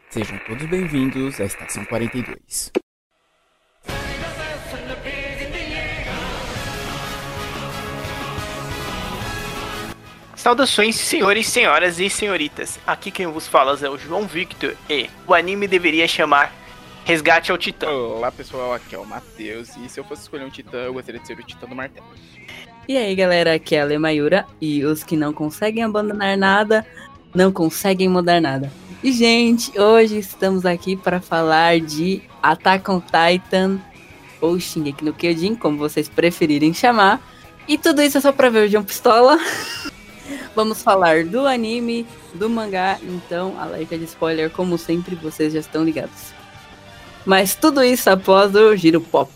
Sejam todos bem-vindos à Estação 42. Saudações, senhores, senhoras e senhoritas. Aqui quem vos fala é o João Victor e o anime deveria chamar Resgate ao Titã. Olá pessoal, aqui é o Matheus e se eu fosse escolher um titã, eu gostaria de ser o Titã do Martelo. E aí galera, aqui é a Lemayura e os que não conseguem abandonar nada, não conseguem mudar nada. E gente, hoje estamos aqui para falar de Attack on Titan, ou Shingeki no Kyojin, como vocês preferirem chamar. E tudo isso é só pra ver o João Pistola. Vamos falar do anime, do mangá, então alerta de spoiler, como sempre, vocês já estão ligados. Mas tudo isso após o Giro Pop.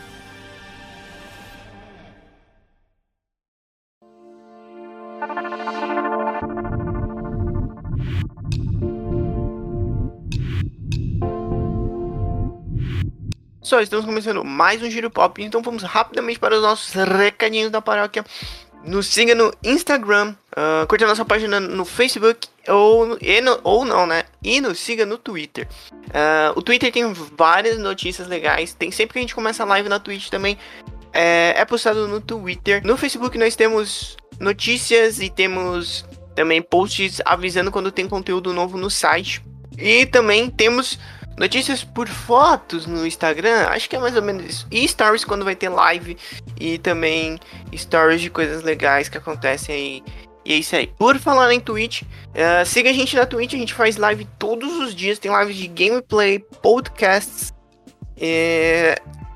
Só estamos começando mais um Giro Pop, então vamos rapidamente para os nossos recadinhos da paróquia. Nos siga no Instagram, curta a nossa página no Facebook e nos siga no Twitter. O Twitter tem várias notícias legais, tem sempre que a gente começa a live na Twitch também, é postado no Twitter. No Facebook nós temos notícias e temos também posts avisando quando tem conteúdo novo no site. E também temos notícias por fotos no Instagram, acho que é mais ou menos isso. E stories quando vai ter live. E também stories de coisas legais que acontecem aí. E é isso aí. Por falar em Twitch, siga a gente na Twitch, a gente faz live todos os dias. Tem lives de gameplay, podcasts e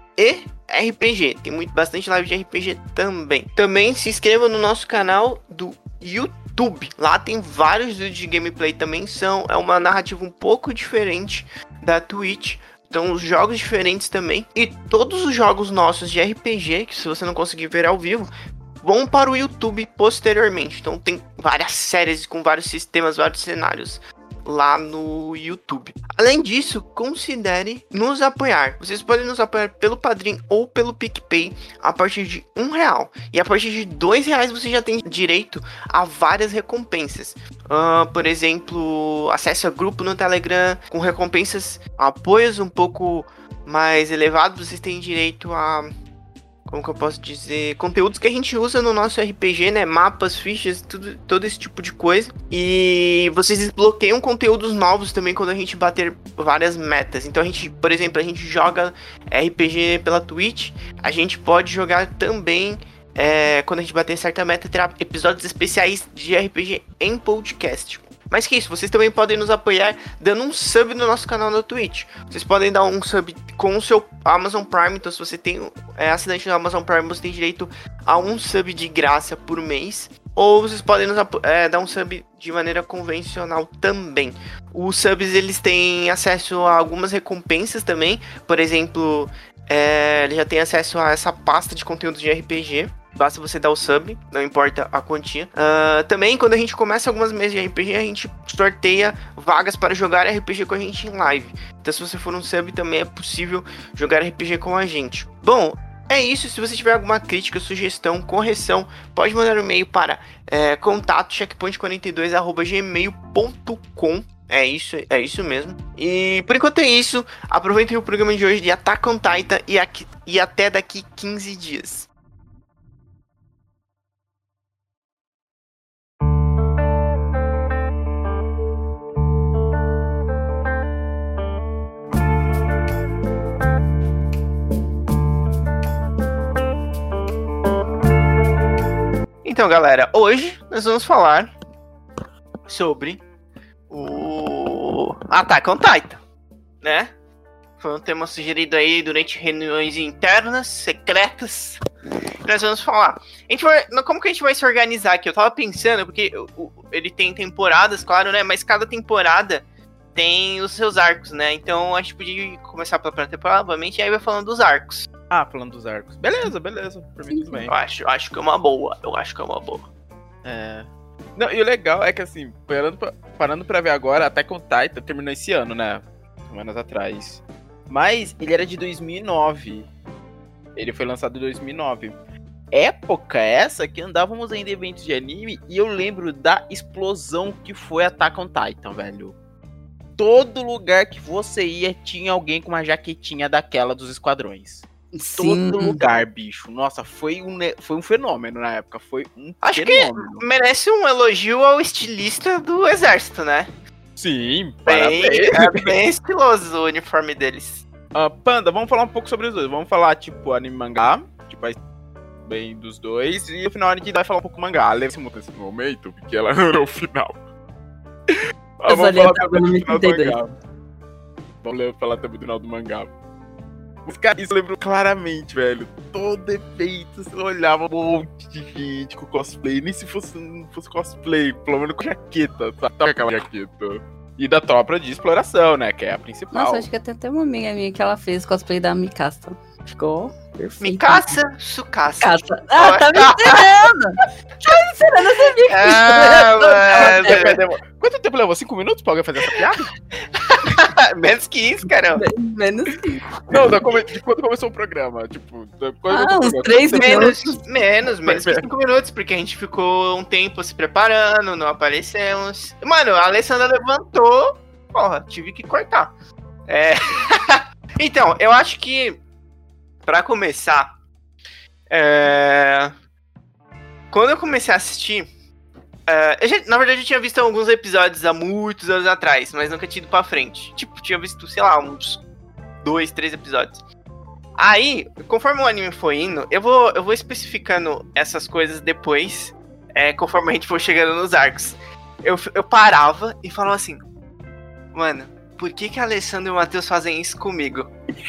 RPG. Tem bastante live de RPG também. Também se inscreva no nosso canal do YouTube. Lá tem vários vídeos de gameplay também. É uma narrativa um pouco diferente da Twitch. Então, os jogos diferentes também. E todos os jogos nossos de RPG, que se você não conseguir ver ao vivo, vão para o YouTube posteriormente. Então, tem várias séries com vários sistemas, vários cenários lá no YouTube. Além disso, considere nos apoiar. Vocês podem nos apoiar pelo Padrim ou pelo PicPay a partir de R$1. E a partir de R$2 você já tem direito a várias recompensas. Por exemplo, acesso a grupo no Telegram com recompensas, apoios um pouco mais elevados. Vocês têm direito a... como que eu posso dizer? Conteúdos que a gente usa no nosso RPG, né? Mapas, fichas, todo esse tipo de coisa. E vocês desbloqueiam conteúdos novos também quando a gente bater várias metas. Então a gente, por exemplo, a gente joga RPG pela Twitch. A gente pode jogar também, quando a gente bater certa meta, terá episódios especiais de RPG em podcast. Mas que isso, vocês também podem nos apoiar dando um sub no nosso canal no Twitch. Vocês podem dar um sub com o seu Amazon Prime. Então se você tem assinante do Amazon Prime, você tem direito a um sub de graça por mês. Ou vocês podem nos dar um sub de maneira convencional também. Os subs, eles têm acesso a algumas recompensas também. Por exemplo, ele já tem acesso a essa pasta de conteúdos de RPG. Basta você dar o sub, não importa a quantia. Também, quando a gente começa algumas mesas de RPG, a gente sorteia vagas para jogar RPG com a gente em live. Então, se você for um sub, também é possível jogar RPG com a gente. Bom, é isso. Se você tiver alguma crítica, sugestão, correção, pode mandar um e-mail para contato checkpoint42@gmail.com. É isso mesmo. E por enquanto é isso. Aproveitem o programa de hoje de Attack on Titan e até daqui 15 dias. Então, galera, hoje nós vamos falar sobre o Attack on Titan, né? Foi um tema sugerido aí durante reuniões internas, secretas. Nós vamos falar. Como que a gente vai se organizar aqui? Eu tava pensando, porque ele tem temporadas, claro, né? Mas cada temporada tem os seus arcos, né? Então a gente podia começar pela primeira temporada, obviamente, e aí vai falando dos arcos. Falando dos arcos. Beleza. Por mim tudo bem. Eu acho que é uma boa. Não, e o legal é que assim, parando pra ver agora, Attack on Titan terminou esse ano, né? Semanas atrás. Mas ele era de 2009. Ele foi lançado em 2009. Época essa que andávamos ainda em eventos de anime e eu lembro da explosão que foi Attack on Titan, velho. todo lugar que você ia tinha alguém com uma jaquetinha daquela dos esquadrões. Sim. Todo lugar, bicho. Nossa, foi um fenômeno na época. Foi um Acho fenômeno. que merece um elogio ao estilista do exército, né? Sim, Bem, parabéns. é bem estiloso o uniforme deles. Panda, vamos falar um pouco sobre os dois. Vamos falar, tipo, anime e mangá. Tipo, bem dos dois. E no final a gente vai falar um pouco do mangá. Lembra-se muito esse momento, porque ela não era o final. Eu Vamos falei falar até também o do final do 32. mangá. Vamos falar também do final do mangá. Os caras, isso eu lembro claramente, velho. Todo efeito, você olhava um monte de gente com cosplay. Nem se fosse, não fosse cosplay, pelo menos com jaqueta, sabe? Tava com aquela jaqueta. E da tropa de exploração, né? Que é a principal. Nossa, acho que tem até uma amiga minha que ela fez cosplay da Mikasa. Ficou perfeito. Mikasa, Tsukasa. Mikasa. Ah, tá me ensinando! Tá me ensinando essa Ah, mano. Quanto tempo levou? 5 minutos pra alguém fazer essa piada? Menos que isso, caramba. Menos que Não, de quando começou o programa. Tipo, uns 3 minutos. Menos que 5 minutos, porque a gente ficou um tempo se preparando, não aparecemos. Mano, a Alessandra levantou, porra, tive que cortar. Então, eu acho que, pra começar, quando eu comecei a assistir, na verdade eu tinha visto alguns episódios há muitos anos atrás, mas nunca tinha ido pra frente. Tipo, tinha visto, sei lá, uns 2, 3 episódios. Aí, conforme o anime foi indo, eu vou especificando essas coisas depois, conforme a gente for chegando nos arcos. Eu parava e falava assim, mano, por que a Alessandra e o Matheus fazem isso comigo?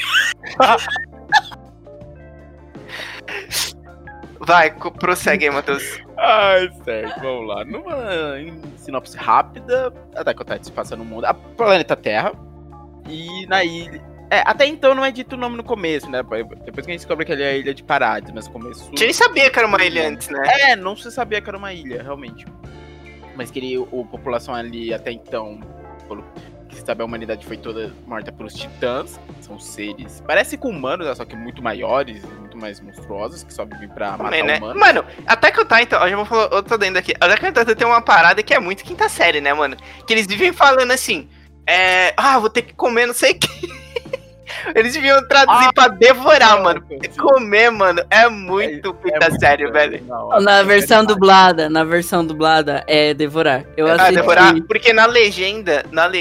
Vai, prossegue aí, Matheus. Ai, certo, vamos lá. Numa sinopse rápida, a Attack on Titan se passa no mundo, a planeta Terra, e na ilha... até então não é dito o nome no começo, né? Depois que a gente descobre que ele é a Ilha de Parades, mas no começo... A gente nem sabia que era uma ilha antes, né? Não se sabia que era uma ilha, realmente. Mas que a população ali até então, pelo que se sabe, a humanidade foi toda morta pelos titãs. São seres, parece com humanos, né, só que muito maiores, muito mais monstruosos, que só vivem pra matar humanos. Mano, até que o Titan, eu já vou falar outro dentro aqui. Até que o Titan tem uma parada que é muito quinta série, né, mano? Que eles vivem falando assim, vou ter que comer não sei o que. Eles deviam traduzir pra devorar, mano. Comer, mano, é muito quinta série, velho. Na versão dublada é devorar. Eu assisti. Devorar, porque na legenda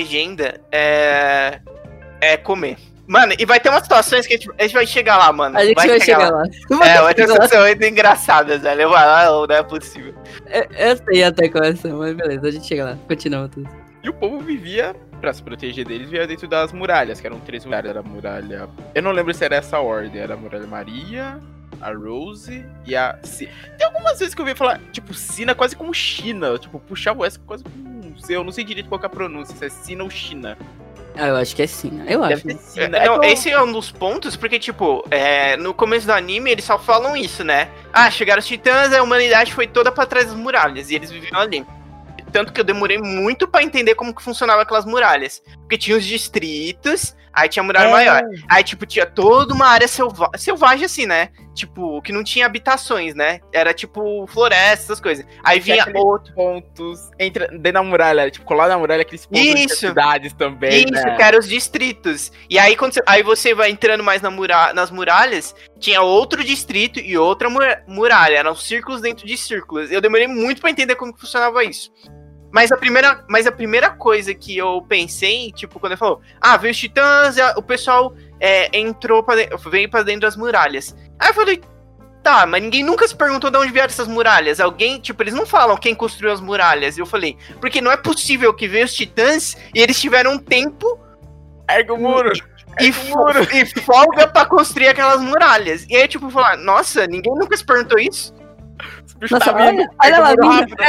é comer. Mano, e vai ter umas situações que a gente vai chegar lá, mano. A gente vai chegar lá. Vai ter umas situações muito engraçadas, velho. Eu vou lá, não é possível. Eu sei até qual é, mas beleza, a gente chega lá. Continua tudo. E o povo vivia, pra se proteger deles, vivia dentro das muralhas, que eram 3 muralhas. Era a muralha... Eu não lembro se era essa ordem. Era a Muralha Maria, a Rose e a... Tem algumas vezes que eu ouvi falar, tipo, Sina quase como China. Tipo, puxar o S quase como... Eu não sei direito qual que é a pronúncia, se é Sina ou China. Eu acho que é Sina. Eu Deve acho. ser Sina. Não, esse é um dos pontos, porque, tipo, no começo do anime eles só falam isso, né? Chegaram os titãs, a humanidade foi toda pra trás das muralhas, e eles viviam ali. Tanto que eu demorei muito pra entender como que funcionava aquelas muralhas. Porque tinha os distritos, aí tinha a muralha maior. Aí, tipo, tinha toda uma área selvagem, assim, né? Tipo, que não tinha habitações, né? Era, tipo, floresta, essas coisas. Aí vinha outros pontos dentro da muralha, tipo, colado na muralha, aqueles pontos de cidades também, Isso, né? que eram os distritos. E aí, aí você vai entrando mais nas muralhas, tinha outro distrito e outra muralha. Eram círculos dentro de círculos. Eu demorei muito pra entender como que funcionava isso. Mas a primeira coisa que eu pensei, tipo, quando ele falou, veio os titãs, o pessoal veio pra dentro das muralhas. Aí eu falei, tá, mas ninguém nunca se perguntou de onde vieram essas muralhas. Alguém, tipo, eles não falam quem construiu as muralhas. E eu falei, porque não é possível que veio os titãs e eles tiveram um tempo... Ergue o muro! E folga pra construir aquelas muralhas. E aí, tipo, falar, nossa, ninguém nunca se perguntou isso? Nossa, olha lá,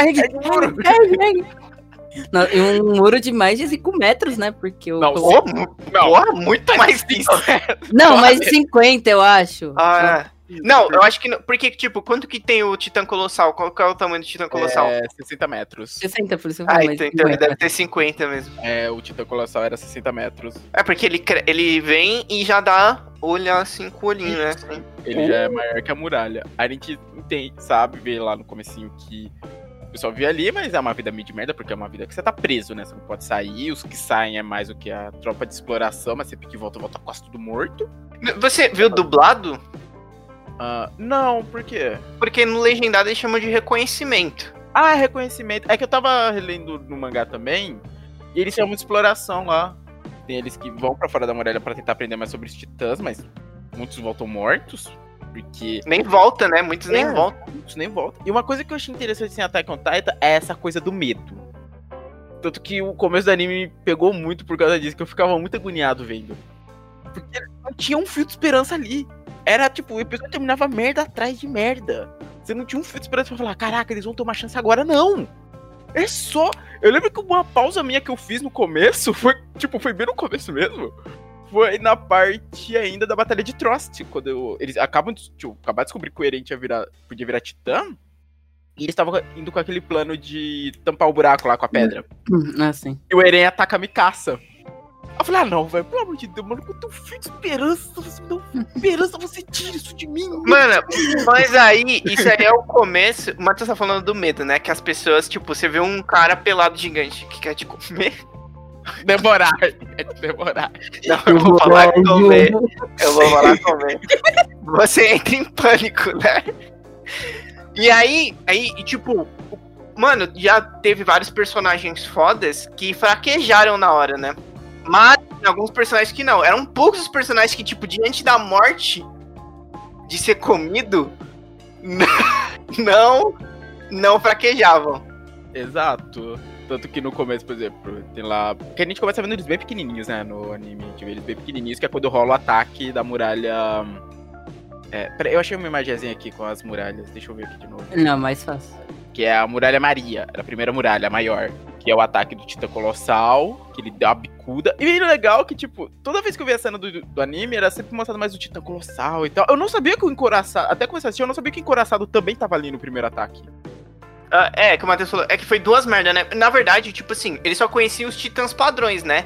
e um muro de mais de 5 metros, né? Porque o. Porra, muito mais que isso. Não, mais de 50, eu acho. Não, eu acho que não. Porque, tipo, quanto que tem o Titã Colossal? Qual que é o tamanho do Titã Colossal? 60 metros. 60, por isso eu falei. Então ele deve ter 50 mesmo. O Titã Colossal era 60 metros. Porque ele vem e já dá olhar assim com o olhinho, né? Assim. Ele já é maior que a muralha. A gente sabe ver lá no comecinho que O pessoal vive ali, mas é uma vida meio de merda, porque é uma vida que você tá preso, né? Você não pode sair, os que saem é mais do que a tropa de exploração, mas sempre que volta quase tudo morto. Você viu dublado? Não, por quê? Porque no legendado eles chamam de reconhecimento. Ah, reconhecimento. É que eu tava relendo no mangá também, e eles chamam de exploração lá. Tem eles que vão pra fora da muralha pra tentar aprender mais sobre os titãs, mas muitos voltam mortos, porque... Nem volta, né? Muitos nem voltam. Muitos nem voltam. E uma coisa que eu achei interessante em Attack on Titan é essa coisa do medo. Tanto que o começo do anime me pegou muito por causa disso, que eu ficava muito agoniado vendo. Porque não tinha um fio de esperança ali. Era tipo, o episódio terminava merda atrás de merda. Você não tinha um fio de esperança pra falar, caraca, eles vão ter uma chance agora, não. É só... Eu lembro que uma pausa minha que eu fiz no começo foi bem no começo mesmo. Foi na parte ainda da Batalha de Trost, quando eles acabam de descobrir que o Eren podia virar titã. E eles estavam indo com aquele plano de tampar o buraco lá com a pedra. Assim. E o Eren ataca a Mikasa. Eu falei, não, velho, pelo amor de Deus, mano, com teu fio de esperança, você me dá esperança, você tira isso de mim. Mano, mas aí, isso aí é o começo. O Matheus tá falando do medo, né? Que as pessoas, tipo, você vê um cara pelado gigante que quer te comer. Demorar. Não, eu vou falar comer. Eu vou falar comer. Você entra em pânico, né? E aí, tipo, mano, já teve vários personagens fodas que fraquejaram na hora, né? Mas alguns personagens que não. Eram poucos os personagens que, tipo, diante da morte de ser comido, não fraquejavam. Exato. Tanto que no começo, por exemplo, tem lá... Porque a gente começa vendo eles bem pequenininhos, né, no anime. A gente vê eles bem pequenininhos, que é quando rola o ataque da muralha... Peraí, eu achei uma imagenzinha aqui com as muralhas. Deixa eu ver aqui de novo. Não, mais fácil. Que é a Muralha Maria. Era a primeira muralha, a maior. Que é o ataque do Titã Colossal, que ele dá uma bicuda. E bem legal que, tipo, toda vez que eu vi a cena do anime, era sempre mostrado mais o Titã Colossal e tal. Eu não sabia que o Encoraçado... Até começar a assistir, eu não sabia que o Encoraçado também tava ali no primeiro ataque. Que o Matheus falou, é que foi duas merdas, né? Na verdade, tipo assim, eles só conheciam os titãs padrões, né?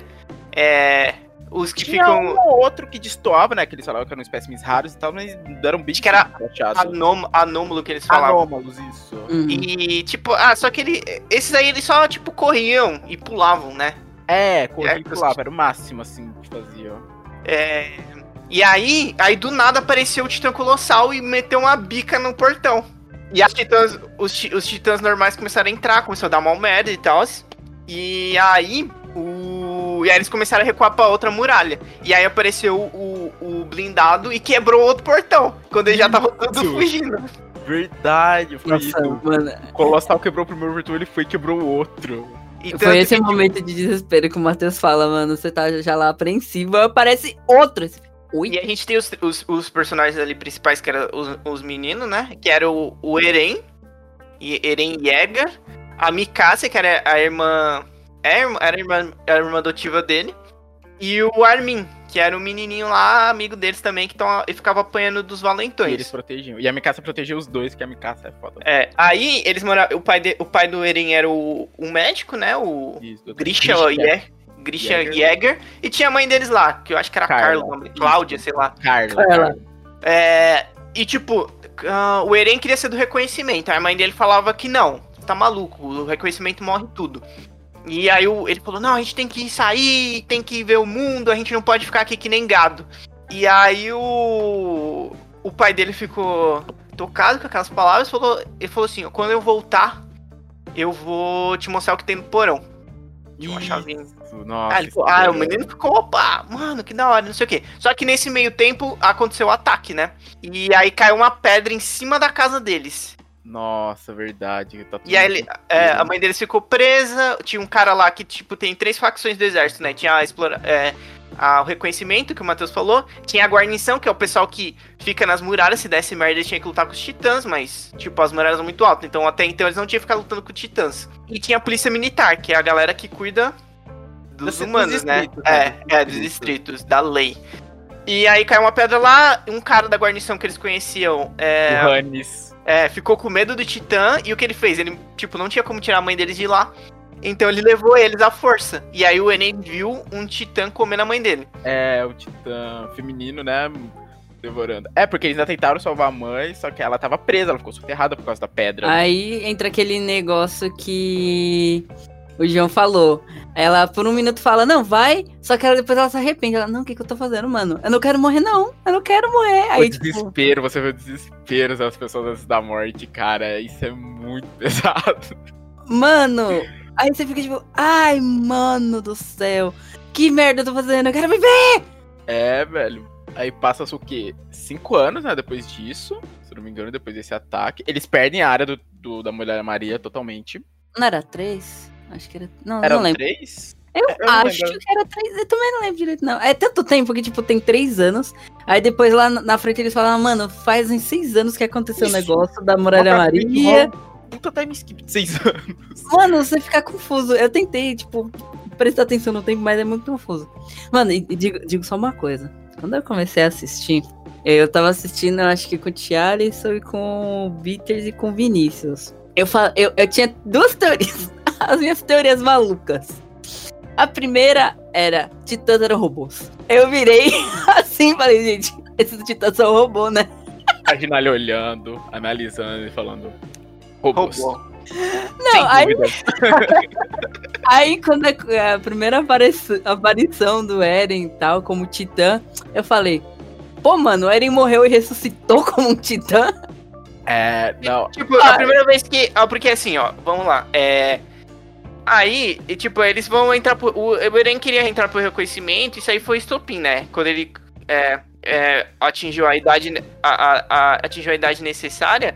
Os que Tinha ficam... um ou outro que destoava, né? Que eles falavam que eram espécimes raros e tal, mas deram bem... Acho que era chato. anômalo que eles falavam. Anômalos, isso. Uhum. E, tipo, só que esses aí, eles só, tipo, corriam e pulavam, né? Corria e pulava, era o máximo, assim, que fazia. E aí do nada apareceu o Titã Colossal e meteu uma bica no portão. E os titãs normais começaram a entrar, começou a dar mal merda e tal. E aí eles começaram a recuar pra outra muralha. E aí apareceu o blindado e quebrou outro portão. Quando eles já estavam todos fugindo. Verdade, foi Nossa, isso. mano. O Colossal quebrou o primeiro virtual, ele foi e quebrou o outro. E Foi esse que, momento de desespero que o Matheus fala, mano. Você tá já lá apreensivo, aí aparece outro. Oi? E a gente tem os personagens ali principais, que eram os meninos, né? Que era o Eren, Eren Yeager, a Mikasa, que era a irmã... Era a irmã adotiva dele. E o Armin, que era o menininho lá, amigo deles também, que ficava apanhando dos valentões. E eles protegiam. E a Mikasa protegeu os dois, que a Mikasa é foda. Aí eles moravam... O pai do Eren era o médico, né? O Grisha Yeager. E tinha a mãe deles lá, que eu acho que era Carla, Cláudia, sei lá. Carla. E tipo, o Eren queria ser do reconhecimento. A mãe dele falava que não, tá maluco, o reconhecimento morre tudo. E aí ele falou, não, a gente tem que sair, tem que ver o mundo, a gente não pode ficar aqui que nem gado. E aí o pai dele ficou tocado com aquelas palavras, ele falou assim, quando eu voltar, eu vou te mostrar o que tem no porão. Tinha uma chavinha. Nossa, o menino ficou, opa, mano, que da hora, não sei o quê. Só que nesse meio tempo aconteceu o ataque, né? E aí caiu uma pedra em cima da casa deles. Nossa, verdade. Tá e aí a mãe deles ficou presa. Tinha um cara lá que, tipo, tem 3 facções do exército, né? Tinha o reconhecimento, que o Matheus falou. Tinha a guarnição, que é o pessoal que fica nas muralhas. Se desse merda, eles tinham que lutar com os titãs, mas, tipo, as muralhas são muito altas. Então, até então, eles não tinham que ficar lutando com titãs. E tinha a polícia militar, que é a galera que cuida dos humanos, né? Dos distritos, da lei. E aí caiu uma pedra lá, um cara da guarnição que eles conheciam... o Hannes. Ficou com medo do titã, e o que ele fez? Ele, tipo, não tinha como tirar a mãe deles de lá. Então ele levou eles à força. E aí o Eren viu um titã comendo a mãe dele. O titã feminino, né? devorando. É, porque eles ainda tentaram salvar a mãe, só que ela tava presa, ela ficou soterrada por causa da pedra. Aí entra aquele negócio que o João falou. Ela por um minuto fala, não, vai. Só que depois ela se arrepende. Ela, não, o que eu tô fazendo, mano? Eu não quero morrer, não. Eu não quero morrer. O Aí, tipo, desespero, você vê o desespero das pessoas antes da morte, cara. Isso é muito pesado. mano. Aí você fica tipo, ai, mano do céu. Que merda eu tô fazendo? Eu quero viver. É, velho. Aí passa-se o quê? 5 anos, né? Depois disso. Se eu não me engano, depois desse ataque. Eles perdem a área da Mulher Maria totalmente. Não era 3? Acho que era. Não, Era não lembro. 3? Eu não acho lembro. que era 3. Eu também não lembro direito, não. É tanto tempo que, tipo, tem 3 anos. Aí depois lá na frente eles falam, mano, faz uns 6 anos que aconteceu o Isso. negócio da Muralha Uma frente Maria. rola um puta time skip de 6 anos. Mano, você fica confuso. Eu tentei, tipo, prestar atenção no tempo, mas é muito confuso. Mano, e digo só uma coisa. Quando eu comecei a assistir, eu tava assistindo, eu acho que com o Thialisson e com o Bitters e com o Vinícius. Eu tinha 2 teorias. As minhas teorias malucas. A primeira era, titãs eram robôs. Eu virei assim e falei, gente, esses titãs são robô, né? Imagina ele olhando, analisando e falando. Robôs. Robô. Não, Sem aí, dúvida. aí quando a primeira aparição do Eren e tal, como titã, eu falei, pô, mano, o Eren morreu e ressuscitou como um titã? É, não. Tipo, a primeira vez que... Porque assim, ó, vamos lá. Aí, e, tipo, eles vão entrar por... O Eren queria entrar por reconhecimento, isso aí foi estopim, né? Quando ele atingiu a idade... atingiu a idade necessária,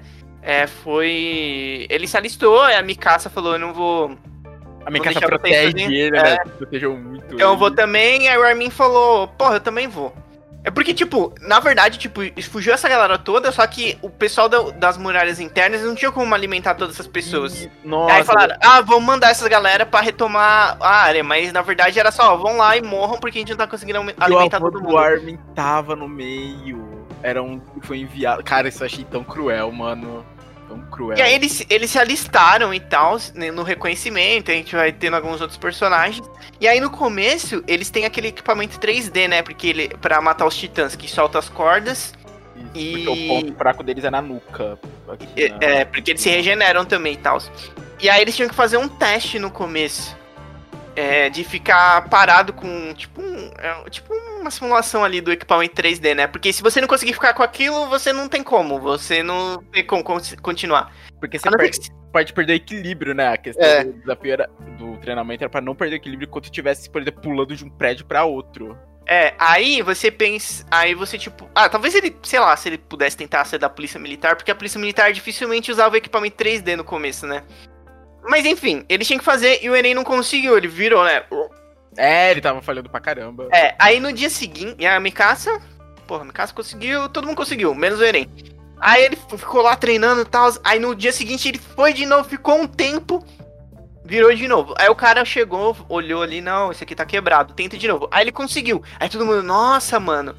foi... Ele se alistou, a Mikasa falou, eu não vou... A Mikasa deixar protege vocês ele, né? Protegeu muito Então eu ele. vou também, aí o Armin falou, porra, eu também vou. É porque, tipo, na verdade, tipo, fugiu essa galera toda, só que o pessoal das muralhas internas não tinha como alimentar todas essas pessoas. Nossa, Aí falaram, vamos mandar essas galera pra retomar a área, mas na verdade era só, vão lá e morram porque a gente não tá conseguindo alimentar todo o mundo. Armin tava no meio. Foi enviado. Cara, isso eu achei tão cruel, mano. Tão cruel. E aí eles se alistaram e tal, né, no reconhecimento, a gente vai tendo alguns outros personagens. E aí no começo, eles têm aquele equipamento 3D, né? Porque pra matar os titãs, que solta as cordas. Isso, porque o ponto fraco deles é na nuca. Aqui Porque eles se regeneram também e tal. E aí eles tinham que fazer um teste no começo. De ficar parado com, tipo uma simulação ali do equipamento 3D, né? Porque se você não conseguir ficar com aquilo, você não tem como. Você não tem como continuar. Porque você pode perder o equilíbrio, né? A questão do desafio do treinamento era pra não perder o equilíbrio enquanto estivesse, por exemplo, pulando de um prédio pra outro. Aí você pensa. Aí você, tipo. Talvez ele, sei lá, se ele pudesse tentar ser da polícia militar, porque a polícia militar dificilmente usava o equipamento 3D no começo, né? Mas enfim, eles tinham que fazer e o Eren não conseguiu, ele virou, né? Ele tava falhando pra caramba. Aí no dia seguinte, a Mikasa. Porra, a Mikasa conseguiu, todo mundo conseguiu, menos o Eren. Aí ele ficou lá treinando e tal. Aí no dia seguinte ele foi de novo, ficou um tempo, virou de novo. Aí o cara chegou, olhou ali, não, esse aqui tá quebrado, tenta de novo. Aí ele conseguiu. Aí todo mundo, nossa, mano,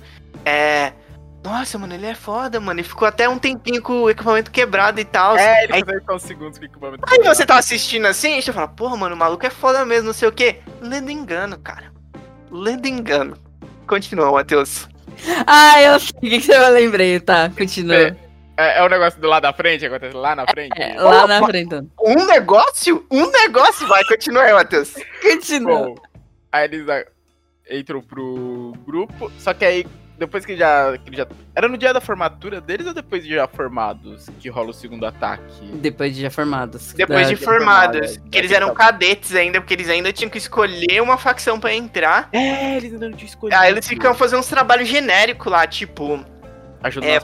nossa, mano, ele é foda, mano. Ele ficou até um tempinho com o equipamento quebrado e tal. Ele aí, ficou uns segundos com o equipamento aí quebrado. você tá assistindo assim, e você fala, porra, mano, o maluco é foda mesmo, não sei o quê. Lendo engano, cara. Lendo engano. Continua, Matheus. Eu sei o que você vai lembrei, tá? Continua. É o negócio do lado da frente, acontece lá na frente? Lá na frente. Então. Um negócio? Vai, continua aí, Matheus. Continua. Bom, aí eles entram pro grupo, só que aí, depois que já... Era no dia da formatura deles ou depois de já formados que rola o segundo ataque? Depois de já formados. Depois de formados. formados. Que eles eram cadetes ainda, porque eles ainda tinham que escolher uma facção pra entrar. Eles ainda não tinham escolhido. Aí eles ficam fazendo uns trabalhos genéricos lá, tipo... Ajudando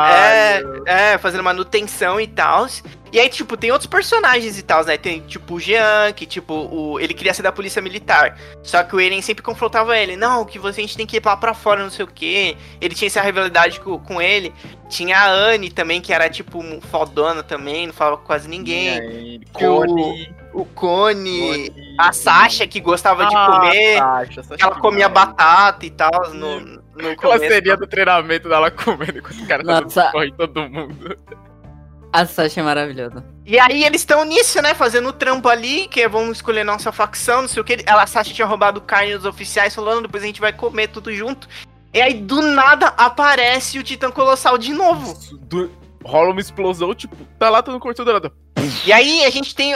nas fazendo manutenção e tal. E aí, tipo, tem outros personagens e tal, né? Tem, tipo, o Jean, que, tipo, ele queria ser da polícia militar. Só que o Eren sempre confrontava ele. Não, que a gente tem que ir lá pra fora, não sei o quê. Ele tinha essa rivalidade com ele. Tinha a Anne também, que era, tipo, fodona também, não falava com quase ninguém. O Cone. A Sasha, que gostava de comer. Sasha, ela comia batata e tal no Aquela começo. seria do treinamento dela comendo enquanto os caras correm todo mundo. A Sasha é maravilhosa. E aí eles estão nisso, né? Fazendo o trampo ali, que vamos escolher nossa facção, não sei o que. A Sasha tinha roubado carne dos oficiais, falando, depois a gente vai comer tudo junto. E aí, do nada, aparece o Titã Colossal de novo. Rola uma explosão, tipo, tá lá, todo cortando nada. E aí, a gente tem,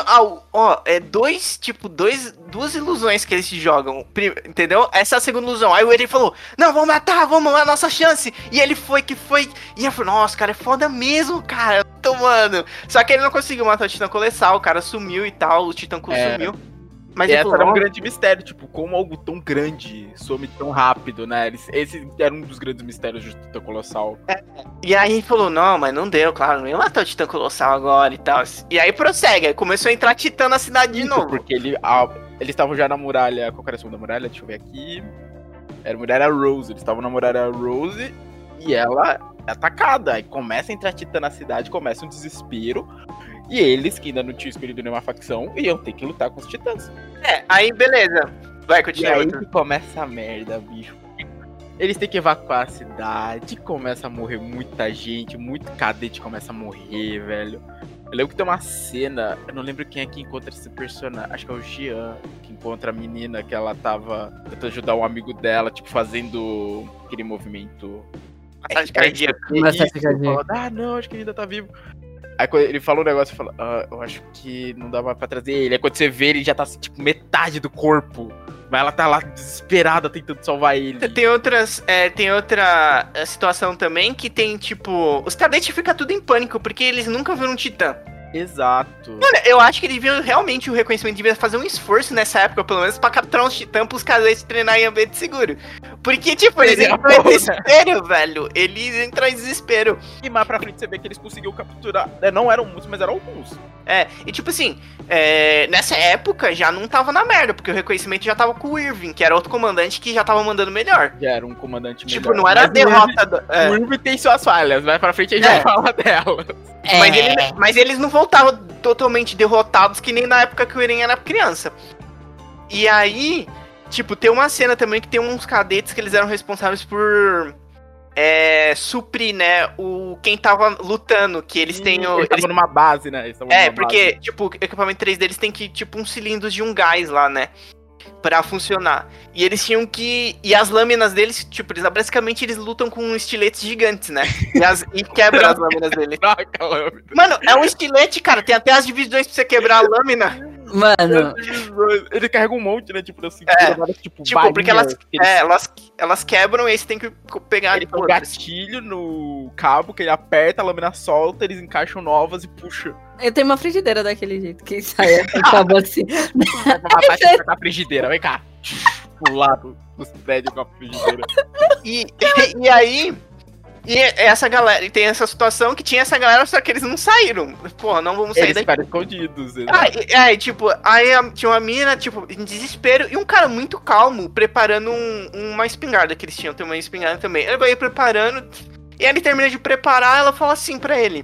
duas ilusões que eles se jogam, entendeu? Essa é a segunda ilusão. Aí o Eren falou, não, vamos matar, é a nossa chance. E ele foi. E eu falei, nossa, cara, é foda mesmo, cara. Mano. Só que ele não conseguiu matar o Titã Colossal, o cara sumiu e tal, o Titã sumiu. Mas esse era um grande mistério, tipo, como algo tão grande some tão rápido, né? Esse era um dos grandes mistérios do Titã Colossal. E aí ele falou, não, mas não deu, claro, não ia matar o Titã Colossal agora e tal. E aí prossegue, aí começou a entrar Titã na cidade de novo. Porque eles estavam já na muralha, qual era a segunda muralha? Deixa eu ver aqui. Era a muralha Rose, eles estavam na muralha Rose e ela é atacada. Aí começa a entrar Titã na cidade, começa um desespero. E eles, que ainda não tinham escolhido nenhuma facção, iam ter que lutar com os titãs. Aí beleza. Vai, E continua. aí que começa a merda, bicho. Eles têm que evacuar a cidade, começa a morrer muita gente, muito cadete começa a morrer, velho. Eu lembro que tem uma cena, eu não lembro quem é que encontra esse personagem, acho que é o Jean, que encontra a menina que ela tava tentando ajudar um amigo dela, tipo, fazendo aquele movimento... Massagem cardíaca. Massagem cardíaca. Ah, não, acho que ele ainda tá vivo. Aí quando ele falou um negócio, eu falo, eu acho que não dá mais pra trazer ele. Aí quando você vê, ele já tá, tipo, metade do corpo. Mas ela tá lá desesperada tentando salvar ele. Tem outra situação também que tem, tipo... Os cadetes ficam tudo em pânico, porque eles nunca viram um Titã. Exato. Mano, eu acho que eles deviam realmente, o reconhecimento devia fazer um esforço nessa época, pelo menos, pra capturar uns Titã pros cadetes treinar em ambiente seguro. Porque, tipo, eles entram em desespero, velho. Eles entram em desespero. E mais pra frente você vê que eles conseguiram capturar. Não eram muitos, mas eram alguns. E tipo assim, nessa época já não tava na merda, porque o reconhecimento já tava com o Irving, que era outro comandante que já tava mandando melhor. Já era um comandante melhor. Tipo, não era a derrota. O Irving tem suas falhas, mas pra frente a gente já fala delas. Mas eles não voltavam totalmente derrotados, que nem na época que o Eren era criança. E aí, tipo, tem uma cena também que tem uns cadetes que eles eram responsáveis por suprir, né, quem tava lutando, que eles têm... Eles estavam numa base, né? Porque, tipo, o equipamento 3 deles tem que, tipo, uns cilindros de um gás lá, né? Pra funcionar. E eles tinham que... E as lâminas deles, tipo, basicamente eles lutam com estiletes gigantes, né? E quebram as lâminas deles. Mano, é um estilete, cara. Tem até as divisões pra você quebrar a lâmina. Mano, Ele carrega um monte, né? Tipo, assim, tipo porque elas quebram e aí você tem que pegar... Ele tem um gatilho no cabo que ele aperta, a lâmina solta, eles encaixam novas e puxa. eu tenho uma frigideira daquele jeito, que sai acabou assim. Pra matar a frigideira, vem cá. Pular dos prédios com a frigideira. E aí... E essa galera, e tem essa situação que tinha essa galera, só que eles não saíram. Porra, não vamos sair Eles daqui. ficaram escondidos. Tipo, aí tinha uma mina, tipo, em desespero, e um cara muito calmo, preparando uma espingarda que eles tinham. Tem uma espingarda também. Ele vai preparando, e aí ele termina de preparar, ela fala assim pra ele.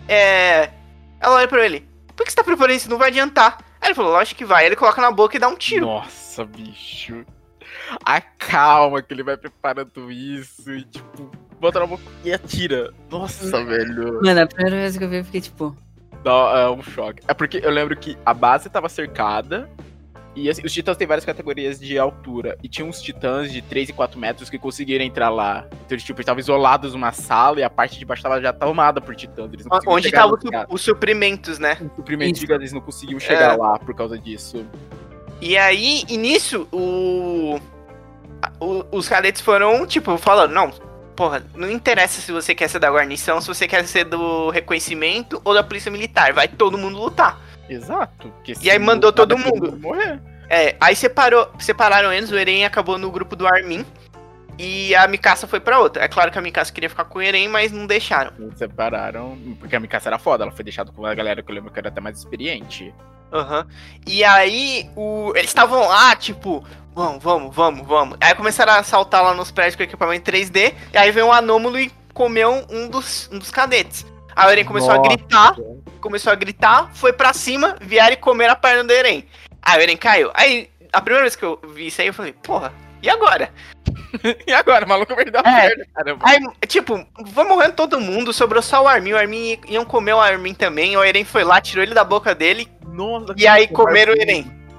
Ela olha pra ele, por que você tá preparando isso? Não vai adiantar. Aí ele falou, lógico que vai. Aí ele coloca na boca e dá um tiro. Nossa, bicho. A calma que ele vai preparando isso e, tipo, bota na boca e atira. Nossa, velho. Mano, a primeira vez que eu vi, eu fiquei tipo... É um choque. É porque eu lembro que a base tava cercada e assim, os titãs têm várias categorias de altura. E tinha uns titãs de 3 e 4 metros que conseguiram entrar lá. Então eles, tipo, estavam isolados numa sala e a parte de baixo tava já tomada por titãs. Eles não onde estavam os suprimentos, né? Os suprimentos, eles não conseguiam chegar lá por causa disso. E aí, e nisso, os cadetes foram, tipo, falando, não, porra, não interessa se você quer ser da guarnição, se você quer ser do reconhecimento ou da polícia militar, vai todo mundo lutar. Exato. E aí mandou todo mundo morrer. Aí separaram eles, o Eren acabou no grupo do Armin e a Mikasa foi pra outra. É claro que a Mikasa queria ficar com o Eren, mas não deixaram. Eles separaram, porque a Mikasa era foda, ela foi deixada com a galera que eu lembro que era até mais experiente. E aí, eles estavam lá, tipo, vamos. Aí começaram a saltar lá nos prédios com equipamento 3D, e aí veio um anômalo e comeu um dos cadetes. Aí o Eren começou a gritar, foi pra cima, vieram e comeram a perna do Eren. Aí o Eren caiu. Aí, a primeira vez que eu vi isso aí, eu falei, porra, e agora? E agora? O maluco perdeu a perna, caramba. Aí, tipo, foi morrendo todo mundo, sobrou só o Armin iam comer o Armin também, o Eren foi lá, tirou ele da boca dele, Nossa, e aí comeram o Eren.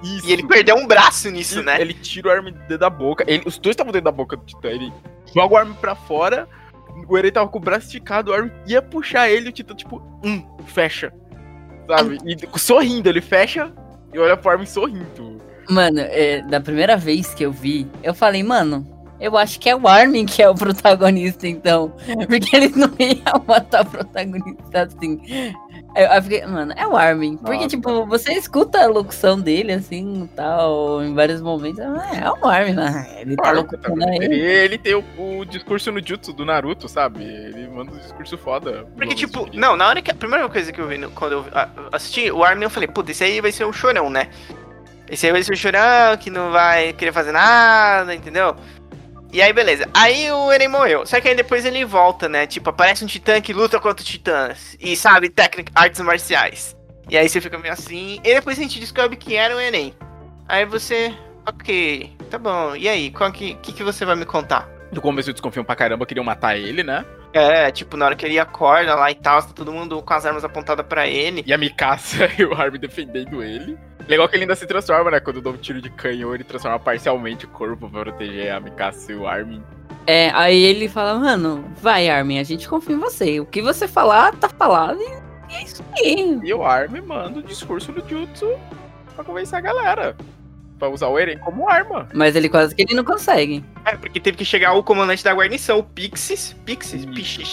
Isso. E ele perdeu um braço nisso, né? Ele tira o arma dentro da boca. Os dois estavam dentro da boca do Titã. Ele joga o arma pra fora. O Eren tava com o braço esticado. O arma ia puxar ele. O Titã, tipo, fecha. Sabe? E sorrindo, ele fecha e olha pro Armin sorrindo. Mano, da primeira vez que eu vi, eu falei, mano, eu acho que é o Armin que é o protagonista, então. Porque eles não iam matar o protagonista assim. Eu fiquei, mano, é o Armin. Porque, Nossa. tipo, você escuta a locução dele, assim, tal, em vários momentos. É o Armin, né? Ele tá loucando aí. Ele tem o discurso no jutsu do Naruto, sabe? Ele manda um discurso foda. Porque, tipo, não, na hora que. A primeira coisa que eu vi quando eu assisti o Armin, eu falei, puta, esse aí vai ser um chorão, né? Esse aí vai ser um chorão que não vai querer fazer nada, entendeu? E aí, beleza. Aí o Eren morreu. Só que aí depois ele volta, né? Tipo, aparece um titã que luta contra titãs. E sabe, técnica, artes marciais. E aí você fica meio assim. E depois a gente descobre que era o Eren. Aí você. Ok, tá bom. E aí, o que você vai me contar? No começo eu desconfio pra caramba, queriam matar ele, né? Tipo, na hora que ele acorda lá e tal, tá todo mundo com as armas apontadas pra ele. E a Mikasa e o Armin defendendo ele. Legal que ele ainda se transforma, né? Quando dá um tiro de canhão, ele transforma parcialmente o corpo pra proteger a Mikasa e o Armin. Aí ele fala, mano, vai, Armin, a gente confia em você. O que você falar, tá falado e é isso aí. E o Armin manda o discurso do Jutsu pra convencer a galera. Pra usar o Eren como arma. Mas ele quase que ele não consegue. Porque teve que chegar o comandante da guarnição, o Pixis, Pixies,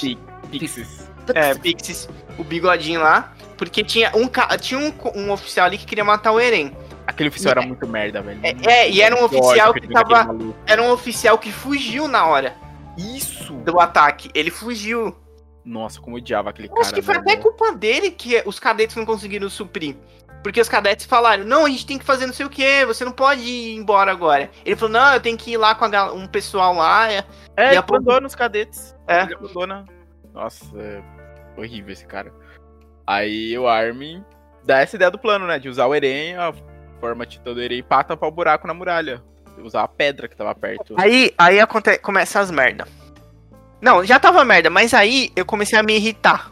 o bigodinho lá, porque tinha um oficial ali que queria matar o Eren. Aquele oficial era muito merda, velho. E era um oficial que tava... Era um oficial que fugiu na hora. Isso! Do ataque, ele fugiu. Nossa, como eu odiava aquele Eu cara. acho que foi velho. até culpa dele que os cadetes não conseguiram suprir. Porque os cadetes falaram, não, a gente tem que fazer não sei o que, você não pode ir embora agora. Ele falou, não, eu tenho que ir lá com um pessoal lá. Ele abandona os cadetes. Ele abandona. Nossa, é horrível esse cara. Aí o Armin dá essa ideia do plano, né? De usar o Eren, a forma titã do Eren, pra tampar o buraco na muralha. Usar a pedra que tava perto. Aí começa as merda. Não, já tava merda, mas aí eu comecei a me irritar.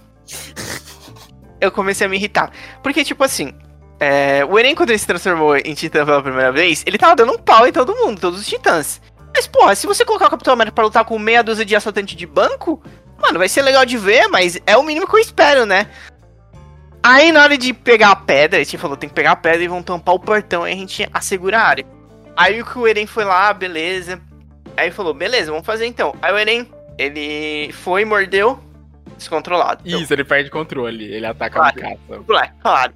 Porque, tipo assim, o Eren, quando ele se transformou em titã pela primeira vez, ele tava dando um pau em todo mundo, todos os titãs. Mas, porra, se você colocar o Capitão América pra lutar com meia dúzia de assaltante de banco, mano, vai ser legal de ver, mas é o mínimo que eu espero, né? Aí, na hora de pegar a pedra, a gente falou, tem que pegar a pedra e vão tampar o portão e a gente assegura a área. Aí o Eren foi lá, beleza. Aí falou, beleza, vamos fazer então. Aí o Eren, ele foi, mordeu, descontrolado. Então, Isso, ele perde controle, ele ataca a Mikasa. Claro.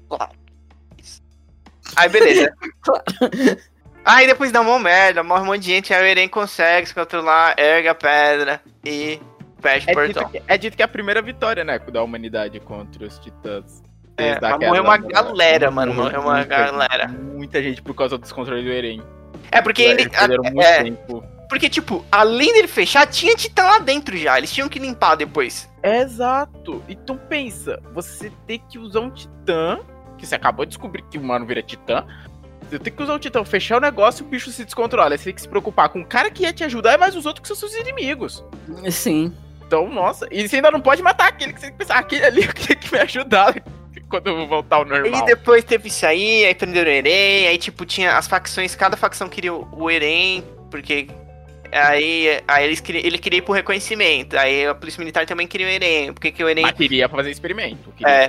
Aí, beleza. Aí depois dá uma merda, morre um monte de gente, aí o Eren consegue se controlar, ergue a pedra e fecha o portão. É dito que é a primeira vitória, né, da humanidade contra os titãs. Mas morreu uma galera, mano, galera. Muita gente por causa do descontrole do Eren. Porque ainda... tempo. Porque, tipo, além dele fechar, tinha titã lá dentro já, eles tinham que limpar depois. Exato. Então pensa, você tem que usar um titã, que você acabou de descobrir que o humano vira titã, você tem que usar um titã, fechar o negócio e o bicho se descontrola. Aí você tem que se preocupar com o cara que ia te ajudar e mais os outros que são seus inimigos. Sim. Então, nossa, e você ainda não pode matar aquele que você tem que pensar, aquele ali que tem que me ajudar quando eu voltar ao normal. E depois teve isso aí prenderam o Eren, aí tipo, tinha as facções, cada facção queria o Eren, porque... Aí ele queria ir pro reconhecimento. Aí a polícia militar também queria o Eren. Porque que o Eren... Mas queria fazer experimento.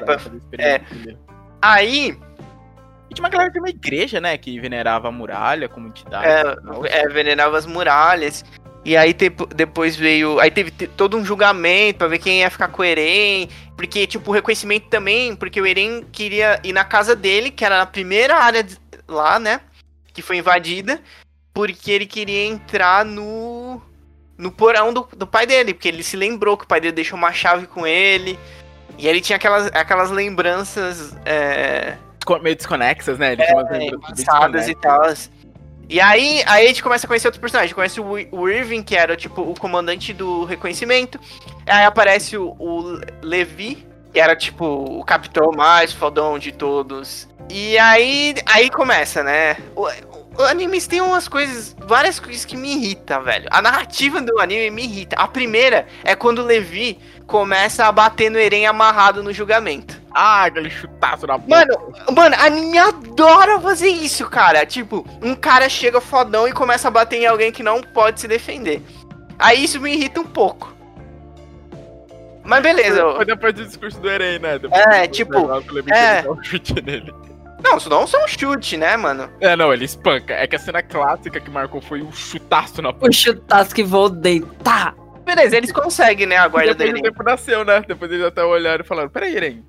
Aí... E tinha uma galera que tinha uma igreja, né? Que venerava a muralha como entidade. Venerava as muralhas. E aí depois veio... Aí teve todo um julgamento pra ver quem ia ficar com o Eren. Porque, tipo, o reconhecimento também... Porque o Eren queria ir na casa dele, que era a primeira área lá, né? Que foi invadida. Porque ele queria entrar no porão do pai dele. Porque ele se lembrou que o pai dele deixou uma chave com ele. E ele tinha aquelas lembranças... meio desconexas, né? Ele tinha umas lembranças e tal. E aí a gente começa a conhecer outros personagens. Conhece o Irving, que era tipo o comandante do reconhecimento. Aí aparece o Levi, que era tipo o capitão mais fodão de todos. E aí começa, né? O anime tem várias coisas que me irritam, velho. A narrativa do anime me irrita. A primeira é quando o Levi começa a bater no Eren amarrado no julgamento. aquele chutaço na boca. Mano, anime adora fazer isso, cara. Tipo, um cara chega fodão e começa a bater em alguém que não pode se defender. Aí isso me irrita um pouco. Mas beleza. Foi depois do discurso do Eren, né? Um chute nele. Não, isso não é um chute, né, mano? Não, ele espanca. É que a cena clássica que marcou foi um chutaço na boca. O chutaço que vou deitar. Beleza, eles conseguem, né, a guarda Depois dele. o tempo nasceu, né? Depois eles até olharam e falaram, peraí, Eren.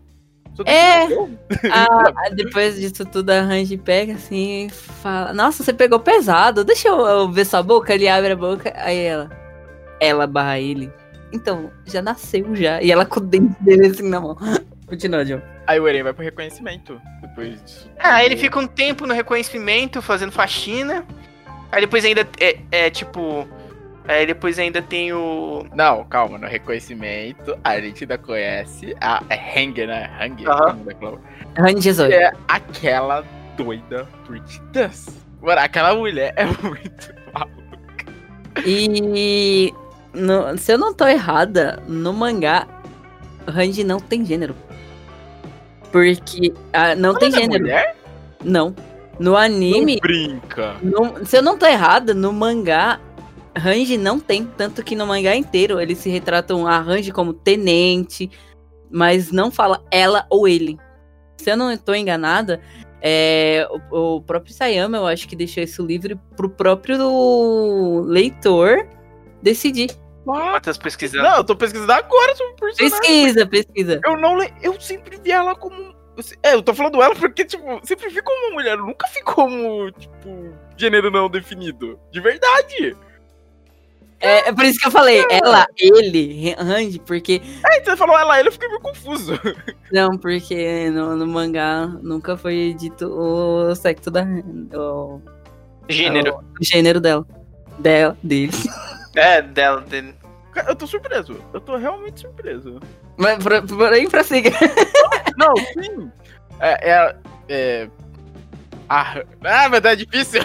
Depois disso tudo, a Ranji pega assim e fala: nossa, você pegou pesado, deixa eu ver sua boca. Ele abre a boca, aí ela barra ele. Então, já nasceu já. E ela com o dente dele assim na mão. Continua, John. Aí o Eren vai pro reconhecimento. Depois disso. Ele fica um tempo no reconhecimento, fazendo faxina. Aí depois ainda Aí depois ainda tem o... Não, calma, no reconhecimento a gente ainda conhece a Hang, né? Hang, Ranji 18. é aquela doida por titãs. Mano, aquela mulher é muito maluca. E se eu não tô errada, no mangá, Ranji não tem gênero. Porque não tem gênero. Mulher? Não. No anime... Não brinca. Se eu não tô errada, no mangá... Ranji não tem, tanto que no mangá inteiro eles se retratam a Ranji como tenente, mas não fala ela ou ele. Se eu não estou enganada, o próprio Sayama, eu acho que deixou isso livre pro próprio leitor decidir. Tá pesquisando? Não, eu tô pesquisando agora sobre o personagem. Pesquisa. Eu sempre vi ela como... eu tô falando ela porque, tipo, sempre vi como uma mulher, eu nunca vi como, tipo, gênero não definido. De verdade. É por isso que eu falei, ela, ele, Ranji, porque... Você falou ela, ele, eu fiquei meio confuso. Não, porque no mangá nunca foi dito o sexo da... O gênero dela. Dele. Dele. Eu tô surpreso. Eu tô realmente surpreso. Mas, porém, prossiga. Não, sim. Mas é difícil.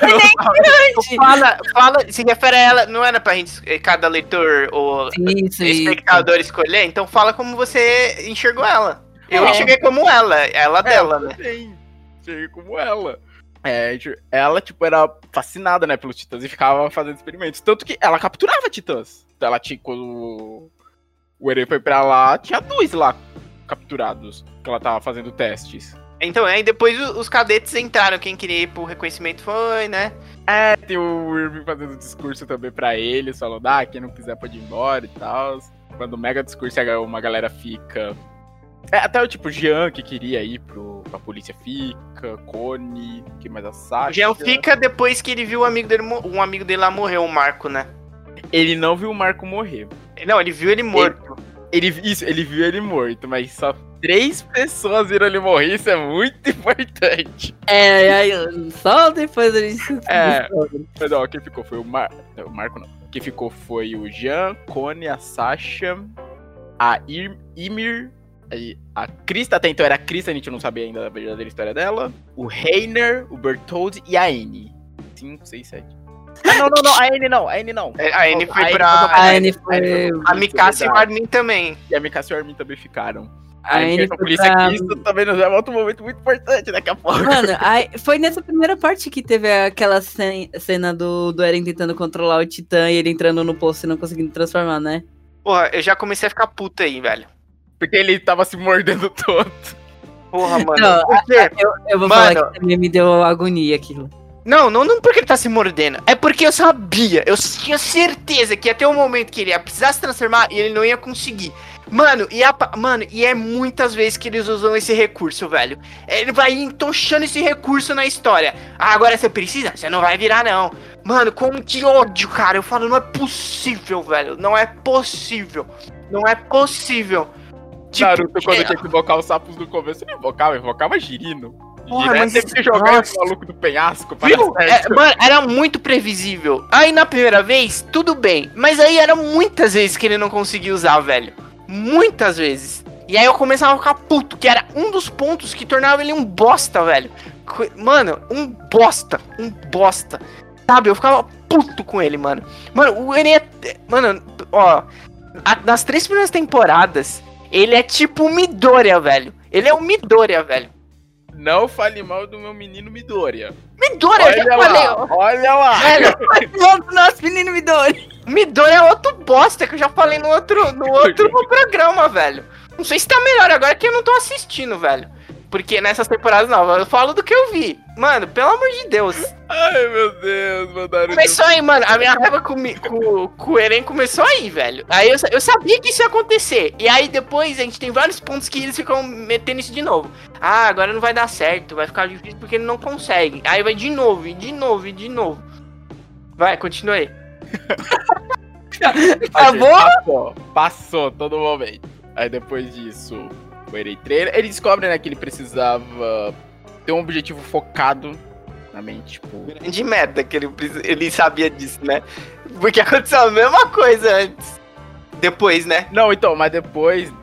Fala, se refere a ela, não era pra gente, cada leitor ou espectador escolher, então fala como você enxergou ela. Eu enxerguei como ela dela, né? Sim, enxerguei como ela. Ela, tipo, era fascinada, né, pelos titãs e ficava fazendo experimentos. Tanto que ela capturava titãs. Ela tinha, quando o Eren foi pra lá, tinha 2 lá capturados, que ela tava fazendo testes. Então, aí depois os cadetes entraram, quem queria ir pro reconhecimento foi, né? Tem o Irving fazendo discurso também pra eles, falando, quem não quiser pode ir embora e tal. Quando o mega discurso, uma galera fica... até o tipo, Jean, que queria ir pra polícia, fica, Cone, que mais a Sasha... Jean fica depois que ele viu um amigo dele lá morrer, o Marco, né? Ele não viu o Marco morrer. Não, ele viu ele morto. Ele viu ele morto, mas só 3 pessoas viram ele morrer, isso é muito importante. Só depois a gente... Mas não, quem ficou foi o Marco não. Quem ficou foi o Jean, Cone, a Sasha, a Ymir, a Krista, até então era a Krista, a gente não sabia ainda a verdadeira história dela, o Reiner, o Bertoldi e a Annie. 5, 6, 7. Não, a Annie não. A Annie foi pra... A Annie foi... A Mikasa e o Armin também. E a Mikasa e o Armin também ficaram. A Annie foi polícia aqui, isso também nos leva a outro momento muito importante daqui a pouco. Mano, foi nessa primeira parte que teve aquela cena do Eren tentando controlar o Titã e ele entrando no poço e não conseguindo transformar, né? Porra, eu já comecei a ficar puta aí, velho. Porque ele tava se mordendo todo. Porra, mano. Não, eu vou falar que também me deu agonia aquilo. Não porque ele tá se mordendo. É porque eu sabia, eu tinha certeza que ia ter um momento que ele ia precisar se transformar e ele não ia conseguir. Mano, e é muitas vezes que eles usam esse recurso, velho. Ele vai entochando esse recurso na história. Agora você precisa? Você não vai virar, não. Mano, como que ódio, cara. Eu falo, não é possível, velho. Não é possível. Tipo, Naruto, quando tinha que invocar os sapos no começo, ele invocava Jirino. Porra, mas teve que jogar esse maluco do penhasco. Viu? Mano, era muito previsível. Aí na primeira vez, tudo bem. Mas aí era muitas vezes que ele não conseguia usar, velho. Muitas vezes. E aí eu começava a ficar puto, que era um dos pontos que tornava ele um bosta, velho. Mano, um bosta. Sabe, eu ficava puto com ele, mano. Mano, o Eren Mano, ó. Nas 3 primeiras temporadas, ele é tipo um Midoriya, velho. Ele é o Midoriya, velho. Não fale mal do meu menino Midoriya. Midoriya, eu já falei, ó. Olha lá. Velho, Nossa, menino Midori. Midoriya é outro bosta que eu já falei no outro programa, velho. Não sei se tá melhor agora que eu não tô assistindo, velho. Porque nessas temporadas novas eu falo do que eu vi. Mano, pelo amor de Deus. Ai, meu Deus, mandaram... Começou aí, mano. A minha raiva com o Eren começou aí, velho. Aí eu sabia que isso ia acontecer. E aí depois a gente tem vários pontos que eles ficam metendo isso de novo. Ah, agora não vai dar certo. Vai ficar difícil porque ele não consegue. Aí vai de novo, e de novo, e de novo. Vai, continua aí. Acabou? Passou todo momento. Aí depois disso, o Eren treina. Ele descobre, né, que ele precisava ter um objetivo focado na mente, tipo... Grande merda que ele sabia disso, né? Porque aconteceu a mesma coisa antes. Depois, né? Não, então, mas depois,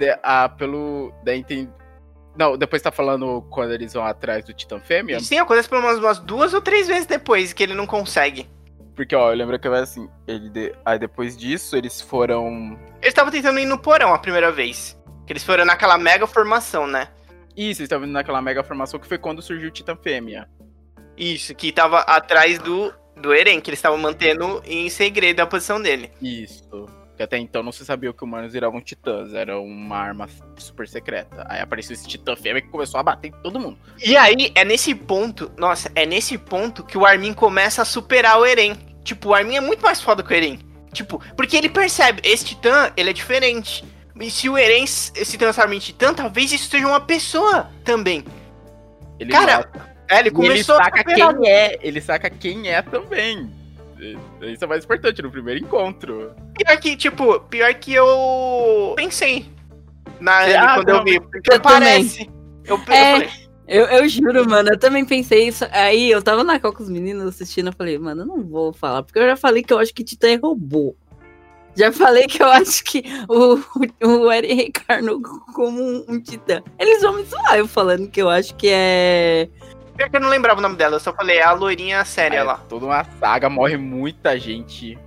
Não, depois tá falando quando eles vão atrás do Titã Fêmea? Sim, acontece pelo menos umas 2 ou 3 vezes depois que ele não consegue. Porque, ó, eu lembro que vai assim, aí depois disso, eles foram... Eles estavam tentando ir no porão a primeira vez. Que eles foram naquela mega formação, né? Isso, eles estavam indo naquela mega formação que foi quando surgiu o Titã Fêmea. Isso, que tava atrás do Eren, que eles estavam mantendo em segredo a posição dele. Isso. Que até então não se sabia que humanos viravam titãs, era uma arma super secreta. Aí apareceu esse Titã Fêmea que começou a bater em todo mundo. E aí, é nesse ponto que o Armin começa a superar o Eren. Tipo, o Armin é muito mais foda que o Eren. Tipo, porque ele percebe, esse Titã, ele é diferente. E se o Eren se transforma em Titã, talvez isso seja uma pessoa também. Ele Cara, nota. ele começou ele saca a superar. quem é, ele saca quem é também. Isso é mais importante no primeiro encontro. Pior que eu pensei quando eu vi. Porque eu parece. Eu falei, Eu juro, mano, eu também pensei isso. Aí eu tava na call com os meninos assistindo, eu falei, mano, eu não vou falar, porque eu já falei que eu acho que Titã é robô. Já falei que eu acho que o Eren reencarnou como um Titã. Eles vão me zoar eu falando que eu acho que é... pior que eu não lembrava o nome dela, eu só falei, é a loirinha séria lá. Toda uma saga, morre muita gente.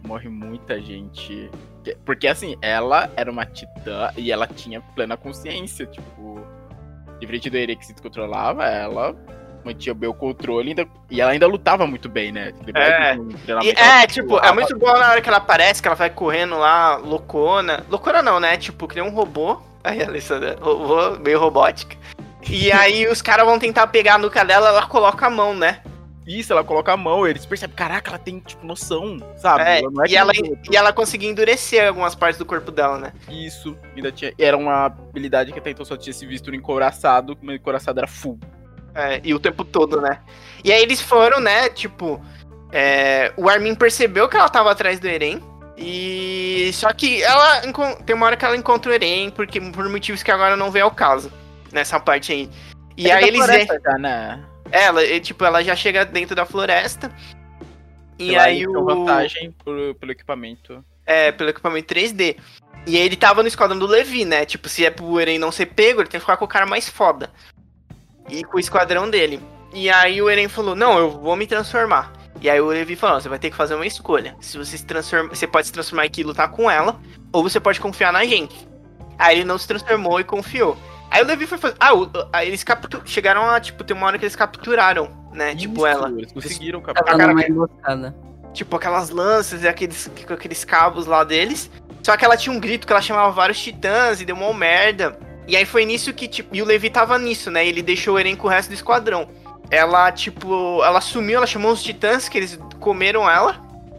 Porque assim, ela era uma titã e ela tinha plena consciência, tipo... Diferente do Eren que se descontrolava, ela mantinha bem o controle e ela ainda lutava muito bem, né? É muito bom na hora que ela aparece, que ela vai correndo lá, loucona. Loucona não, né? Tipo, que nem um robô. Aí, Alessandra, robô meio robótica. E aí os caras vão tentar pegar a nuca dela, ela coloca a mão, né? Isso, ela coloca a mão, eles percebem, caraca, ela tem, tipo, noção, sabe? E ela conseguia endurecer algumas partes do corpo dela, né? Isso, ainda tinha. Era uma habilidade que até então só tinha se visto no encouraçado, mas o encouraçado era full. E o tempo todo, né? E aí eles foram, né, tipo... o Armin percebeu que ela tava atrás do Eren. E... Só que ela... Tem uma hora que ela encontra o Eren, por motivos que agora não vem ao caso. Nessa parte aí. E aí eles vêm... né? Ela já chega dentro da floresta. E Ela aí tem vantagem pelo equipamento. Pelo equipamento 3D. E aí ele tava no esquadrão do Levi, né? Tipo, se é pro Eren não ser pego, ele tem que ficar com o cara mais foda. E com o esquadrão dele. E aí o Eren falou, não, eu vou me transformar. E aí o Levi falou, você vai ter que fazer uma escolha. Se você se transforma, você pode se transformar aqui e lutar com ela, ou você pode confiar na gente. Aí ele não se transformou e confiou. Aí o Levi foi fazer... aí eles chegaram a, tipo, tem uma hora que eles capturaram, né? Isso, tipo, ela. Eles conseguiram Tava capturar. numa emboscada. Tipo, aquelas lanças e aqueles cabos lá deles. Só que ela tinha um grito que ela chamava vários titãs e deu uma merda. E aí foi nisso que, tipo... E o Levi tava nisso, né? Ele deixou o Eren com o resto do esquadrão. Ela, tipo... Ela sumiu, ela chamou os titãs, que eles comeram ela.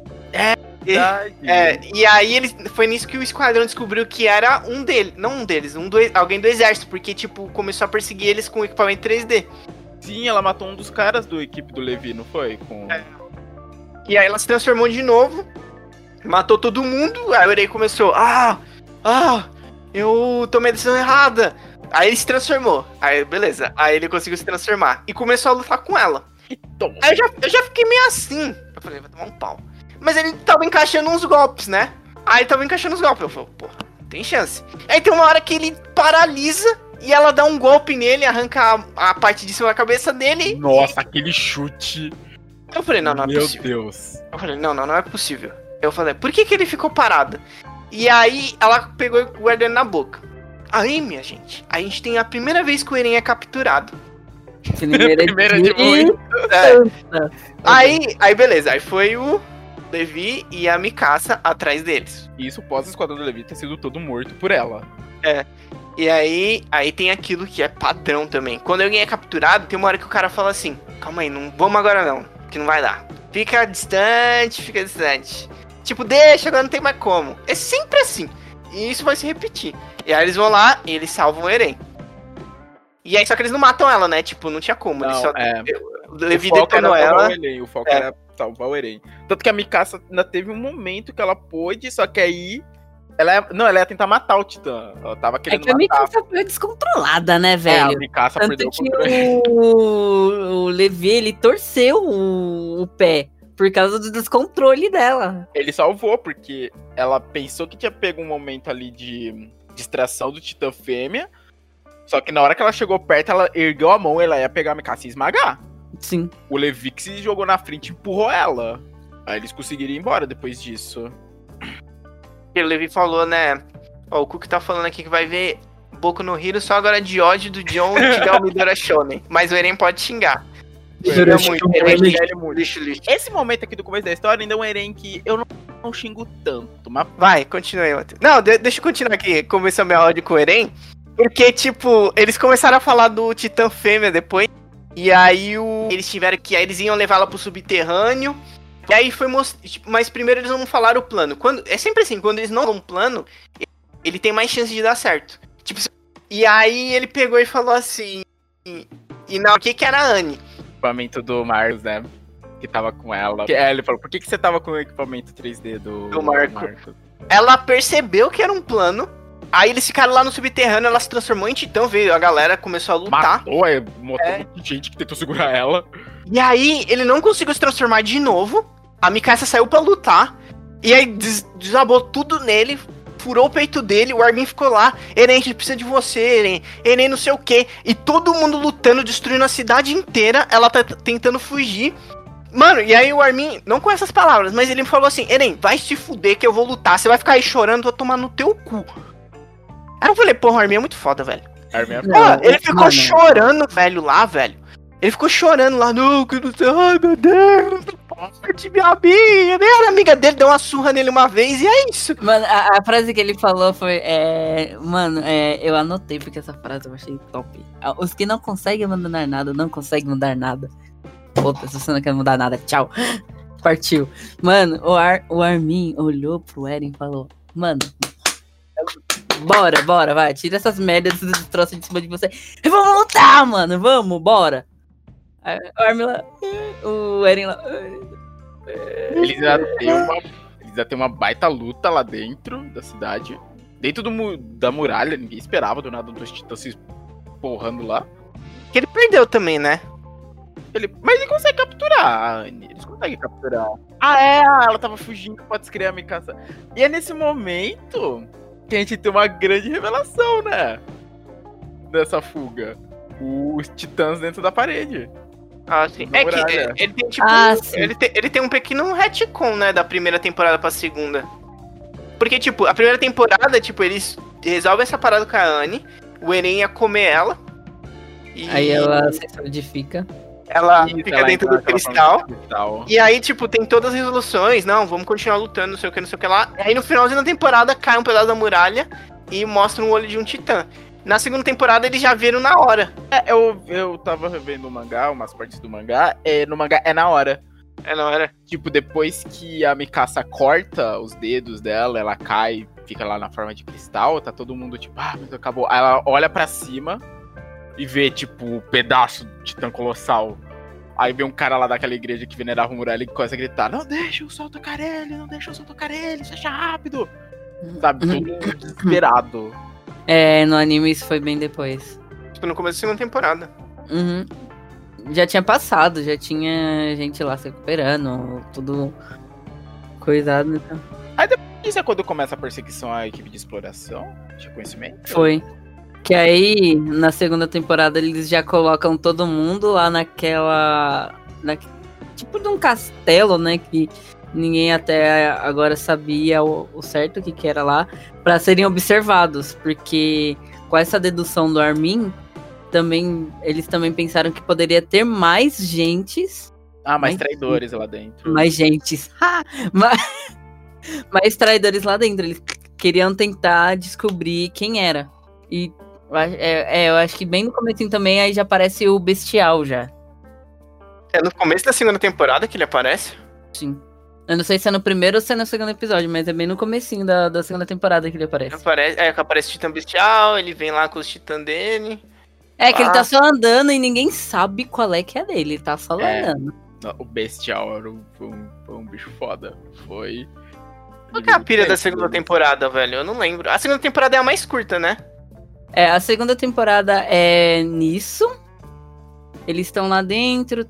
E aí foi nisso que o esquadrão descobriu que era um deles. Não um deles, alguém do exército. Porque, tipo, começou a perseguir eles com equipamento 3D. Sim, ela matou um dos caras do equipe do Levi, não foi? E aí ela se transformou de novo. Matou todo mundo. Aí o Eren começou... eu tomei a decisão errada. Aí ele se transformou. Aí, beleza. Aí ele conseguiu se transformar. E começou a lutar com ela. Aí eu já fiquei meio assim. Eu falei, vai tomar um pau. Mas ele tava encaixando uns golpes, né? Aí ele tava encaixando uns golpes. Eu falei, porra, tem chance. Aí tem uma hora que ele paralisa e ela dá um golpe nele, arranca a parte de cima da cabeça dele. Nossa, aquele chute. Eu falei, não é possível. Meu Deus. Eu falei, não é possível. Eu falei, por que ele ficou parado? E aí ela pegou e guardou ele na boca. Aí, minha gente, a gente tem a primeira vez que o Eren é capturado. Primeira de muito. Aí, beleza. Aí foi o Levi e a Mikasa atrás deles. Isso pós o Esquadrão do Levi ter sido todo morto por ela. E aí tem aquilo que é padrão também. Quando alguém é capturado, tem uma hora que o cara fala assim: calma aí, não vamos agora não, que não vai dar. Fica distante. Tipo, deixa, agora não tem mais como. É sempre assim. E isso vai se repetir. E aí eles vão lá e eles salvam o Eren. E aí, só que eles não matam ela, né? Tipo, não tinha como. Eles só... O Levi detonou ela. O foco era salvar o Eren. Tanto que a Mikasa ainda teve um momento que ela pôde, só que aí... Ela ia tentar matar o Titã. Ela tava querendo matar. É que a Mikasa foi descontrolada, né, velho? A Mikasa Tanto perdeu o que controle. o Levi, ele torceu o pé por causa do descontrole dela. Ele salvou, porque ela pensou que tinha pego um momento ali de distração do Titã fêmea. Só que na hora que ela chegou perto, ela ergueu a mão, ela ia pegar a Mikasa e esmagar. Sim. O Levi que se jogou na frente e empurrou ela. Aí eles conseguiram ir embora depois disso. O Levi falou, né? Ó, o Cook tá falando aqui que vai ver Boku no Hero só agora de ódio do John e xingar o Midora Shonen. Mas o Eren pode xingar. Midora Xinga muito, Shonen. Eren xinga ele muito. Lixo. Esse momento aqui do começo da história ainda é um Eren que eu não xingo tanto, mas... Vai, continua aí, Matheus. Não, deixa eu continuar aqui, começou meu ódio com o Eren. Porque, tipo, eles começaram a falar do Titã Fêmea depois. E aí eles tiveram que... Aí eles iam levar ela pro subterrâneo. E aí foi tipo, mas primeiro eles não falaram o plano. É sempre assim, quando eles não dão um plano, ele tem mais chance de dar certo. Tipo, e aí ele pegou e falou assim... E não, o que era a Anne? O equipamento do Marcos, né? Que tava com ela. Ele falou, por que você tava com o equipamento 3D do Marcos? Ela percebeu que era um plano. Aí eles ficaram lá no subterrâneo, ela se transformou em Titã, veio, a galera começou a lutar. Matou, gente que tentou segurar ela. E aí ele não conseguiu se transformar de novo. A Mikasa saiu pra lutar. E aí desabou tudo nele. Furou o peito dele, o Armin ficou lá. Eren, a gente precisa de você, Eren. Eren não sei o que. E todo mundo lutando, destruindo a cidade inteira. Ela tá tentando fugir. Mano, e aí o Armin, não com essas palavras, mas ele falou assim: Eren, vai se fuder que eu vou lutar. Você vai ficar aí chorando, vou tomar no teu cu. Aí eu falei, porra, o Armin é muito foda, velho. Ele ficou chorando, velho, lá, velho. Ele ficou chorando lá, não, que não sei, ai meu Deus, minha amiga. A amiga dele deu uma surra nele uma vez e é isso. Mano, a frase que ele falou foi, eu anotei porque essa frase eu achei top. Os que não conseguem abandonar nada, não conseguem mudar nada. Puta, se você não quer mudar nada, tchau. Partiu. Mano, o Armin olhou pro Eren e falou, mano... Bora, vai. Tira essas merdas, esses troços de cima de você. Vamos lutar, mano. Vamos, bora. Aí, o Armin lá. O Eren lá. Eles já tem uma baita luta lá dentro da cidade. Dentro da muralha. Ninguém esperava do nada dos titãs se porrando lá. Que ele perdeu também, né? Mas ele consegue capturar a Anne. Eles conseguem capturar. Ela tava fugindo, pode escrever a Mikasa. E é nesse momento... que a gente tem uma grande revelação, né? Dessa fuga. Os titãs dentro da parede. Ah, sim. É que ele tem tipo... ele tem um pequeno retcon, né? Da primeira temporada pra segunda. Porque, tipo, a primeira temporada, tipo, eles resolvem essa parada com a Anne. O Eren ia comer ela. E... aí ela se solidifica. Ela fica dentro do cristal. E aí, tipo, tem todas as resoluções. Não, vamos continuar lutando, não sei o que lá. E aí, no finalzinho da temporada, cai um pedaço da muralha e mostra um olho de um titã. Na segunda temporada, eles já viram na hora. Eu tava revendo o mangá, umas partes do mangá. No mangá é na hora. É na hora. Tipo, depois que a Mikasa corta os dedos dela, ela cai, fica lá na forma de cristal, tá todo mundo tipo, mas acabou. Aí ela olha pra cima e vê, tipo, o pedaço do titã colossal. Aí vem um cara lá daquela igreja que venerava o muralha e começa a gritar, não deixa o sol tocar ele, fecha rápido. Sabe, todo mundo desesperado. No anime isso foi bem depois. Tipo, no começo da segunda temporada. Uhum. Já tinha passado, já tinha gente lá se recuperando, tudo coisado, então. Aí depois disso é quando começa a perseguição à equipe de exploração, de conhecimento? Foi. Que aí, na segunda temporada, eles já colocam todo mundo lá naquela... tipo de um castelo, né? Que ninguém até agora sabia o certo o que era lá, pra serem observados, porque com essa dedução do Armin, eles também pensaram que poderia ter mais gentes. Mais traidores lá dentro. Mais gentes. Mais traidores lá dentro. Eles queriam tentar descobrir quem era. E eu acho que bem no comecinho também aí já aparece o Bestial já. É no começo da segunda temporada que ele aparece? Sim. Eu não sei se é no primeiro ou se é no segundo episódio, mas é bem no comecinho da segunda temporada que ele aparece. Aparece o Titã Bestial, ele vem lá com os titãs dele. É que ele tá só andando e ninguém sabe qual é que é dele, ele tá só andando. O Bestial foi um bicho foda. Foi. Qual que é a pira da segunda temporada, velho? Eu não lembro. A segunda temporada é a mais curta, né? A segunda temporada é nisso. Eles estão lá dentro.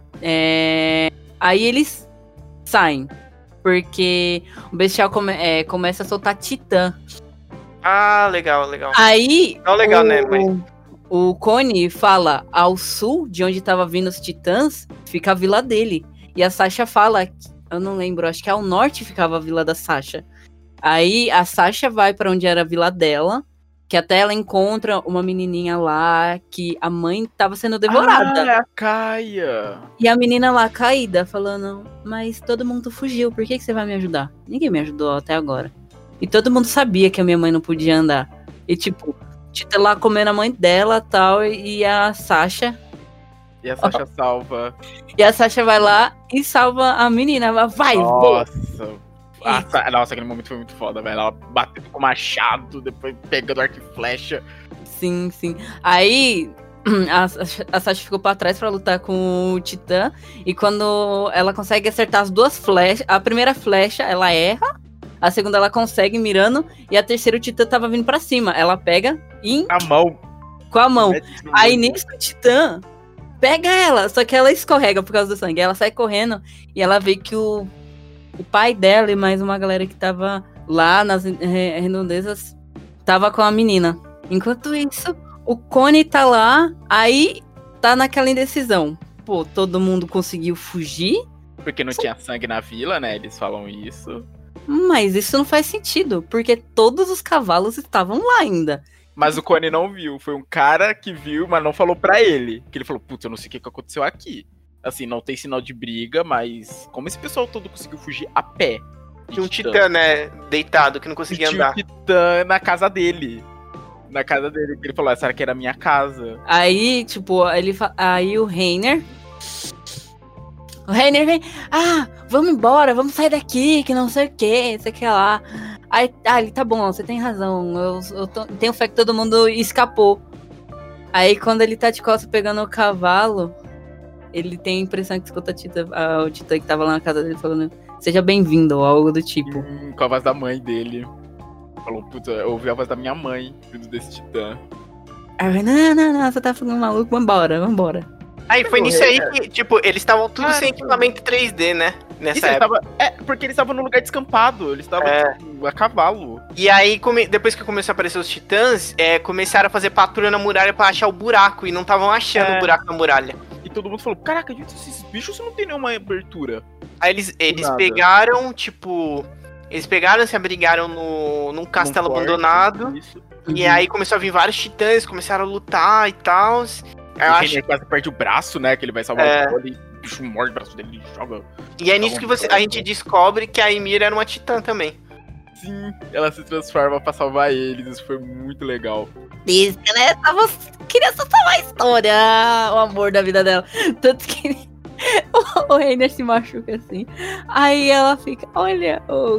Aí eles saem. Porque o Bestial começa a soltar Titã. Ah, legal. Aí. Não legal, né? Mas... O Connie fala: ao sul, de onde tava vindo os Titãs, fica a vila dele. E a Sasha fala, eu não lembro, acho que ao norte ficava a vila da Sasha. Aí a Sasha vai pra onde era a vila dela, que até ela encontra uma menininha lá, que a mãe tava sendo devorada. É a Kaia. E a menina lá caída, falando: mas todo mundo fugiu, por que você vai me ajudar? Ninguém me ajudou até agora. E todo mundo sabia que a minha mãe não podia andar. E tipo, Tita lá comendo a mãe dela e tal, e a Sasha... E a Sasha salva. E a Sasha vai lá e salva a menina. Ela vai, Nossa. Nossa, aquele momento foi muito foda, velho. Ela batendo com o machado, depois pegando arco e flecha. Sim. Aí a Sasha ficou pra trás pra lutar com o Titã. E quando ela consegue acertar as duas flechas, a primeira flecha ela erra, a segunda ela consegue mirando, e a terceira o Titã tava vindo pra cima. Ela pega e... Com a mão. Aí nisso o Titã pega ela, só que ela escorrega por causa do sangue. Ela sai correndo e ela vê que o pai dela e mais uma galera que tava lá nas redondezas tava com a menina. Enquanto isso, o Connie tá lá, aí tá naquela indecisão. Pô, todo mundo conseguiu fugir. Porque não tinha sangue na vila, né? Eles falam isso. Mas isso não faz sentido, porque todos os cavalos estavam lá ainda. Mas o Connie não viu. Foi um cara que viu, mas não falou pra ele. Que ele falou, putz, eu não sei o que aconteceu aqui. Assim, não tem sinal de briga, mas como esse pessoal todo conseguiu fugir a pé? Tinha um titã, né, deitado, que não conseguia andar. Tinha um titã na casa dele. Na casa dele. Ele falou, essa aqui era a minha casa. Aí, tipo, aí o Reiner... O Reiner vem, vamos embora, vamos sair daqui, que não sei o que, sei que lá. Aí, ele tá bom, você tem razão, eu tenho fé que todo mundo escapou. Aí quando ele tá de costas pegando o cavalo, ele tem a impressão que escuta o Titã que tava lá na casa dele falando, seja bem-vindo, ou algo do tipo. Com a voz da mãe dele. Falou, puta, eu ouvi a voz da minha mãe, vindo desse Titã. Aí, não, você tá ficando maluco, vambora. Aí foi nisso aí que, tipo, eles estavam tudo sem equipamento 3D, né? Nessa época. Porque eles estavam num lugar descampado, eles estavam tipo, a cavalo. E aí, depois que começou a aparecer os titãs, começaram a fazer patrulha na muralha pra achar o buraco, e não estavam achando o buraco na muralha. E todo mundo falou, caraca, gente, esses bichos não tem nenhuma abertura. Aí eles pegaram, tipo... Eles pegaram, se abrigaram num castelo abandonado. Isso. E aí começou a vir vários titãs, começaram a lutar e tal. O Reiner quase perde o braço, né? Que ele vai salvar o Cole, o bicho morde o braço dele e joga. E é nisso que a gente descobre que a Ymir era uma titã também. Sim, ela se transforma pra salvar eles, isso foi muito legal. Isso, né? Queria só salvar a história, o amor da vida dela. Tanto que o Reiner se machuca assim. Aí ela fica, olha, o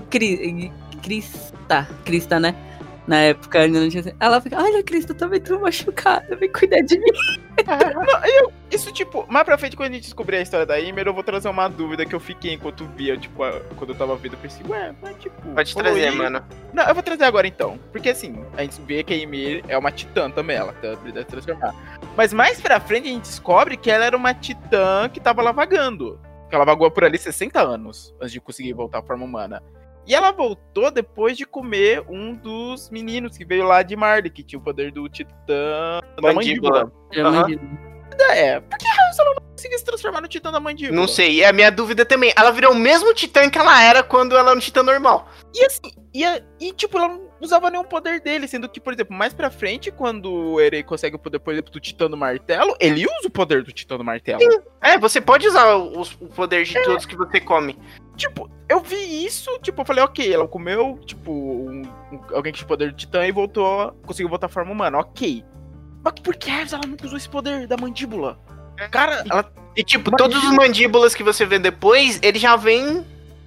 Krista, né? Na época ainda não tinha. Ela fica, olha, Krista, também tô machucada, vem cuidar de mim. Isso, tipo, mais pra frente, quando a gente descobrir a história da Ymir, eu vou trazer uma dúvida que eu fiquei enquanto via, tipo, quando eu tava vendo, eu pensei, mas tipo... Pode trazer, mano. Não, eu vou trazer agora então, porque assim, a gente vê que a Ymir é uma titã também, ela tem a habilidade de transformar. Mas mais pra frente a gente descobre que ela era uma titã que tava lá vagando. Que ela vagou por ali 60 anos, antes de conseguir voltar à forma humana. E ela voltou depois de comer um dos meninos que veio lá de Marley, que tinha o poder do titã da mandíbula. por que raios ela não conseguiu se transformar no Titã da Mandíbula? Não sei, é a minha dúvida também. Ela virou o mesmo Titã que ela era quando ela era um Titã normal. E assim, tipo, ela não usava nenhum poder dele, sendo que, por exemplo, mais pra frente, quando o Eren consegue o poder, por exemplo, do Titã do Martelo, ele usa o poder do Titã do Martelo. Sim. Você pode usar o poder de todos que você come. Tipo, eu vi isso, tipo, eu falei, ok, ela comeu, tipo, alguém que tinha poder do Titã e conseguiu voltar à forma humana, ok. Mas por que ela nunca usou esse poder da mandíbula? Cara, ela... E tipo, todos os mandíbulas que você vê depois, ele já vem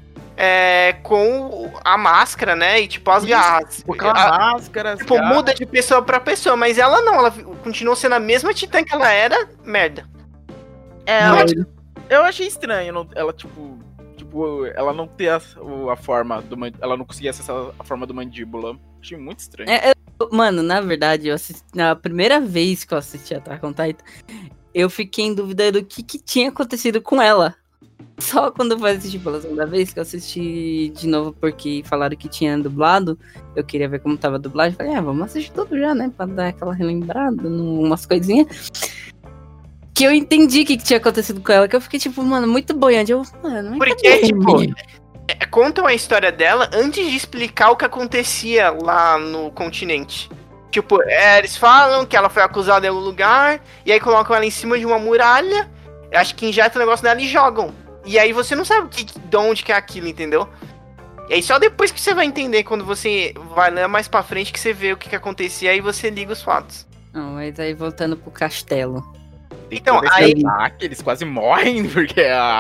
com a máscara, né? E tipo, as garras. Com a máscara, tipo, muda de pessoa pra pessoa, mas ela não, ela continuou sendo a mesma Titã que ela era, merda. Eu achei estranho, ela, tipo, ela não ter a forma do ela não conseguia acessar a forma do mandíbula. Achei muito estranho. Mano, na verdade, na primeira vez que eu assisti Attack on Titan, eu fiquei em dúvida do que tinha acontecido com ela. Só quando eu fui assistir pela segunda vez, que eu assisti de novo porque falaram que tinha dublado, eu queria ver como tava a dublagem, falei, vamos assistir tudo já, né, pra dar aquela relembrada, umas coisinhas. Que eu entendi o que tinha acontecido com ela, que eu fiquei tipo, mano, muito boiante. Porque, tipo, contam a história dela antes de explicar o que acontecia lá no continente. Tipo, eles falam que ela foi acusada em algum lugar, e aí colocam ela em cima de uma muralha, acho que injetam o negócio dela e jogam. E aí você não sabe de onde que é aquilo, entendeu? E aí só depois que você vai entender, quando você vai ler mais pra frente, que você vê o que acontecia, aí você liga os fatos. Não, mas aí voltando pro castelo. Então, aí... Eles quase morrem, porque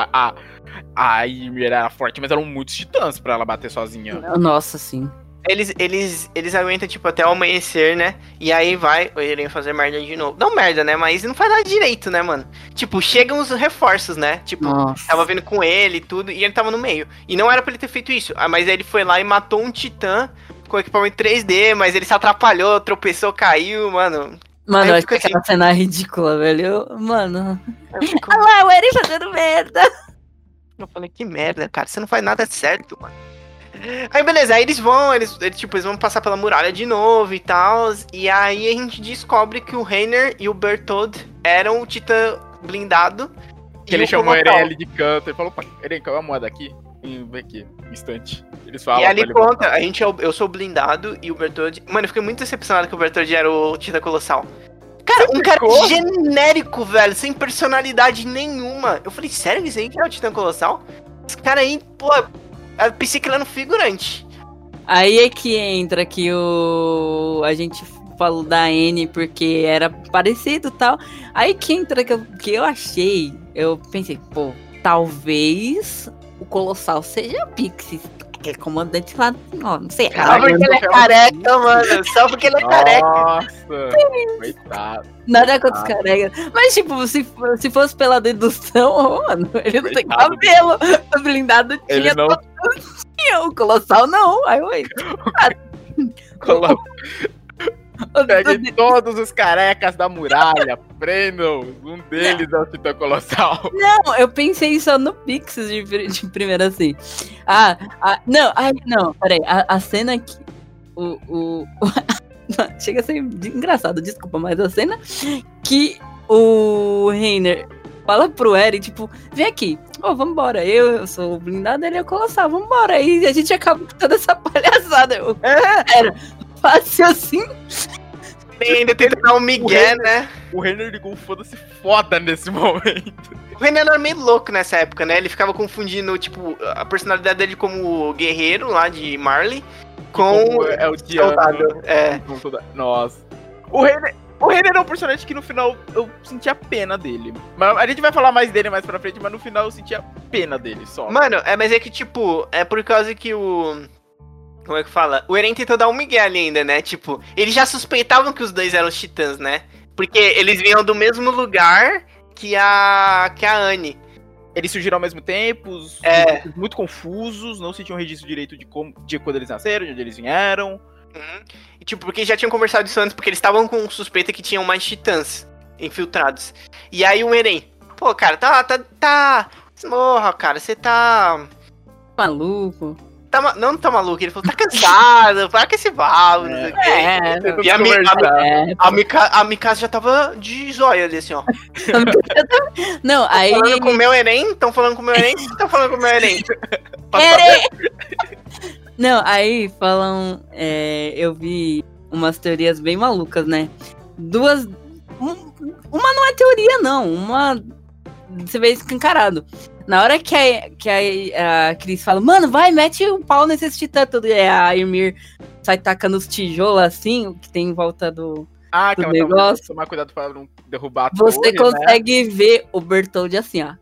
a Ymir era forte, mas eram muitos titãs pra ela bater sozinha. Nossa, sim. Eles aguentam, tipo, até o amanhecer, né? E aí vai o Eren fazer merda de novo. Não merda, né? Mas não faz nada direito, né, mano? Tipo, chegam os reforços, né? Tipo, tava vindo com ele e tudo, e ele tava no meio. E não era pra ele ter feito isso. Mas aí ele foi lá e matou um titã com equipamento 3D, mas ele se atrapalhou, tropeçou, caiu, mano. Mano, eu acho que aquela cena é ridícula, velho. Olha lá, o Eren fazendo merda. Eu falei, que merda, cara. Você não faz nada certo, mano. Aí beleza, aí eles vão passar pela muralha de novo e tal. E aí a gente descobre que o Reiner e o Bertholdt eram o Titã blindado. Que ele chamou o Eren ali de canto. Ele falou, Eren, qual é a moeda aqui? Vem aqui, um instante. Eles falam. E ali conta, eu sou o blindado e o Bertholdt. Mano, eu fiquei muito decepcionado que o Bertholdt era o Titã Colossal. Cara, cara genérico, velho, sem personalidade nenhuma. Eu falei, sério que isso aí que é o Titã Colossal? Esse cara aí, pô, eu pensei que ele era um figurante. Aí é que entra que a gente falou da N porque era parecido e tal. Aí que entra que eu achei, eu pensei, pô, talvez o Colossal seja a Pixie. Aquele comandante lá, não sei. Só porque ele é careca, mano. Só porque ele é careca. Nossa, coitado. Nada contra os carecas. Mas, tipo, se fosse pela dedução, mano, ele não tem cabelo. O blindado tinha. Ele não... O Colossal não. Aí Pegue todos os carecas da muralha, prendam. Um deles é o Titã Colossal. Não, eu pensei só no Pixis de primeiro assim. Não, peraí. A cena que. Chega a ser engraçado, desculpa, mas a cena que o Reiner fala pro Eren, tipo, vem aqui, vambora, eu sou o blindado, ele é o Colossal, vambora, aí a gente acaba com toda essa palhaçada. Era fácil assim. Ele ainda tenta dar um migué, né? O Reiner ligou um foda-se foda nesse momento. O Reiner era meio louco nessa época, né? Ele ficava confundindo, tipo, a personalidade dele como guerreiro lá de Marley com é o soldado. Nossa. O Reiner é um personagem que no final eu sentia pena dele. Mas a gente vai falar mais dele mais pra frente, mas no final eu sentia pena dele só. Mano, mas é que, tipo, é por causa que como é que fala? O Eren tentou dar um migué ali ainda, né? Tipo, eles já suspeitavam que os dois eram os titãs, né? Porque eles vinham do mesmo lugar que a Anne. Eles surgiram ao mesmo tempo, muito confusos, não se tinham registro direito de quando eles nasceram, de onde eles vieram. E tipo, porque já tinham conversado isso antes, porque eles estavam com suspeita que tinham mais titãs infiltrados. E aí o Eren, pô, cara, tá... Morra, cara, você tá... Maluco. não tá maluco, ele falou, tá cansado, para com esse babo, não sei o quê. E a Mikasa já tava de zóia ali, assim, ó. Não, aí... Tão falando com o meu Enem? Tão falando com o meu Enem? Tão falando com o meu Enem? Não, aí falam... eu vi umas teorias bem malucas, né? Duas... Uma não é teoria, não. Uma... Você vê escancarado. Na hora que a Cris fala, mano, vai, mete o pau nesses titãs tudo. E a Ymir sai tacando os tijolos assim, que tem em volta do negócio. Tomar cuidado pra não derrubar a Você torre, consegue ver o Bertoldi assim, ó.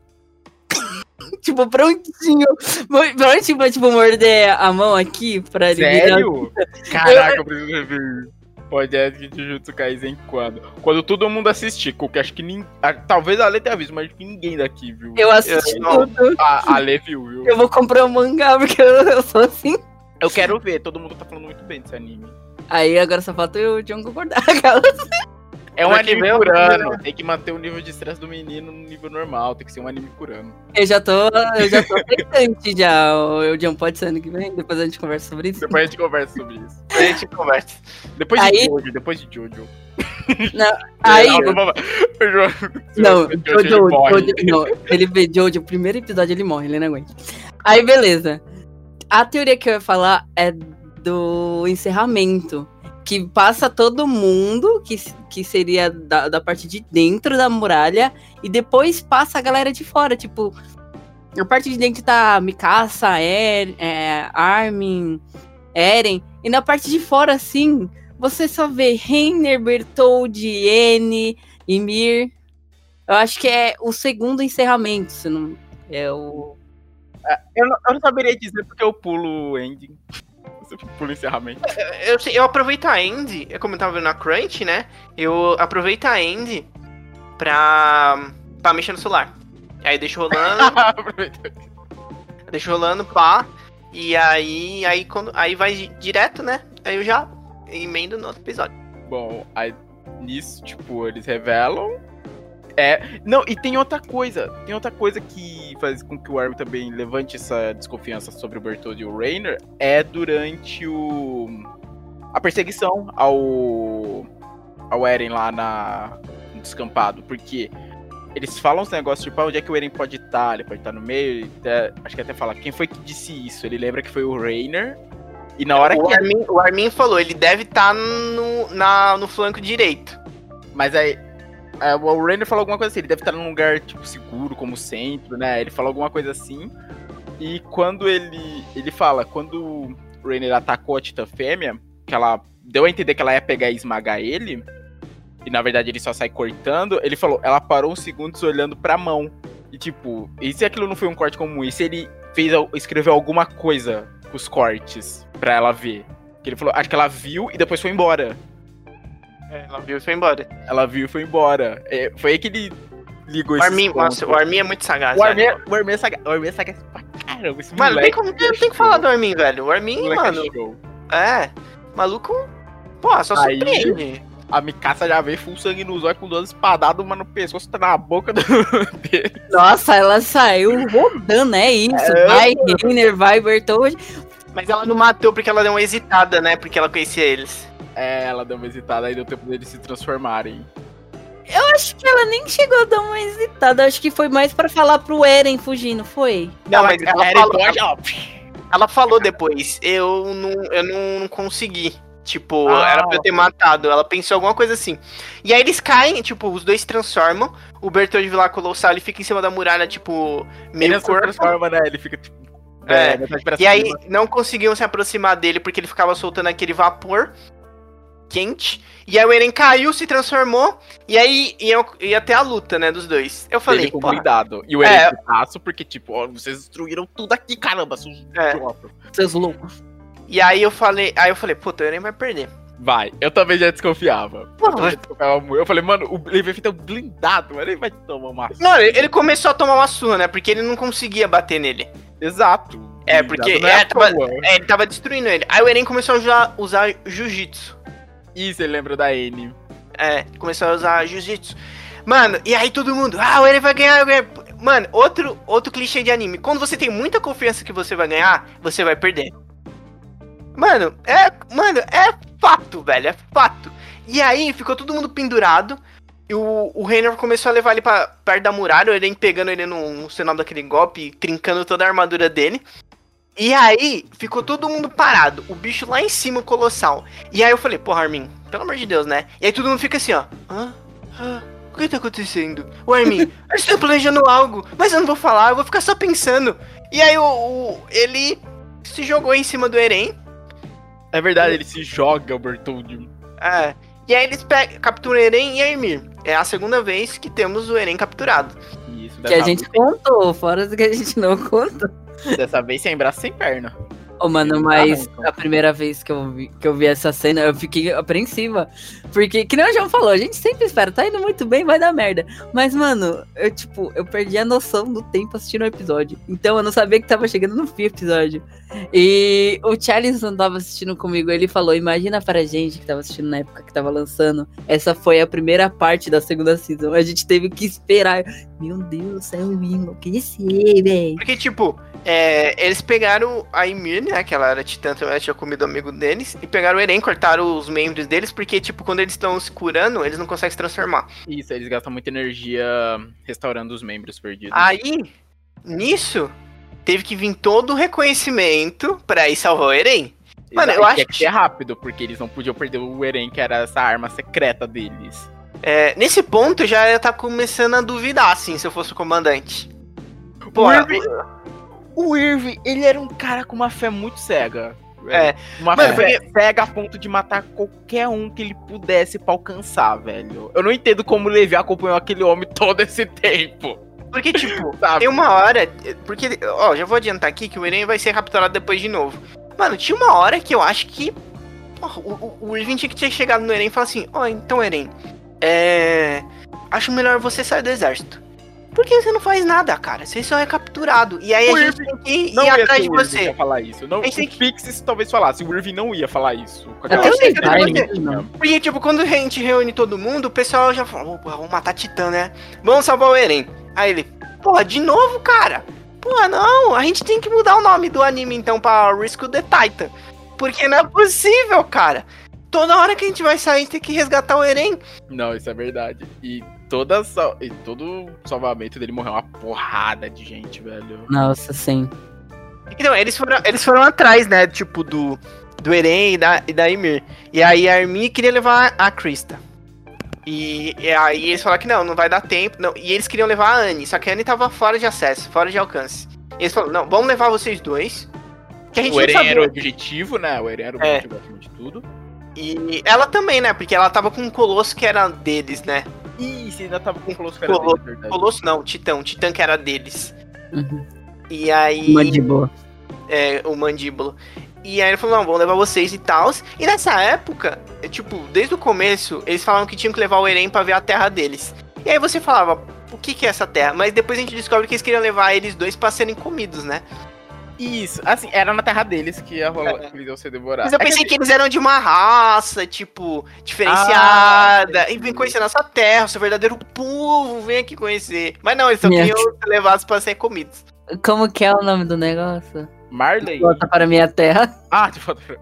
Tipo, prontinho. Prontinho pra, tipo, morder a mão aqui pra ele virar. Sério? Caraca, eu preciso rever. Podcast de Jujutsu Kaisen quando? Quando todo mundo assistir, porque acho que talvez a Ale tenha visto, mas acho que ninguém daqui viu. Eu assisti tudo. A Ale viu. Eu vou comprar um mangá, porque eu sou assim. Eu quero ver, todo mundo tá falando muito bem desse anime. Aí agora só falta o John concordar. É um anime curano, tem que manter o nível de estresse do menino no nível normal, tem que ser um anime curano. Eu já tô expectante já. O John pode ser ano que vem, depois a gente conversa sobre isso. Depois a gente conversa sobre isso. Depois de Jojo. Não, aí... Não, Jojo, não, ele vê Jojo, o primeiro episódio ele morre, ele não aguenta. Aí beleza. A teoria que eu ia falar é do encerramento. Que passa todo mundo, que seria da parte de dentro da muralha, e depois passa a galera de fora, tipo, na parte de dentro tá Mikasa, Armin, Eren, e na parte de fora, assim, você só vê Reiner, Bertoldi, N, Ymir. Eu acho que é o segundo encerramento, se não é o... Eu não saberia dizer porque eu pulo o ending. Pulo encerramento. Eu aproveito a end, como eu tava vendo na Crunch, né? Eu aproveito a end pra mexer no celular. Aí deixo rolando. Deixo rolando, pá. E aí vai direto, né? Aí eu já emendo no outro episódio. Bom, aí nisso, tipo, eles revelam. Não, e tem outra coisa que faz com que o Armin também levante essa desconfiança sobre o Bertoldi e o Reiner, é durante a perseguição ao Eren lá no descampado, porque eles falam uns negócios, tipo, onde é que o Eren pode estar, ele pode estar no meio, acho que até fala, quem foi que disse isso? Ele lembra que foi o Reiner, e na hora o Armin falou, ele deve estar no flanco direito. Mas aí... o Reiner falou alguma coisa assim, ele deve estar num lugar, tipo, seguro, como centro, né? Ele falou alguma coisa assim. E quando ele fala, quando o Reiner atacou a Titã Fêmea, que ela deu a entender que ela ia pegar e esmagar ele, e na verdade ele só sai cortando, ele falou, ela parou uns segundos olhando pra mão. E tipo, e se aquilo não foi um corte comum? E se ele escreveu alguma coisa com os cortes pra ela ver? Que ele falou, acho que ela viu e depois foi embora. Ela viu e foi embora. Foi aí que ele ligou o Armin, nossa, o Armin é muito sagaz. O Armin é sagaz pra caramba. Esse mano, moleque, não tem que falar do Armin, velho. O Armin, mano. Maluco. Pô, só surpreende. A Mikasa já veio full sangue nos olhos com 12 espadadas, uma no pescoço, tá na boca dele. Nossa, ela saiu rodando, é isso. Vai Reiner, vai Bertoldi. Mas ela não matou porque ela deu uma hesitada, né? Porque ela conhecia eles. Ela deu uma hesitada, aí deu tempo deles se transformarem. Eu acho que ela nem chegou a dar uma hesitada, acho que foi mais pra falar pro Eren fugir, não foi? Não, mas ela falou depois, eu não consegui. Tipo, era pra eu ter matado. Ela pensou alguma coisa assim. E aí eles caem, tipo, os dois se transformam. O Bertoldi Vilar Colossal, ele fica em cima da muralha, tipo, meio corpo. Ele se transforma, né? Ele fica, tipo... E aí não conseguiam se aproximar dele porque ele ficava soltando aquele vapor quente. E aí o Eren caiu, se transformou. E aí ia ter a luta, né, dos dois. Eu falei, pô. E o Eren putaço porque, tipo, ó, vocês destruíram tudo aqui, caramba, seus loucos. E aí eu falei, puta, o Eren vai perder. Vai, eu também já desconfiava. Eu falei, mano, o Levi tá blindado, ele vai tomar uma surra. Não, ele começou a tomar uma surra, né? Porque ele não conseguia bater nele. Exato. Porque ele tava destruindo ele. Aí o Eren começou a usar jiu-jitsu. Isso, ele lembra da N. Começou a usar jiu-jitsu. Mano, e aí todo mundo, o Eren vai ganhar, Mano, outro clichê de anime. Quando você tem muita confiança que você vai ganhar, você vai perder. Mano, é fato, velho, é fato. E aí ficou todo mundo pendurado. E o Reiner começou a levar ele pra perto da muralha, o Eren pegando ele no sinal daquele golpe, trincando toda a armadura dele. E aí, ficou todo mundo parado, o bicho lá em cima, o colossal. E aí eu falei, porra, Armin, pelo amor de Deus, né? E aí todo mundo fica assim, ó. O que tá acontecendo? O Armin, eu estou planejando algo, mas eu não vou falar, eu vou ficar só pensando. E aí ele se jogou em cima do Eren. É verdade, ele se joga, o Bertoldi. E aí eles capturam Eren e Ymir. É a segunda vez que temos o Eren capturado. Isso, Que a gente contou, fora do que a gente não contou. Dessa vez sem braço, sem perna. Ô, mano, mas a primeira vez que eu vi essa cena, eu fiquei apreensiva. Porque, que nem o João falou, a gente sempre espera, tá indo muito bem, vai dar merda. Mas, mano, eu perdi a noção do tempo assistindo o episódio. Então eu não sabia que tava chegando no fim do episódio. E o Charles não tava assistindo comigo, ele falou, imagina pra gente que tava assistindo na época que tava lançando, essa foi a primeira parte da segunda season. A gente teve que esperar. Meu Deus, eu me enlouqueci, velho. Porque, tipo, eles pegaram a Ymir, né, que ela era titã, então ela tinha comido o amigo deles, e pegaram o Eren, cortaram os membros deles, porque, tipo, quando eles estão se curando, eles não conseguem se transformar. Isso, eles gastam muita energia restaurando os membros perdidos. Aí, nisso, teve que vir todo o reconhecimento pra ir salvar o Eren. Mano, eu acho que ser rápido, porque eles não podiam perder o Eren, que era essa arma secreta deles. Nesse ponto, eu já ia tá começando a duvidar, assim, se eu fosse o comandante. Pô, o Irving, ele era um cara com uma fé muito cega. Uma mano, fé cega a ponto de matar qualquer um que ele pudesse pra alcançar, velho. Eu não entendo como o Levi acompanhou aquele homem todo esse tempo. Porque, tipo, tem uma hora... Porque, ó, já vou adiantar aqui que o Eren vai ser capturado depois de novo. Mano, tinha uma hora que eu acho que... Porra, o Irving tinha que ter chegado no Eren e falar assim, então, Eren, acho melhor você sair do exército. Porque você não faz nada, cara. Você só é capturado. E aí a gente tem que ir atrás de você. Não ia falar isso. Não, o Pixis talvez falasse. O Irving não ia falar isso. Porque, tipo, quando a gente reúne todo mundo, o pessoal já fala, vamos matar Titã, né? Vamos salvar o Eren. Aí ele, porra, de novo, cara? Porra, não. A gente tem que mudar o nome do anime, então, pra Risk of the Titan. Porque não é possível, cara. Toda hora que a gente vai sair, tem que resgatar o Eren. Não, isso é verdade. E todo salvamento dele morreu uma porrada de gente, velho. Nossa, sim. Então, eles foram atrás, né, tipo, do Eren e da Ymir. E aí a Ymir queria levar a Krista. E aí eles falaram que não vai dar tempo. Não. E eles queriam levar a Annie, só que a Annie tava fora de acesso, fora de alcance. E eles falaram, não, vamos levar vocês dois. Que a gente o Eren era o objetivo, né? O Eren era o objetivo acima de tudo. E ela também, né? Porque ela tava com um colosso que era deles, né? Isso, ainda tava com o Colosso que era deles, verdade. Colosso não, Titã que era deles. Uhum. E aí... Mandíbula. O Mandíbula. E aí ele falou, não, vamos levar vocês e tal. E nessa época, tipo, desde o começo, eles falavam que tinham que levar o Eren pra ver a terra deles. E aí você falava, o que é essa terra? Mas depois a gente descobre que eles queriam levar eles dois pra serem comidos, né? Isso, assim, era na terra deles que eles iam ser devorados. Mas eu pensei que eles eram de uma raça, tipo, diferenciada. E vem conhecer nossa terra, o seu verdadeiro povo, vem aqui conhecer. Mas não, eles só queriam ser levados pra ser comidos. Como que é o nome do negócio? Marley? Volta para minha terra. De volta pra...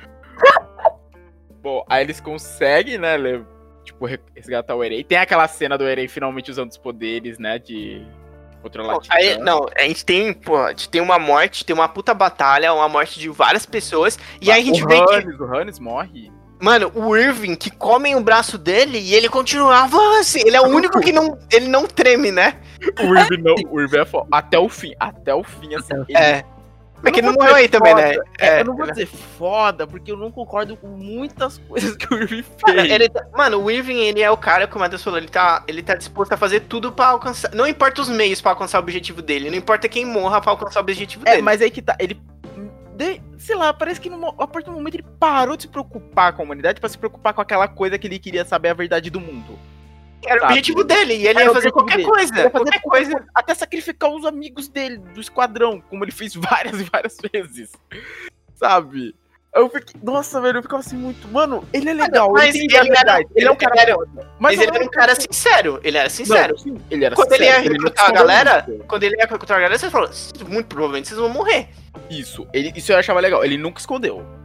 Bom, aí eles conseguem, né, tipo, resgatar o Eren. Tem aquela cena do Eren finalmente usando os poderes, né, de... a gente tem uma morte, tem uma puta batalha, uma morte de várias pessoas, e aí a gente vê que... O Hannes morre. Mano, o Irving, que comem o braço dele e ele continuava assim, ele é o único que ele não treme, né? O Irving é foda. Até o fim, assim. Mas que ele não morreu aí também, né? Eu não vou dizer foda, porque eu não concordo com muitas coisas que o Irving fez. Mano, o Irving, ele é o cara, como a Matheus falou, ele tá disposto a fazer tudo pra alcançar. Não importa os meios pra alcançar o objetivo dele, não importa quem morra pra alcançar o objetivo dele. Mas aí que tá, ele... sei lá, parece que a partir do momento ele parou de se preocupar com a humanidade pra se preocupar com aquela coisa que ele queria saber a verdade do mundo. Era o objetivo dele, e ele ia fazer qualquer coisa. Qualquer coisa. Até sacrificar os amigos dele, do esquadrão, como ele fez várias e várias vezes. Sabe? Nossa, velho, eu ficava assim muito... Mano, ele é legal, mas ele é um cara foda. Mas ele era um cara sincero, ele era sincero. Não, sim, ele era quando sincero, ele ia recrutar a galera, você falou, muito provavelmente vocês vão morrer. Isso eu achava legal, ele nunca escondeu.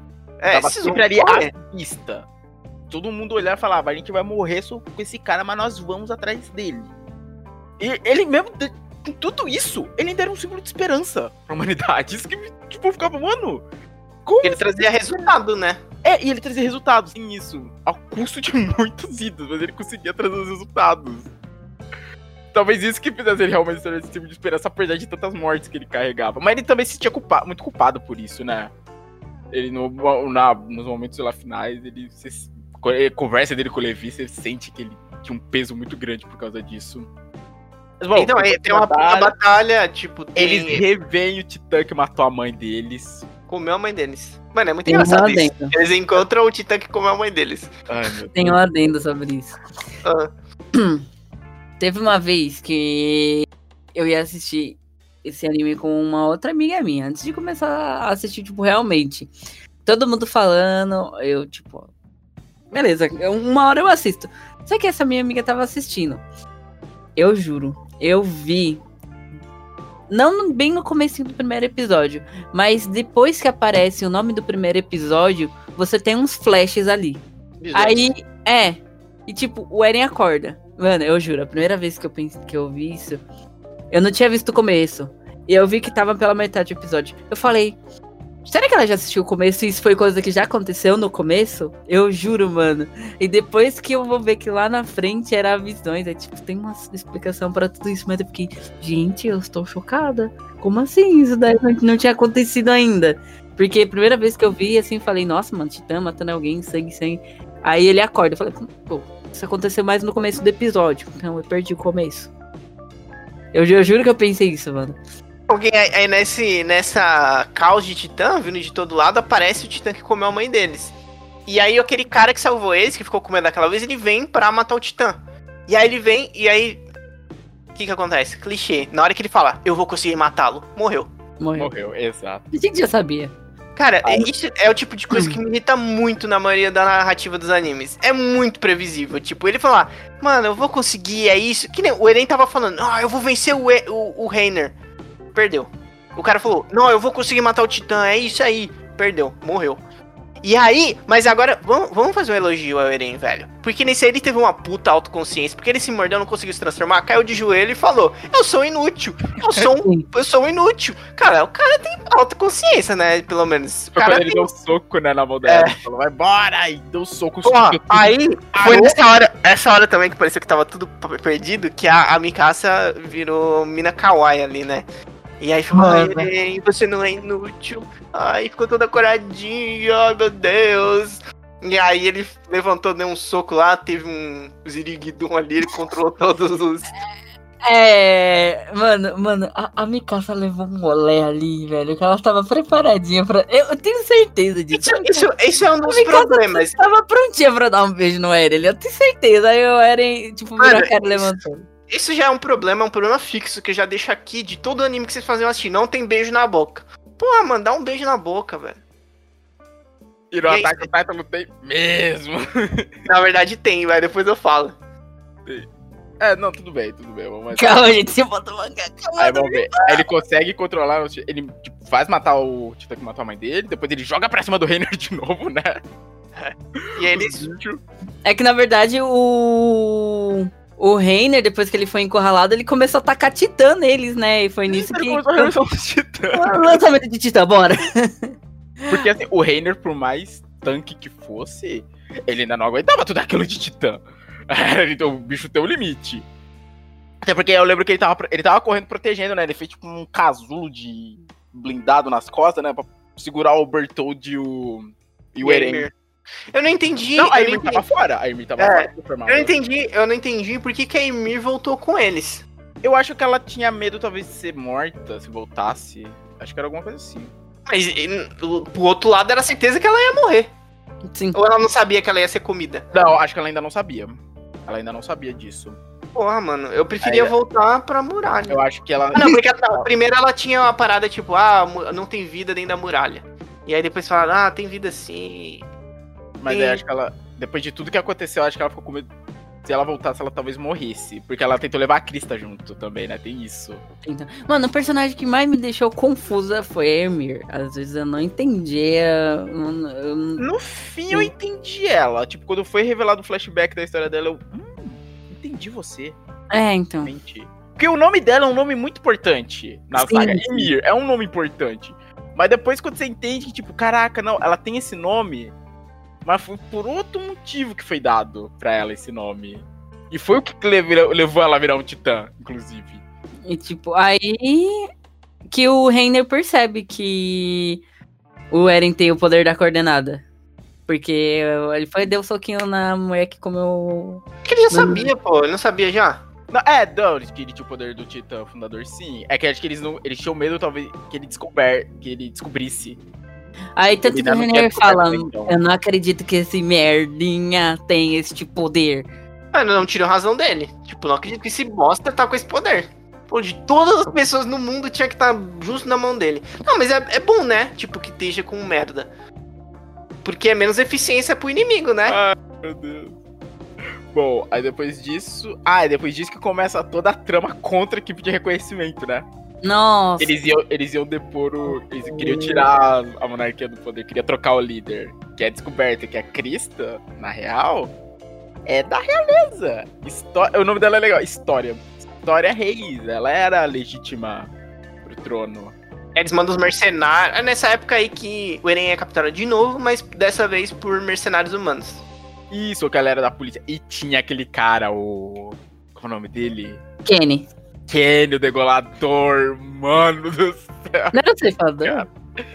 Tava esses sempre ali vão morrer. à vista. Todo mundo olhava e falava, a gente vai morrer só com esse cara, mas nós vamos atrás dele. E ele mesmo, com tudo isso, ele ainda era um símbolo de esperança pra humanidade. Isso que, tipo, eu ficava, mano... Como? Ele trazia resultado, né? E ele trazia resultados, sim, isso. Ao custo de muitos idos, mas ele conseguia trazer os resultados. Talvez isso que fizesse ele realmente ser esse tipo de esperança, apesar de tantas mortes que ele carregava. Mas ele também se sentia muito culpado por isso, né? Ele, nos momentos lá finais, ele conversa dele com o Levi, você sente que ele tinha um peso muito grande por causa disso. Mas, bom, Então, aí tem uma batalha, tipo, eles reveem o Titã que matou a mãe deles. Comeu a mãe deles. Mano, é muito Tem engraçado um isso. adendo. Eles encontram o Titã que comeu a mãe deles. Ai, meu Tem um adendo sobre isso. Ah. Teve uma vez que eu ia assistir esse anime com uma outra amiga minha, antes de começar a assistir, tipo, realmente. Todo mundo falando, eu, tipo... Beleza, uma hora eu assisto. Só que essa minha amiga tava assistindo. Eu juro, eu vi... Não bem no comecinho do primeiro episódio, mas depois que aparece o nome do primeiro episódio, você tem uns flashes ali. Aí, e tipo, o Eren acorda. Mano, eu juro, a primeira vez que eu vi isso, eu não tinha visto o começo. E eu vi que tava pela metade do episódio. Eu falei, será que ela já assistiu o começo e isso foi coisa que já aconteceu no começo? Eu juro, mano. E depois que eu vou ver que lá na frente era visões, aí tipo, tem uma explicação pra tudo isso, mas eu fiquei, gente, eu estou chocada. Como assim? Isso daí não tinha acontecido ainda. Porque a primeira vez que eu vi, assim, falei, nossa, mano, Titã matando alguém, sangue. Aí ele acorda, eu falei, pô, isso aconteceu mais no começo do episódio, então eu perdi o começo. Eu juro que eu pensei isso, mano. Aí nessa caos de Titã, vindo de todo lado, aparece o Titã que comeu a mãe deles. E aí aquele cara que salvou eles, que ficou com medo daquela vez, ele vem pra matar o Titã. E aí ele vem, e aí... O que acontece? Clichê. Na hora que ele fala, eu vou conseguir matá-lo, morreu. Morreu, exato. A gente já sabia. Cara, isso é o tipo de coisa que me irrita muito na maioria da narrativa dos animes. É muito previsível. Tipo, ele falar, mano, eu vou conseguir, é isso. Que nem o Eren tava falando, eu vou vencer o Reiner. Perdeu. O cara falou, não, eu vou conseguir matar o Titã, é isso aí. Perdeu, morreu. E aí, mas agora, vamos fazer um elogio ao Eren, velho. Porque nesse aí ele teve uma puta autoconsciência. Porque ele se mordeu, não conseguiu se transformar, caiu de joelho e falou, eu sou inútil. Eu sou inútil. Cara, o cara tem autoconsciência, né? Pelo menos. O cara ele deu um soco, né, na mão dela. Falou, vai embora! E deu um soco. Aí, foi essa hora também que pareceu que tava tudo perdido, que a Mikasa virou mina kawaii ali, né? E aí ficou, Eren, você não é inútil. Ai, ficou toda coradinha, ai meu Deus. E aí ele levantou, deu um soco lá, teve um ziriguidum ali, ele controlou todos os... Mano, a Mikasa levou um olé ali, velho, que ela tava preparadinha pra... Eu tenho certeza disso. Isso é um dos problemas. Tava prontinha pra dar um beijo no Eren, eu tenho certeza. Aí o Eren, tipo, virou a cara e levantou. Isso já é um problema fixo que eu já deixo aqui de todo anime que vocês fazem assistir. Não tem beijo na boca. Porra, mano, dá um beijo na boca, velho. E no Attack on Titan não tem mesmo. Na verdade tem, vai, depois eu falo. Não, tudo bem, vamos. Calma, gente, você bota o mangá, calma. Aí vamos ver. Aí ele consegue controlar, ele tipo, faz matar o Titã que matou a mãe dele, depois ele joga pra cima do Reiner de novo, né? E eles... É que na verdade o Reiner, depois que ele foi encurralado, ele começou a tacar Titã neles, né? E foi nisso que... Lançamento de Titã, bora! Porque assim, o Reiner, por mais tanque que fosse, ele ainda não aguentava tudo aquilo de Titã. Então o bicho tem um limite. Até porque eu lembro que ele tava correndo protegendo, né? Ele fez tipo um casulo de blindado nas costas, né? Pra segurar o Bertold e o Eren. Eu não entendi. Não, a Ymir tava fora. A Ymir tava fora. Eu não entendi por que a Ymir voltou com eles. Eu acho que ela tinha medo, talvez, de ser morta, se voltasse. Acho que era alguma coisa assim. Mas pro outro lado era certeza que ela ia morrer. Sim. Ou ela não sabia que ela ia ser comida? Não, acho que ela ainda não sabia. Ela ainda não sabia disso. Porra, mano, eu preferia voltar pra muralha. Eu acho que ela... Não, porque primeiro ela tinha uma parada tipo, não tem vida dentro da muralha. E aí depois falaram, tem vida sim. Mas aí acho que ela, depois de tudo que aconteceu, acho que ela ficou com medo se ela voltasse, ela talvez morresse. Porque ela tentou levar a Krista junto também, né? Tem isso. Então, mano, o personagem que mais me deixou confusa foi a Emir. Às vezes eu não entendia. No fim, eu entendi ela. Tipo, quando foi revelado o flashback da história dela, eu... entendi você. Então. Entendi. Porque o nome dela é um nome muito importante na saga. Emir é um nome importante. Mas depois quando você entende que, tipo, caraca, não, ela tem esse nome... Mas foi por outro motivo que foi dado pra ela esse nome. E foi o que levou ela a virar um titã, inclusive. E tipo, aí que o Reiner percebe que o Eren tem o poder da coordenada. Porque ele foi deu um soquinho na mulher que comeu... Que ele já sabia, pô. Ele não sabia já? Não, que ele tinha o poder do titã fundador, sim. É que acho que eles tinham medo, talvez, que ele descobrisse. Aí tanto Ele que o não Reiner tinha fala, poder, então. eu não acredito que esse merdinha tem este poder. Mano, não tiram razão dele. Tipo, não acredito que esse bosta tá com esse poder. Pô, de todas as pessoas no mundo tinha que estar justo na mão dele. Não, mas é bom, né? Tipo, que esteja com merda. Porque é menos eficiência pro inimigo, né? Ai, meu Deus. Bom, aí depois disso... é depois disso que começa toda a trama contra a equipe de reconhecimento, né? Nossa. Eles iam depor Eles queriam tirar a monarquia do poder, queriam trocar o líder. Que é descoberto que a Krista, na real, é da realeza. O nome dela é legal, História Reis. Ela era legítima pro trono. Eles mandam os mercenários. É nessa época aí que o Eren é capturado de novo, mas dessa vez por mercenários humanos. Isso, que ela era da polícia. E tinha aquele cara, Qual é o nome dele? Kenny. Kenny, o degolador. Mano do céu. Não era o ceifador?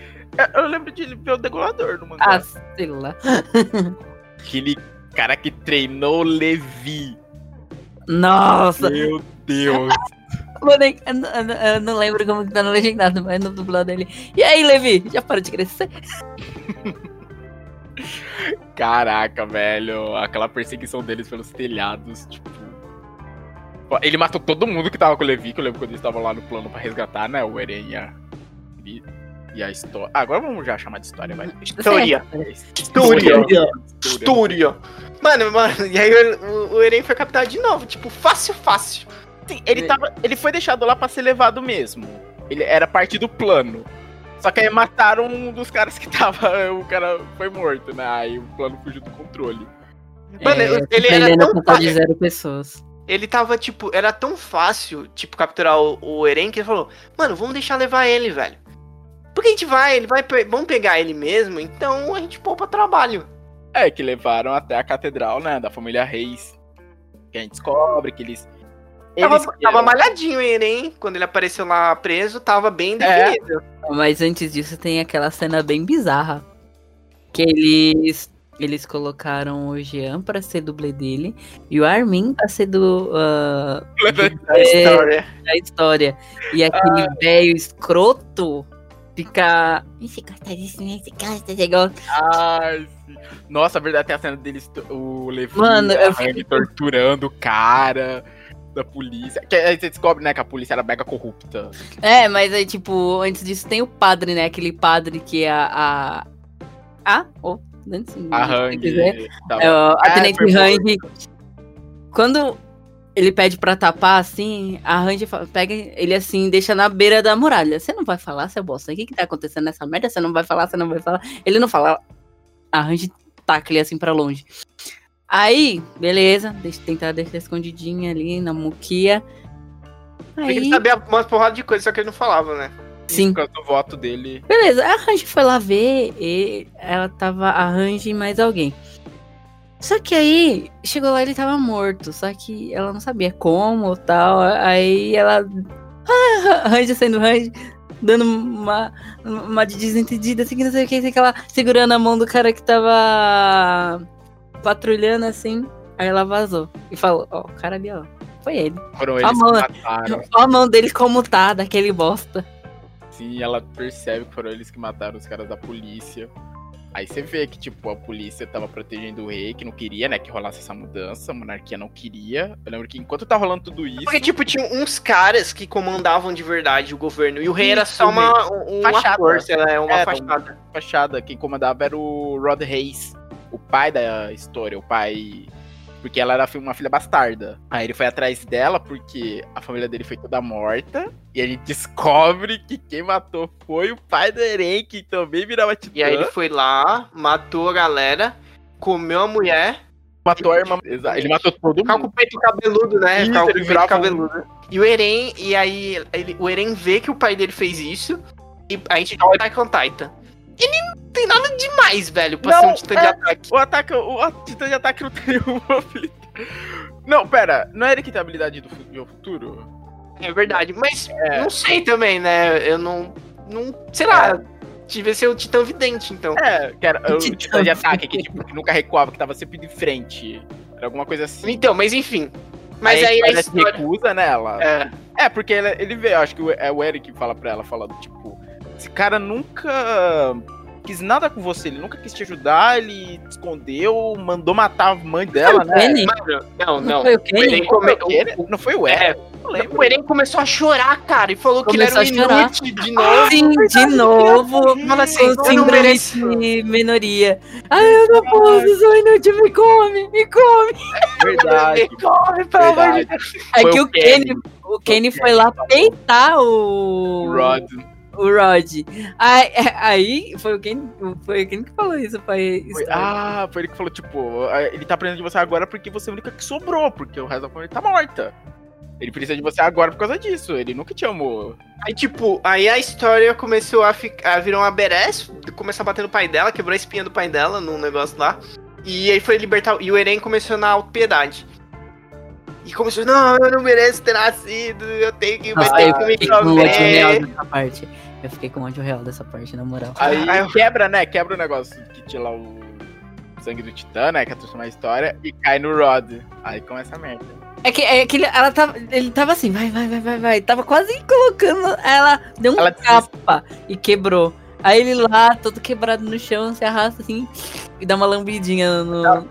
Eu lembro de ver o degolador no mangá. Sei lá. Aquele cara que treinou Levi. Nossa. Meu Deus. Eu não lembro como que tá no legendado, mas no dublado dele. E aí, Levi? Já parou de crescer? Caraca, velho. Aquela perseguição deles pelos telhados, tipo... Ele matou todo mundo que tava com o Levi, que eu lembro quando eles estavam lá no plano pra resgatar, né? O Eren e a história. Agora vamos já chamar de história, vai. História. Mano, e aí o Eren foi capturado de novo, tipo, fácil. Sim, ele foi deixado lá pra ser levado mesmo. Ele era parte do plano. Só que aí mataram um dos caras que tava... O cara foi morto, né? Aí o plano fugiu do controle. Mano, ele era tão fácil de 0 pessoas. Ele tava, tipo, era tão fácil, tipo, capturar o Eren, que ele falou, mano, vamos deixar levar ele, velho. Porque a gente vamos pegar ele mesmo, então a gente poupa trabalho. É, que levaram até a catedral, né, da família Reis. Que a gente descobre que eles... Tava malhadinho ele, hein? Quando ele apareceu lá preso, tava bem definido. Mas antes disso tem aquela cena bem bizarra. Que eles colocaram o Jean pra ser dublê dele e o Armin pra ser da história. E aquele velho escroto fica... Esse gosta disso, né? Esse gosta desse negócio. Ai, sim. Nossa, a verdade, tem a cena deles, o Levi, mano, torturando o cara da polícia. Que aí você descobre, né, que a polícia era mega corrupta. É, mas aí, tipo, antes disso tem o padre, né? Aquele padre que é a Hang. A Tenente Hang. Quando ele pede pra tapar, assim, a Hang pega ele assim, deixa na beira da muralha. Você não vai falar, seu bosta? O que tá acontecendo nessa merda? Você não vai falar, você não vai falar. Ele não fala. A Hang taca ele assim pra longe. Aí, beleza, tentar deixar escondidinha ali na muquia. Aí... Ele sabia umas porradas de coisa, só que ele não falava, né? Sim. Por causa do voto dele. Beleza, a Range foi lá ver e ela tava a Range e mais alguém. Só que aí, chegou lá e ele tava morto. Só que ela não sabia como ou tal. Aí ela... Range sendo Range, dando uma de desentendida, assim, que não sei o que ela segurando a mão do cara que tava patrulhando, assim. Aí ela vazou e falou, ó, o cara ali, ó, foi ele. Foram eles que mataram. Ó a mão dele como tá, daquele bosta. Sim, ela percebe que foram eles que mataram os caras da polícia. Aí você vê que, tipo, a polícia tava protegendo o rei, que não queria, né, que rolasse essa mudança, a monarquia não queria. Eu lembro que enquanto tá rolando tudo isso... Porque, tipo, tinha uns caras que comandavam de verdade o governo, e o rei era só uma fachada. Força, uma fachada. Uma fachada. Quem comandava era o Rod Reis, o pai da história, o pai... Porque ela era uma filha bastarda. Aí ele foi atrás dela porque a família dele foi toda morta. E ele descobre que quem matou foi o pai do Eren, que também virava titã. E aí ele foi lá, matou a galera, comeu a mulher. Matou a irmã. Exato. Ele matou todo Ficava com mundo. o peito cabeludo, né? Isso, Ficava com o ele peito virava cabeludo. E o Eren, e aí o Eren vê que o pai dele fez isso. E a gente joga Attack on Titan. Ele não tem nada demais, velho, pra ser um titã de ataque. O titã de ataque não tem uma habilidade. Não, pera, não é ele que tem a habilidade do futuro? É verdade, mas não sei também, né? Eu não sei lá, devia ser o titã vidente, então. Que era o titã de ataque, que tipo, que nunca recuava, que tava sempre de frente. Era alguma coisa assim. Então, mas enfim. Mas aí a se recusa nela. Porque ele vê, eu acho que é o Eric que fala pra ela, falando, tipo, esse cara nunca quis nada com você, ele nunca quis te ajudar, ele te escondeu, mandou matar a mãe dela, né? Não foi o Kenny? Não foi o Eric? O Eren começou a chorar, cara, e falou que ele era um inútil de novo. Sim, de novo. Fala assim, com síndrome de minoria. Ai, eu não posso, sou inútil, me come. Verdade. Me come, pelo amor de Deus. É que o Kenny foi lá peitar o Rod. Aí foi o Kenny que falou isso, pai. Foi ele que falou, tipo, ele tá precisando de você agora porque você é a única que sobrou, porque o resto da família tá morta. Ele precisa de você agora por causa disso, ele nunca te amou. Aí, tipo, aí a história começou a virar uma Beres, começou a bater no pai dela, quebrou a espinha do pai dela num negócio lá. E aí foi libertar, e o Eren começou na autopiedade. E começou, não, eu não mereço ter nascido, eu tenho que me comer. Eu fiquei com ódio real dessa parte, na moral. Aí quebra o negócio que tinha lá o sangue do Titã, né, que é transformar a história, e cai no Rod. Aí começa a merda. Ele tava assim, vai. Tava quase colocando. Ela deu um capa e quebrou. Aí ele lá, todo quebrado no chão, se arrasta assim e dá uma lambidinha no.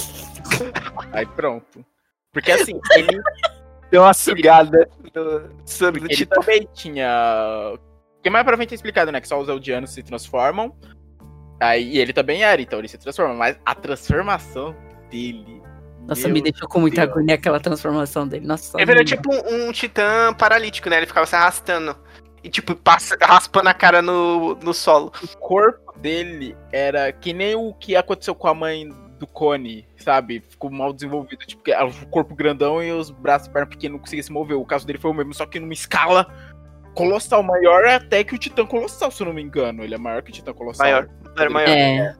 Aí pronto. Porque assim, ele deu uma sugada do sangue do ele Titã. também tinha. Porque mais pra frente é explicado, né? Que só os Eldianos se transformam. Aí ele também era, então ele se transforma. Mas a transformação dele. Nossa, me deixou com muita agonia aquela transformação dele. Nossa. Ele virou tipo um titã paralítico, né? Ele ficava se arrastando. E tipo, raspando a cara no solo. O corpo dele era que nem o que aconteceu com a mãe do Connie, sabe? Ficou mal desenvolvido. Tipo, o corpo grandão e os braços e pernas pequenos não conseguiam se mover. O caso dele foi o mesmo, só que numa escala colossal. Maior até que o Titã Colossal, se eu não me engano. Ele é maior que o Titã Colossal. Era maior.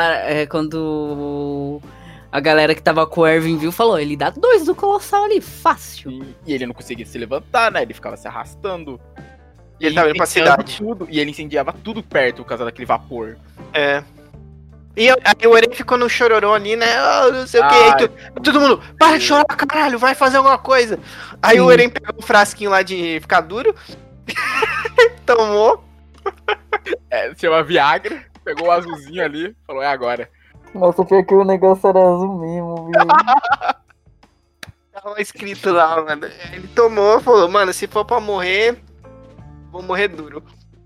Quando a galera que tava com o Erwin viu, falou, ele dá 2 do Colossal ali, fácil. E ele não conseguia se levantar, né? Ele ficava se arrastando. E ele tava indo pra cidade. E ele incendiava tudo perto por causa daquele vapor. E aí o Eren ficou no chororô ali, né? Não sei o que. Todo mundo, para de chorar, caralho, vai fazer alguma coisa. Aí o Eren pegou um frasquinho lá de ficar duro. Tomou. Se chama Viagra. Pegou o azulzinho ali. Falou, é agora. Nossa, pior que o negócio era azul mesmo, viu? Tava escrito lá, mano. Ele tomou e falou, mano, se for pra morrer, vou morrer duro.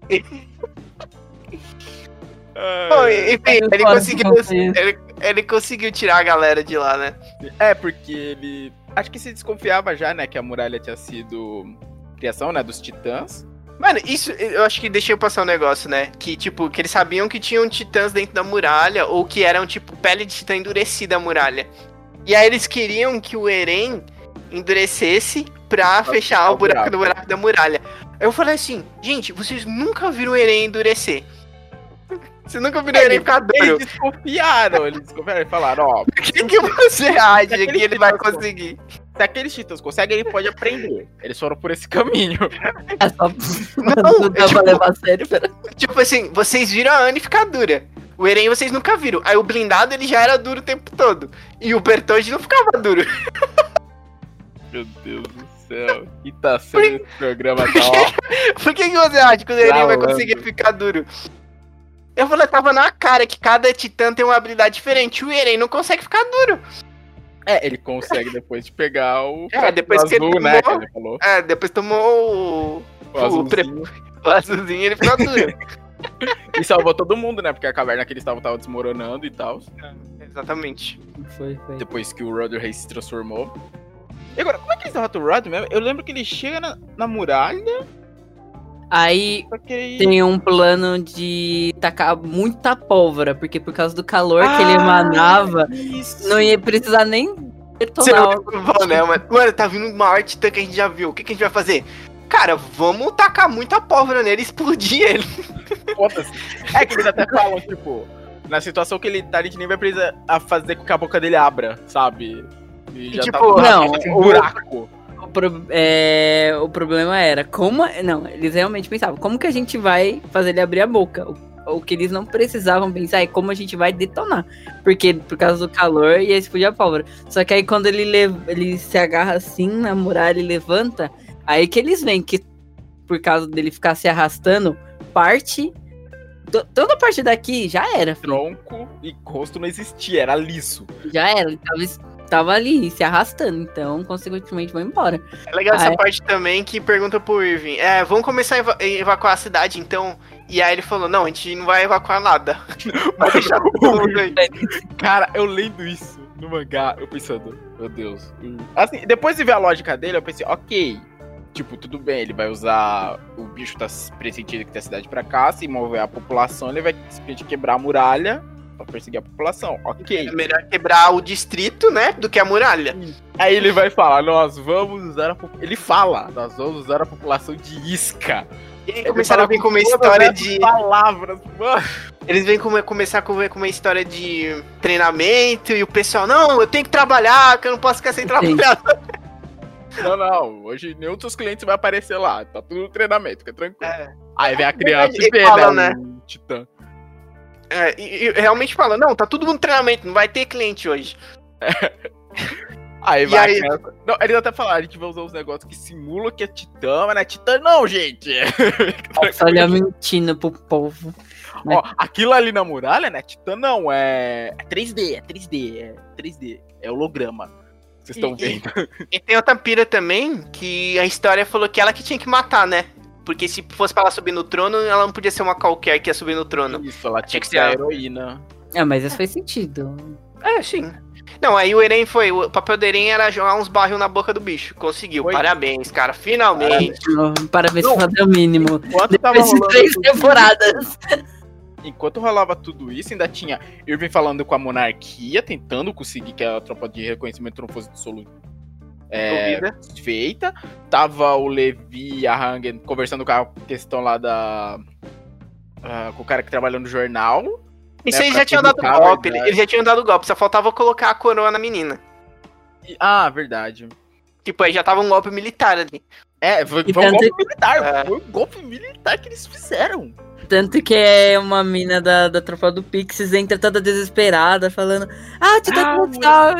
Enfim, ele conseguiu tirar a galera de lá, né? Porque ele... Acho que se desconfiava já, né, que a muralha tinha sido criação, né, dos titãs. Mano, isso eu acho que deixei eu passar um negócio, né? Que, tipo, que eles sabiam que tinham titãs dentro da muralha, ou que eram, tipo, pele de titã endurecida a muralha. E aí eles queriam que o Eren endurecesse pra fechar o buraco da muralha. Eu falei assim, gente, vocês nunca viram o Eren endurecer. Vocês nunca viram o Eren ficar duro. Eles desconfiaram e falaram, ó... Por que você acha que ele vai conseguir? Se aqueles titãs conseguem, ele pode aprender. Eles foram por esse caminho. É só... Não dá pra levar a sério, pera. Tipo assim, vocês viram a Anne ficar dura. O Eren vocês nunca viram. Aí o blindado, ele já era duro o tempo todo. E o Bertold não ficava duro. Meu Deus do céu. E tá sendo esse programa tal. Por que você acha que o Eren vai conseguir ficar duro? Eu falei, tava na cara que cada titã tem uma habilidade diferente. O Eren não consegue ficar duro. Ele consegue depois de pegar o... depois o que azul, ele tomou, né, que ele falou. Depois tomou o azulzinho, ele ficou duro. E salvou todo mundo, né, porque a caverna que eles estavam desmoronando e tal. Exatamente. Foi. Depois que o Rother Rei se transformou. E agora, como é que eles derrotam o Rother mesmo? Eu lembro que ele chega na muralha, Aí só que aí... tem um plano de tacar muita pólvora, porque por causa do calor que ele emanava, isso. não ia precisar nem Você detonar. não bom, né? Mano, tá vindo uma maior titã que a gente já viu. O que a gente vai fazer? Cara, vamos tacar muita pólvora nele e explodir ele. Foda-se. É que eles até falam, tipo, na situação que ele tá, a gente nem vai precisar fazer com que a boca dele abra, sabe? E já tipo, não, um buraco. O problema era como. Não, eles realmente pensavam, como que a gente vai fazer ele abrir a boca? O que eles não precisavam pensar é como a gente vai detonar. Porque por causa do calor ia explodir a pólvora. Só que aí quando ele se agarra assim na muralha e levanta, aí que eles veem que por causa dele ficar se arrastando, toda a parte daqui já era, filho. Tronco e rosto não existia, era liso. Já era, ele tava ali se arrastando, então consequentemente vão embora. É legal essa parte também que pergunta pro Irving, vamos começar a evacuar a cidade, então... E aí ele falou, não, a gente não vai evacuar nada. Vai deixar todo mundo aí. Cara, eu lendo isso no mangá, eu pensando, meu Deus. Assim, depois de ver a lógica dele, eu pensei, ok. Tipo, tudo bem, ele vai usar... O bicho tá pressentindo que tem a cidade pra cá, se mover a população, ele vai simplesmente quebrar a muralha pra perseguir a população, ok. É melhor quebrar o distrito, né, do que a muralha. Aí ele vai falar, nós vamos usar Ele fala, nós vamos usar a população de isca. E aí começaram a vir com uma história de... palavras, mano. Eles vêm começar com uma história de treinamento e o pessoal, não, eu tenho que trabalhar, que eu não posso ficar sem trabalhar. Não, hoje nenhum dos clientes vai aparecer lá, tá tudo no treinamento, fica tranquilo. Aí vem a É criança verdade, e vê, fala, né, né? o titã. E realmente fala, não, tá tudo no treinamento, não vai ter cliente hoje. Aí E vai aí- a criança... Não, eles até falaram, a gente vai usar uns negócios que simulam que é titã, mas não é titã não, gente. Só olhar mentindo pro povo. Ó, aquilo ali na muralha, né, titã não, é 3D, é 3D, é holograma. Vocês estão vendo. E tem outra pira também, que a história falou que ela que tinha que matar, né? Porque se fosse pra ela subir no trono, ela não podia ser uma qualquer que ia subir no trono. Isso, ela tinha que ser ser a a- heroína. Mas isso faz sentido. Sim. Não, aí o Eren o papel do Eren era jogar uns barril na boca do bicho. Conseguiu, Foi. Parabéns, cara, finalmente. Parabéns Não. por fazer o mínimo. Enquanto tava Depois de rolando 3 tudo temporadas. Enquanto rolava tudo isso, ainda tinha Irving falando com a monarquia, tentando conseguir que a tropa de reconhecimento não fosse Duvida. feita. Tava o Levi e a Hangen conversando com a questão lá com o cara que trabalhou no jornal. Isso né, aí pra já tinham dado publicar a golpe, verdade. eles já tinham dado golpe, só faltava colocar a coroa na menina. Verdade. Tipo, aí já tava um golpe militar ali. Foi E um tanto- golpe militar. É. Foi um golpe militar que eles fizeram. Tanto que é uma mina da tropa do Pixies entra toda desesperada, falando: Titã, como tá?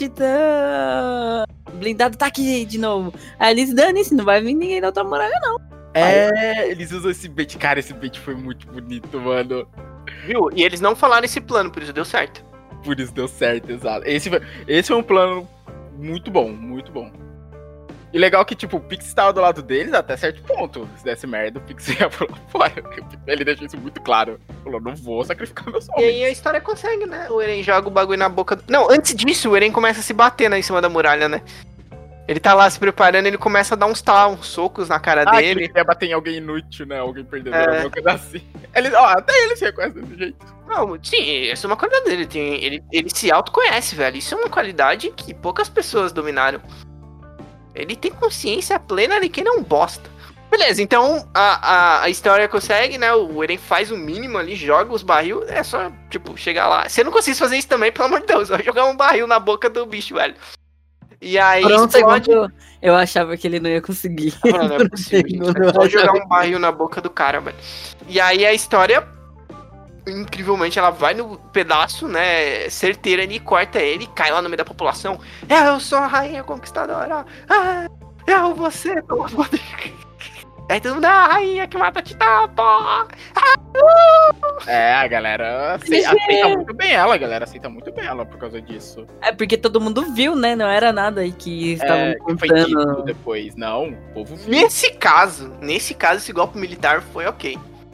Titã! O blindado tá aqui de novo. Aí eles dane-se, não vai vir ninguém da outra muralha, não. Eles usam esse bait. Cara, esse bait foi muito bonito, mano. Viu? E eles não falaram esse plano, por isso deu certo. Por isso deu certo, exato. Esse foi um plano muito bom, muito bom. E legal que, tipo, o Pix estava do lado deles até certo ponto. Se desse merda, o Pix ia pular fora. Ele deixou isso muito claro. Falou, não vou sacrificar meus E homens. aí a história consegue, né? O Eren joga o bagulho na boca do... Não, antes disso, o Eren começa a se bater em cima da muralha, né? Ele tá lá se preparando, ele começa a dar uns socos na cara Que dele. ele queria bater em alguém inútil, né? Alguém perdedor, É. alguma coisa assim. Até ele se reconhece desse jeito. Não, sim, essa é uma qualidade dele. Ele se autoconhece, velho. Isso é uma qualidade que poucas pessoas dominaram. Ele tem consciência plena de que ele é um bosta. Beleza, então a história consegue, né? O Eren faz o mínimo ali, joga os barril. É só, tipo, chegar lá. Se eu não conseguisse fazer isso também, pelo amor de Deus, vai jogar um barril na boca do bicho, velho. E aí Por um explode. segundo eu achava que ele não ia conseguir. Não, não é Por um possível. segundo, É eu só jogar achava um barril na boca do cara, velho. E aí a história, incrivelmente, ela vai no pedaço, né, certeira ali, corta ele, cai lá no meio da população. Eu sou a rainha conquistadora. Eu você, toma poder. Aí todo mundo, a rainha que mata Titã, porra. A galera aceita muito bem ela, aceita muito bem ela por causa disso. É porque todo mundo viu, né? Não era nada aí que estavam Que foi dito contando. depois. Não, o povo viu. Nesse caso, esse golpe militar foi ok.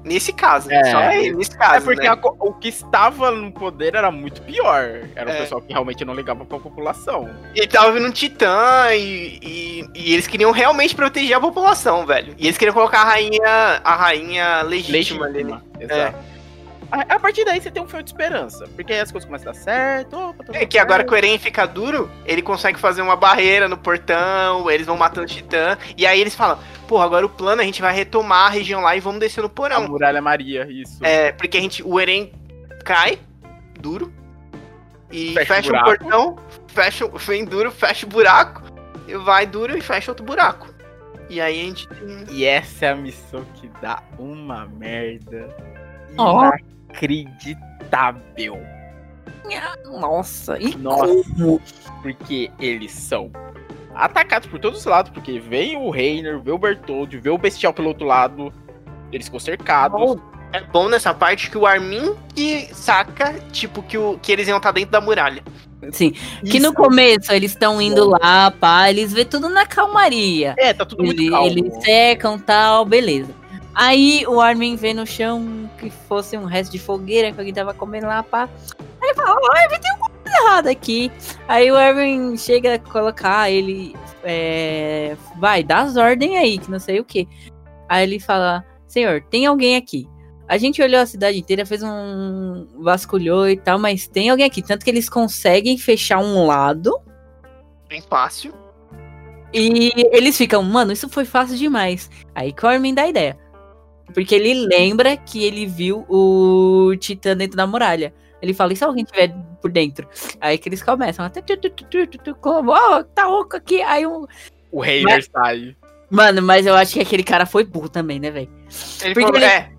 Nesse caso, É. só ele, nesse caso, É porque né? o que estava no poder era muito pior. Era o É. pessoal que realmente não ligava pra população. Ele tava vindo um titã e eles queriam realmente proteger a população, velho. E eles queriam colocar a rainha legítima ali, né? Exato. A partir daí você tem um fio de esperança. Porque aí as coisas começam a dar certo. Opa, tá É tudo que agora certo. que o Eren fica duro, ele consegue fazer uma barreira no portão, eles vão matando o titã, e aí eles falam, porra, agora o plano a gente vai retomar a região lá e vamos descer no A porão. Muralha Maria, isso. É, porque o Eren cai, duro, e Fecha o fecha o buraco. portão, vem duro, fecha o buraco, e vai duro e fecha outro buraco. E aí a gente tem... E essa é a missão que dá uma merda Ó. inacreditável. Nossa, e Nossa. como? Porque eles são atacados por todos os lados. Porque vem o Reiner, vê o Bertoldi, vê o Bestial pelo outro lado. Eles ficam cercados. É bom nessa parte que o Armin que saca, tipo, que eles iam estar dentro da muralha. Sim, que no começo eles estão indo lá, pá, eles vê tudo na calmaria. É, tá tudo muito calmo. Eles secam tal, beleza. Aí o Armin vê no chão que fosse um resto de fogueira que alguém tava comendo lá, pá. Aí ele fala, ó, Armin, tem alguma coisa errada aqui. Aí o Armin chega a colocar ele, vai, dá as ordens aí, que não sei o que. Aí ele fala, senhor, tem alguém aqui. A gente olhou a cidade inteira, fez vasculhou e tal, mas tem alguém aqui. Tanto que eles conseguem fechar um lado. Bem fácil. E eles ficam, mano, isso foi fácil demais. Aí que o Armin dá a ideia. Porque ele lembra que ele viu o Titã dentro da muralha. Ele fala, e se alguém tiver por dentro? Aí que eles começam, como, tá oco aqui. Aí O Reiner sai. Mano, mas eu acho que aquele cara foi burro também, né, velho? Ele Porque falou, ele-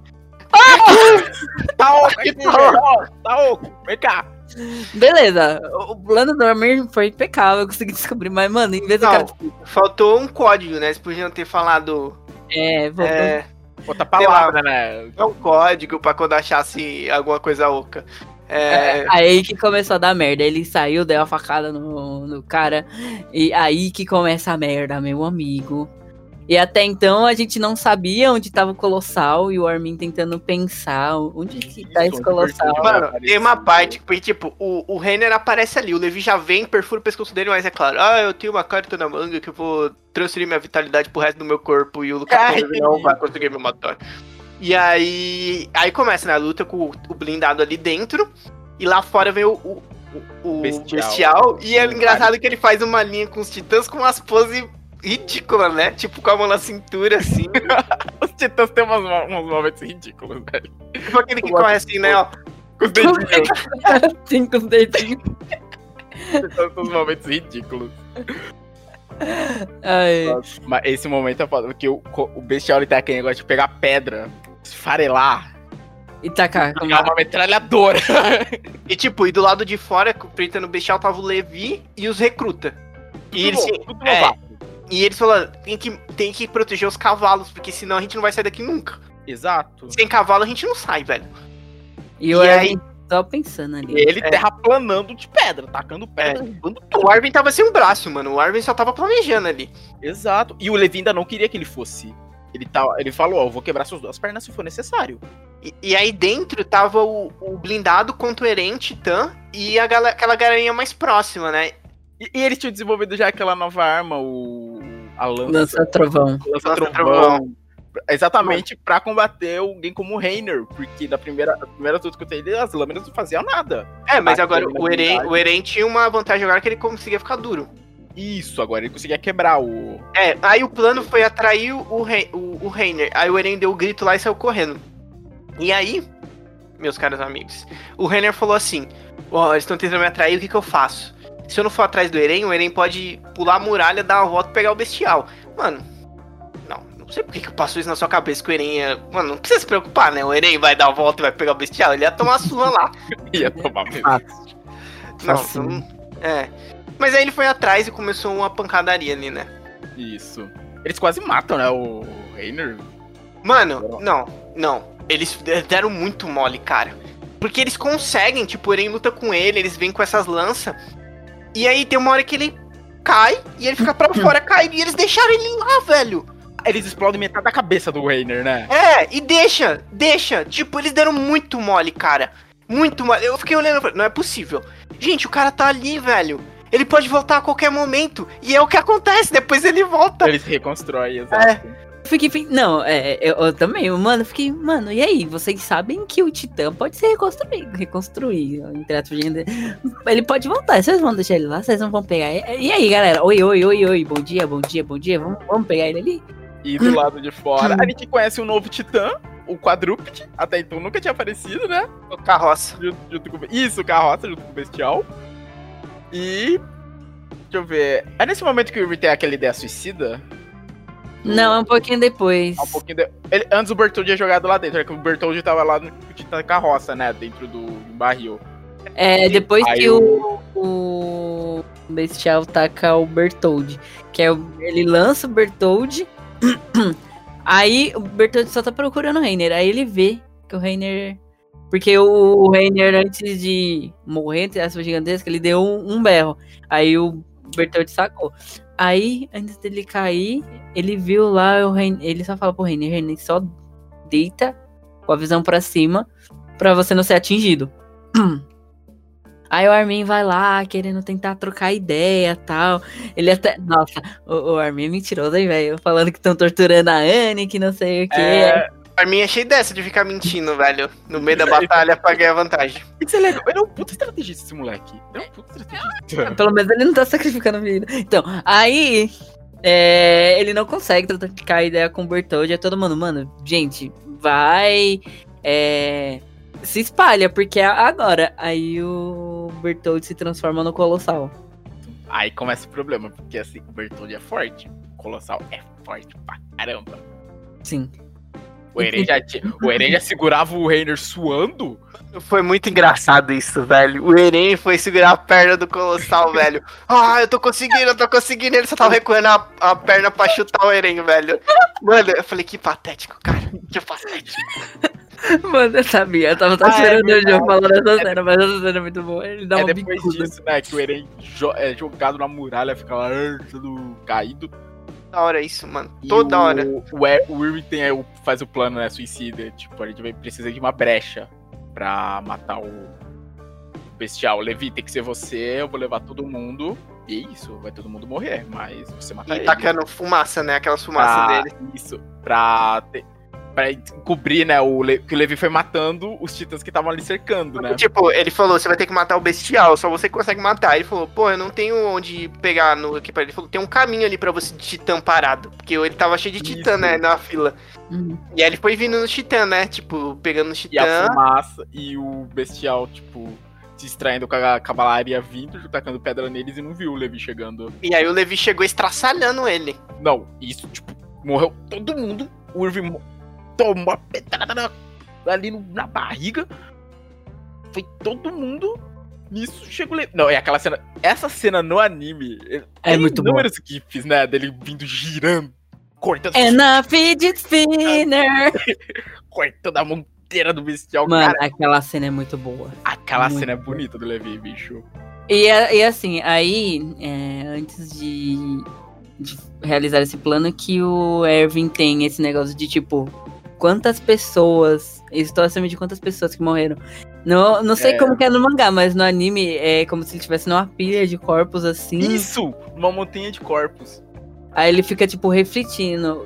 Tá oco aqui, tá oco. Vem cá. Beleza, o plano do Armin foi impecável, eu consegui descobrir. Mas, mano, em vez do Não. cara... faltou um código, né? Eles podiam ter falado... voltou. Outra palavra, né? É um código pra quando achasse alguma coisa oca. Aí que começou a dar merda. Ele saiu, deu a facada no cara. E aí que começa a merda, meu amigo. E até então a gente não sabia onde tava o Colossal. E o Armin tentando pensar onde que tá esse Isso, Colossal. onde Mano, tem uma parte que, tipo, o Reiner aparece ali, o Levi já vem, perfura o pescoço dele, mas é claro, eu tenho uma carta na manga que eu vou transferir minha vitalidade pro resto do meu corpo e o Lucas não vai conseguir me matar. E aí começa, né, a luta com o blindado ali dentro, e lá fora vem o bestial, e é engraçado que ele faz uma linha com os titãs com umas poses ridículas, né? Tipo, com a mão na cintura, assim. Os titãs têm uns momentos ridículos, velho. Tipo aquele que corre assim, né, ó. Com os dedinhos. Sim, com os dedinhos. Os titãs têm uns momentos ridículos. Ai. Mas esse momento é foda, porque o bestial ele tá aquele negócio de pegar pedra, esfarelar, E tacar. pegar uma metralhadora. E tipo, e do lado de fora, enfrentando o bestial, tava o Levi e os recruta. E eles, Tudo novato. e eles falaram, tem que proteger os cavalos, porque senão a gente não vai sair daqui nunca. Exato. Sem cavalo a gente não sai, velho. E o E Armin só pensando ali. Ele terraplanando de pedra, tacando pedra, derrubando tudo. O Arvin tava sem um braço, mano. O Arvin só tava planejando ali. Exato. E o Levi ainda não queria que ele fosse. Ele falou, eu vou quebrar suas duas pernas se for necessário. E aí dentro tava o blindado contra o Eren, Titã, e aquela galerinha mais próxima, né? E eles tinham desenvolvido já aquela nova arma, a lança. Lança-trovão. Lança-trovão. Exatamente pra combater alguém como o Reiner. Porque na primeira tudo que eu tenho, as lâminas não faziam nada. Mas Ah, agora tem o habilidade. Eren tinha uma vantagem agora que ele conseguia ficar duro. Isso, agora ele conseguia quebrar o. Aí o plano foi atrair o Reiner. Aí o Eren deu o grito lá e saiu correndo. E aí, meus caros amigos, o Reiner falou assim: eles estão tentando me atrair, o que eu faço? Se eu não for atrás do Eren, o Eren pode pular a muralha, dar uma volta e pegar o bestial. Mano, não sei por que passou isso na sua cabeça que o Eren ia... Mano, não precisa se preocupar, né? O Eren vai dar a volta e vai pegar o bestial. Ele ia tomar a surra lá. Ia tomar mesmo. Não. Mas aí ele foi atrás e começou uma pancadaria ali, né? Isso. Eles quase matam, né? O Reiner. Mano, não. Eles deram muito mole, cara. Porque eles conseguem, tipo, o Eren luta com ele, eles vêm com essas lanças. E aí tem uma hora que ele cai e ele fica pra fora caído. E eles deixaram ele lá, velho. Eles explodem metade da cabeça do Reiner, né? E deixa. Tipo, eles deram muito mole, cara. Muito mole. Eu fiquei olhando, não é possível. Gente, o cara tá ali, velho. Ele pode voltar a qualquer momento. E é o que acontece, depois ele volta. Ele se reconstrói, exato. Não, eu também, mano, mano, e aí? Vocês sabem que o Titã pode ser reconstruído, entre aspas, ele pode voltar, vocês vão deixar ele lá, vocês não vão pegar ele. E aí, galera? Oi, bom dia, vamos pegar ele ali? E do lado de fora, a gente conhece um novo Titã, o Quadrúpede, até então nunca tinha aparecido, né? O Carroça. Isso, o Carroça, junto com o Bestial. E... deixa eu ver... É nesse momento que o Irving tem aquela ideia suicida? Não, é um pouquinho depois. Antes o Bertoldi tinha jogado lá dentro, é que o Bertoldi tava lá no Titã Carroça, né? Dentro do barril. Depois que o Bestial taca o Bertoldi. Que ele lança o Bertoldi. Aí o Bertoldi só tá procurando o Reiner. Aí ele vê que o Reiner... Porque o Reiner, antes de morrer, entre aspas gigantesca, ele deu um berro. Aí o Bertoldi sacou. Aí, antes dele cair, ele viu lá o Reiner. Ele só fala pro Reiner só deita com a visão pra cima pra você não ser atingido. Aí o Armin vai lá, querendo tentar trocar ideia e tal. Ele até... Nossa, o Armin é mentiroso, hein, velho? Falando que estão torturando a Anne, que não sei o quê. Armin é cheio dessa de ficar mentindo, velho. No meio da batalha pra ganhar vantagem. Isso é legal. Ele é um puta estrategista, esse moleque. Pelo menos ele não tá sacrificando vida. Então, aí... ele não consegue trocar a ideia com o Bertoldi. É todo mundo, mano, gente, vai... se espalha, porque agora. Aí o Bertoldi se transforma no Colossal. Aí começa o problema, porque assim, o Bertoldi é forte. O Colossal é forte pra caramba. Sim. O Eren já segurava o Reiner suando. Foi muito engraçado isso, velho. O Eren foi segurar a perna do Colossal, velho. Eu tô conseguindo. Ele só tava recuando a perna pra chutar o Eren, velho. Mano, eu falei, que patético, cara. Que patético. Mano, eu sabia. Eu tava esperando o João falando essa cena, mas essa cena é muito boa. Ele dá uma depois bicuda. disso, né, que o Eren é jogado na muralha, fica lá todo caído. Da hora isso, mano. Toda hora. O Irving faz o plano, né, suicida. Tipo, a gente vai precisar de uma brecha pra matar o Bestial. Levi, tem que ser você, eu vou levar todo mundo. E é isso, vai todo mundo morrer, mas você matar ele. E tacando fumaça, né, aquelas fumaças dele. Isso, pra encobrir, né, que o Levi foi matando os titãs que estavam ali cercando, né? Tipo, ele falou, você vai ter que matar o Bestial, só você que consegue matar. Ele falou, pô, eu não tenho onde pegar no equipamento. Ele falou, tem um caminho ali pra você de titã parado. Porque ele tava cheio de titã, né, na fila. E aí ele foi vindo no titã, né, tipo, pegando no titã. E a fumaça, e o Bestial, tipo, se distraindo com a cavalaria vindo, tacando pedra neles e não viu o Levi chegando. E aí o Levi chegou estraçalhando ele. Não, isso, tipo, morreu todo mundo. O Irving tomou uma pedrada ali na barriga. Foi todo mundo. Nisso chegou. Não, é aquela cena. Essa cena no anime. É muito boa. Inúmeros gifs, né? Dele vindo girando. Cortando. A fidget spinner. Cortando a monteira do Bestial. Mano, cara, aquela cena é muito boa. Aquela cena é bonita do Levi, bicho. E assim, aí, antes de realizar esse plano, que o Erwin tem esse negócio de tipo, quantas pessoas, estou acima de quantas pessoas que morreram. Não sei como que é no mangá, mas no anime é como se ele estivesse numa pilha de corpos assim. Isso! Uma montanha de corpos. Aí ele fica tipo refletindo.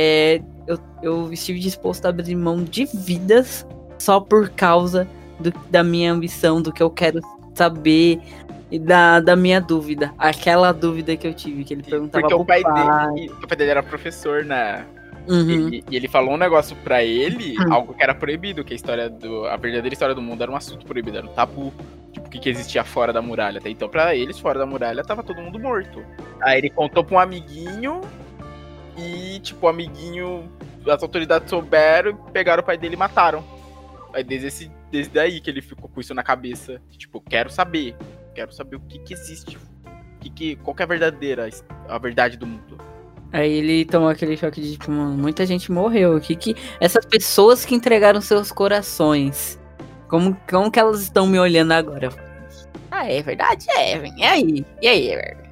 Eu estive disposto a abrir mão de vidas só por causa da minha ambição, do que eu quero saber. E da minha dúvida. Aquela dúvida que eu tive, que ele perguntava porque pro pai. O pai dele era professor, né? Uhum. E ele falou um negócio pra ele, algo que era proibido, que a verdadeira história do mundo era um assunto proibido, era um tabu. Tipo, o que existia fora da muralha. Até então, pra eles, fora da muralha, tava todo mundo morto. Aí ele contou pra um amiguinho, e, tipo, o amiguinho, as autoridades souberam, pegaram o pai dele e mataram. Aí desde daí que ele ficou com isso na cabeça. Tipo, quero saber o que existe. Qual que é a verdade do mundo. Aí ele tomou aquele choque de, tipo, mano, muita gente morreu. Essas pessoas que entregaram seus corações, como que elas estão me olhando agora? É verdade, E aí?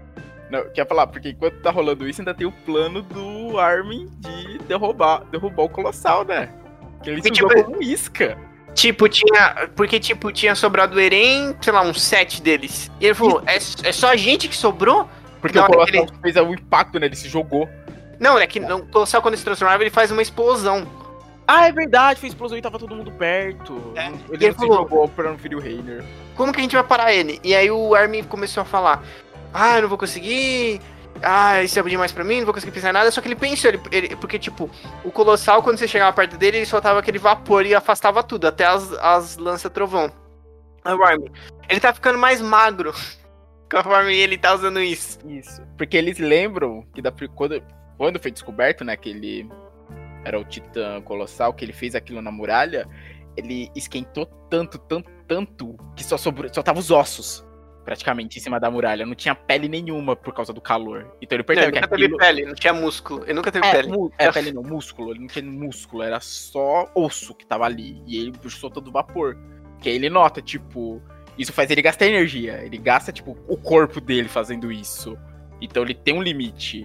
Não, quer falar, porque enquanto tá rolando isso, ainda tem o plano do Armin de derrubar o Colossal, né? Que ele se usou como isca. Tinha sobrado o Eren, sei lá, uns 7 deles. E ele falou, é só a gente que sobrou? Porque o Colossal fez um impacto, né? Ele se jogou. Não, é que o Colossal, quando se transformava, ele faz uma explosão. Ah, é verdade, fez explosão e tava todo mundo perto. Ele não se jogou pra não ferir o Reiner. Como que a gente vai parar ele? E aí o Armin começou a falar, eu não vou conseguir... isso é demais pra mim, não vou conseguir pensar em nada. Só que ele pensou, porque tipo, o Colossal, quando você chegava perto dele, ele soltava aquele vapor e afastava tudo, até as lança-trovão. Aí o Armin, ele tá ficando mais magro conforme ele tá usando isso. Isso, porque eles lembram que quando foi descoberto, né, que ele era o Titã Colossal, que ele fez aquilo na muralha, ele esquentou tanto, que só tava os ossos. Praticamente em cima da muralha, não tinha pele nenhuma por causa do calor. Então ele percebeu que aquilo... Ele nunca teve pele, não tinha músculo. Ele nunca teve pele. Pele não, músculo. Ele não tinha músculo, era só osso que tava ali. E ele puxou todo o vapor. Que aí ele nota, tipo, isso faz ele gastar energia. Ele gasta, tipo, o corpo dele fazendo isso. Então ele tem um limite.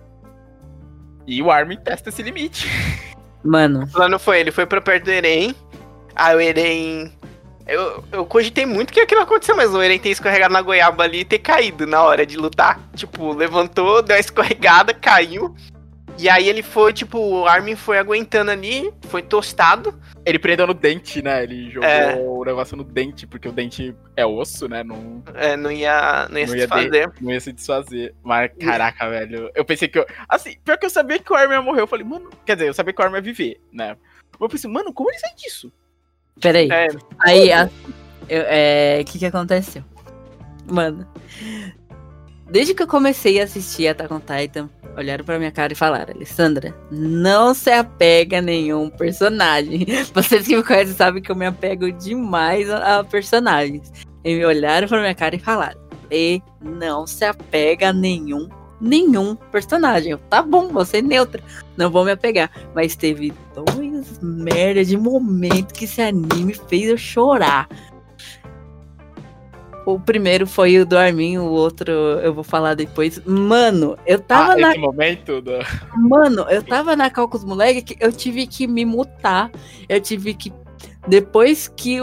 E o Armin testa esse limite. Mano. O plano foi, ele foi pra perto do Eren. Aí o Eren... Eu cogitei muito que aquilo aconteceu, mas o Eren ter escorregado na goiaba ali e ter caído na hora de lutar. Tipo, levantou, deu uma escorregada, caiu. E aí ele foi, tipo, o Armin foi aguentando ali, foi tostado. Ele prendeu no dente, né? Ele jogou o negócio no dente, porque o dente é osso, né? Não ia se desfazer. Não ia se desfazer. Mas, caraca, velho. Eu pensei que assim, pior que eu sabia que o Armin ia morrer. Eu falei, mano... Quer dizer, eu sabia que o Armin ia viver, né? Mas eu pensei, mano, como ele sai disso? Peraí. Aí, o que aconteceu? Mano, desde que eu comecei a assistir Attack on Titan, olharam pra minha cara e falaram, Alessandra, não se apega a nenhum personagem. Vocês que me conhecem sabem que eu me apego demais a personagens. E me olharam pra minha cara e falaram, não se apega a nenhum personagem. Tá bom, você é neutra, não vou me apegar. Mas teve 2 merda de momento que esse anime fez eu chorar. O primeiro foi o do Armin, o outro eu vou falar depois. Mano, eu tava esse momento do... Mano, eu tava na cal com os moleques que eu tive que me mutar. Eu tive que... Depois que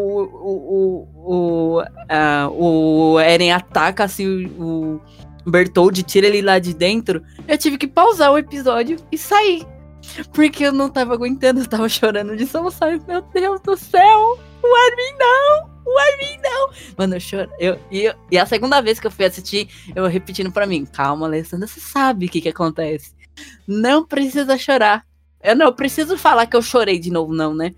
o Eren ataca assim o Bertholdt, tira ele lá de dentro, eu tive que pausar o episódio e sair. Porque eu não tava aguentando, eu tava chorando de soluçar. Meu Deus do céu, o Armin não! Mano, eu choro. E a segunda vez que eu fui assistir, eu repetindo pra mim, calma, Alessandra, você sabe o que acontece. Não precisa chorar. Eu não preciso falar que eu chorei de novo, não, né?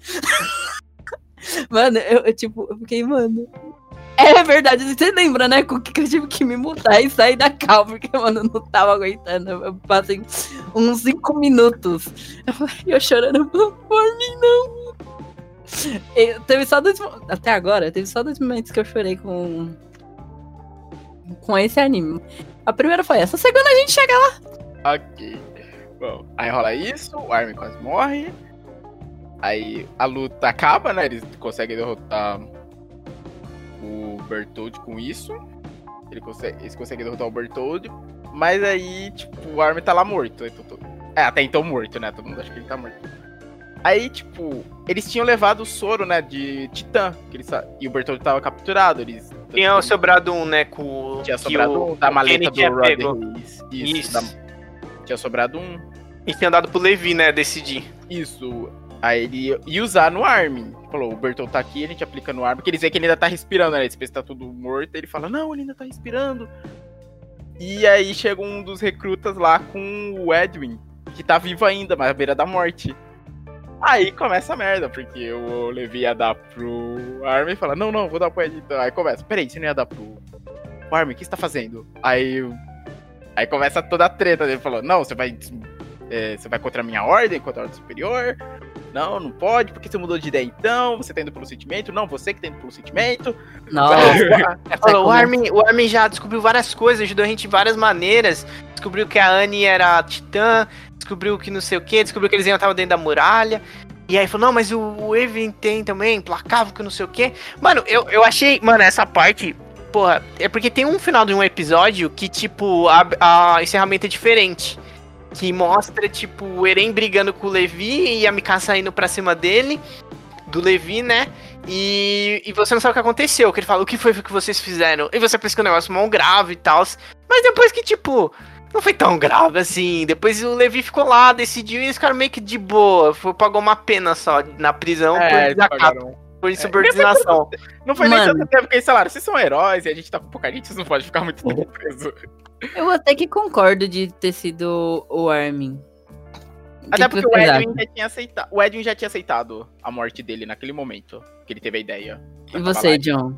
Mano, eu fiquei, mano... É verdade, você lembra, né? Com que eu tive que me mudar e sair da cal, porque, mano, eu não tava aguentando. Eu passei uns 5 minutos. Eu chorando, por mim, não. Teve só 2... Até agora, teve só 2 momentos que eu chorei com esse anime. A primeira foi essa, a segunda a gente chega lá. Ok. Bom, aí rola isso, o Armin quase morre. Aí a luta acaba, né? Eles conseguem derrotar o Bertholdt com isso. Eles conseguem derrotar o Bertholdt. Mas aí, tipo, o Armin tá lá morto. Até então morto, né? Todo mundo acha que ele tá morto. Aí, tipo, eles tinham levado o soro, né, de Titã. E o Bertholdt tava capturado. Tinha sobrado um, né, tinha sobrado um da maleta do Roderick. Isso. Tinha sobrado um. E tinha dado pro Levi, né, decidir. Isso. Aí ele ia usar no Armin. Falou, o Bertholdt tá aqui, a gente aplica no Armin. Porque eles veem que ele ainda tá respirando, né? Eles pensam que tá tudo morto. Ele fala, não, ele ainda tá respirando. E aí chega um dos recrutas lá com o Edwin, que tá vivo ainda, mas à beira da morte. Aí começa a merda, porque o Levi ia dar pro Armin e fala, não, vou dar pro Edwin. Então. Aí começa, peraí, você não ia dar pro Armin, o que você tá fazendo? Aí começa toda a treta dele, falou, não, você vai contra a minha ordem, contra a ordem superior. Não pode, porque você mudou de ideia então, você tá indo pelo sentimento. Não, você que tá indo pelo sentimento. O Armin já descobriu várias coisas, ajudou a gente de várias maneiras. Descobriu que a Annie era titã, descobriu que não sei o que, descobriu que eles iam estar dentro da muralha. E aí falou, não, mas o Evan tem também, implacável, que não sei o que. Mano, eu achei, essa parte porra, é porque tem um final de um episódio que, tipo, a encerramento é diferente. Que mostra, tipo, o Eren brigando com o Levi e a Mikasa indo pra cima dele, do Levi, né? E você não sabe o que aconteceu. Que ele fala, o que foi que vocês fizeram? E você pensa que o negócio é mó grave e tal. Mas depois que, tipo, não foi tão grave assim. Depois o Levi ficou lá, decidiu e eles ficaram meio que de boa. Pagou uma pena só na prisão por desacato, por insubordinação. Não foi nem tanto tempo que eles falaram, vocês são heróis e a gente tá com pouca gente, vocês não podem ficar muito tempo preso. Eu até que concordo de ter sido o Armin. Até porque o Edwin já tinha aceitado. O Edwin já tinha aceitado a morte dele naquele momento que ele teve a ideia. E você, John?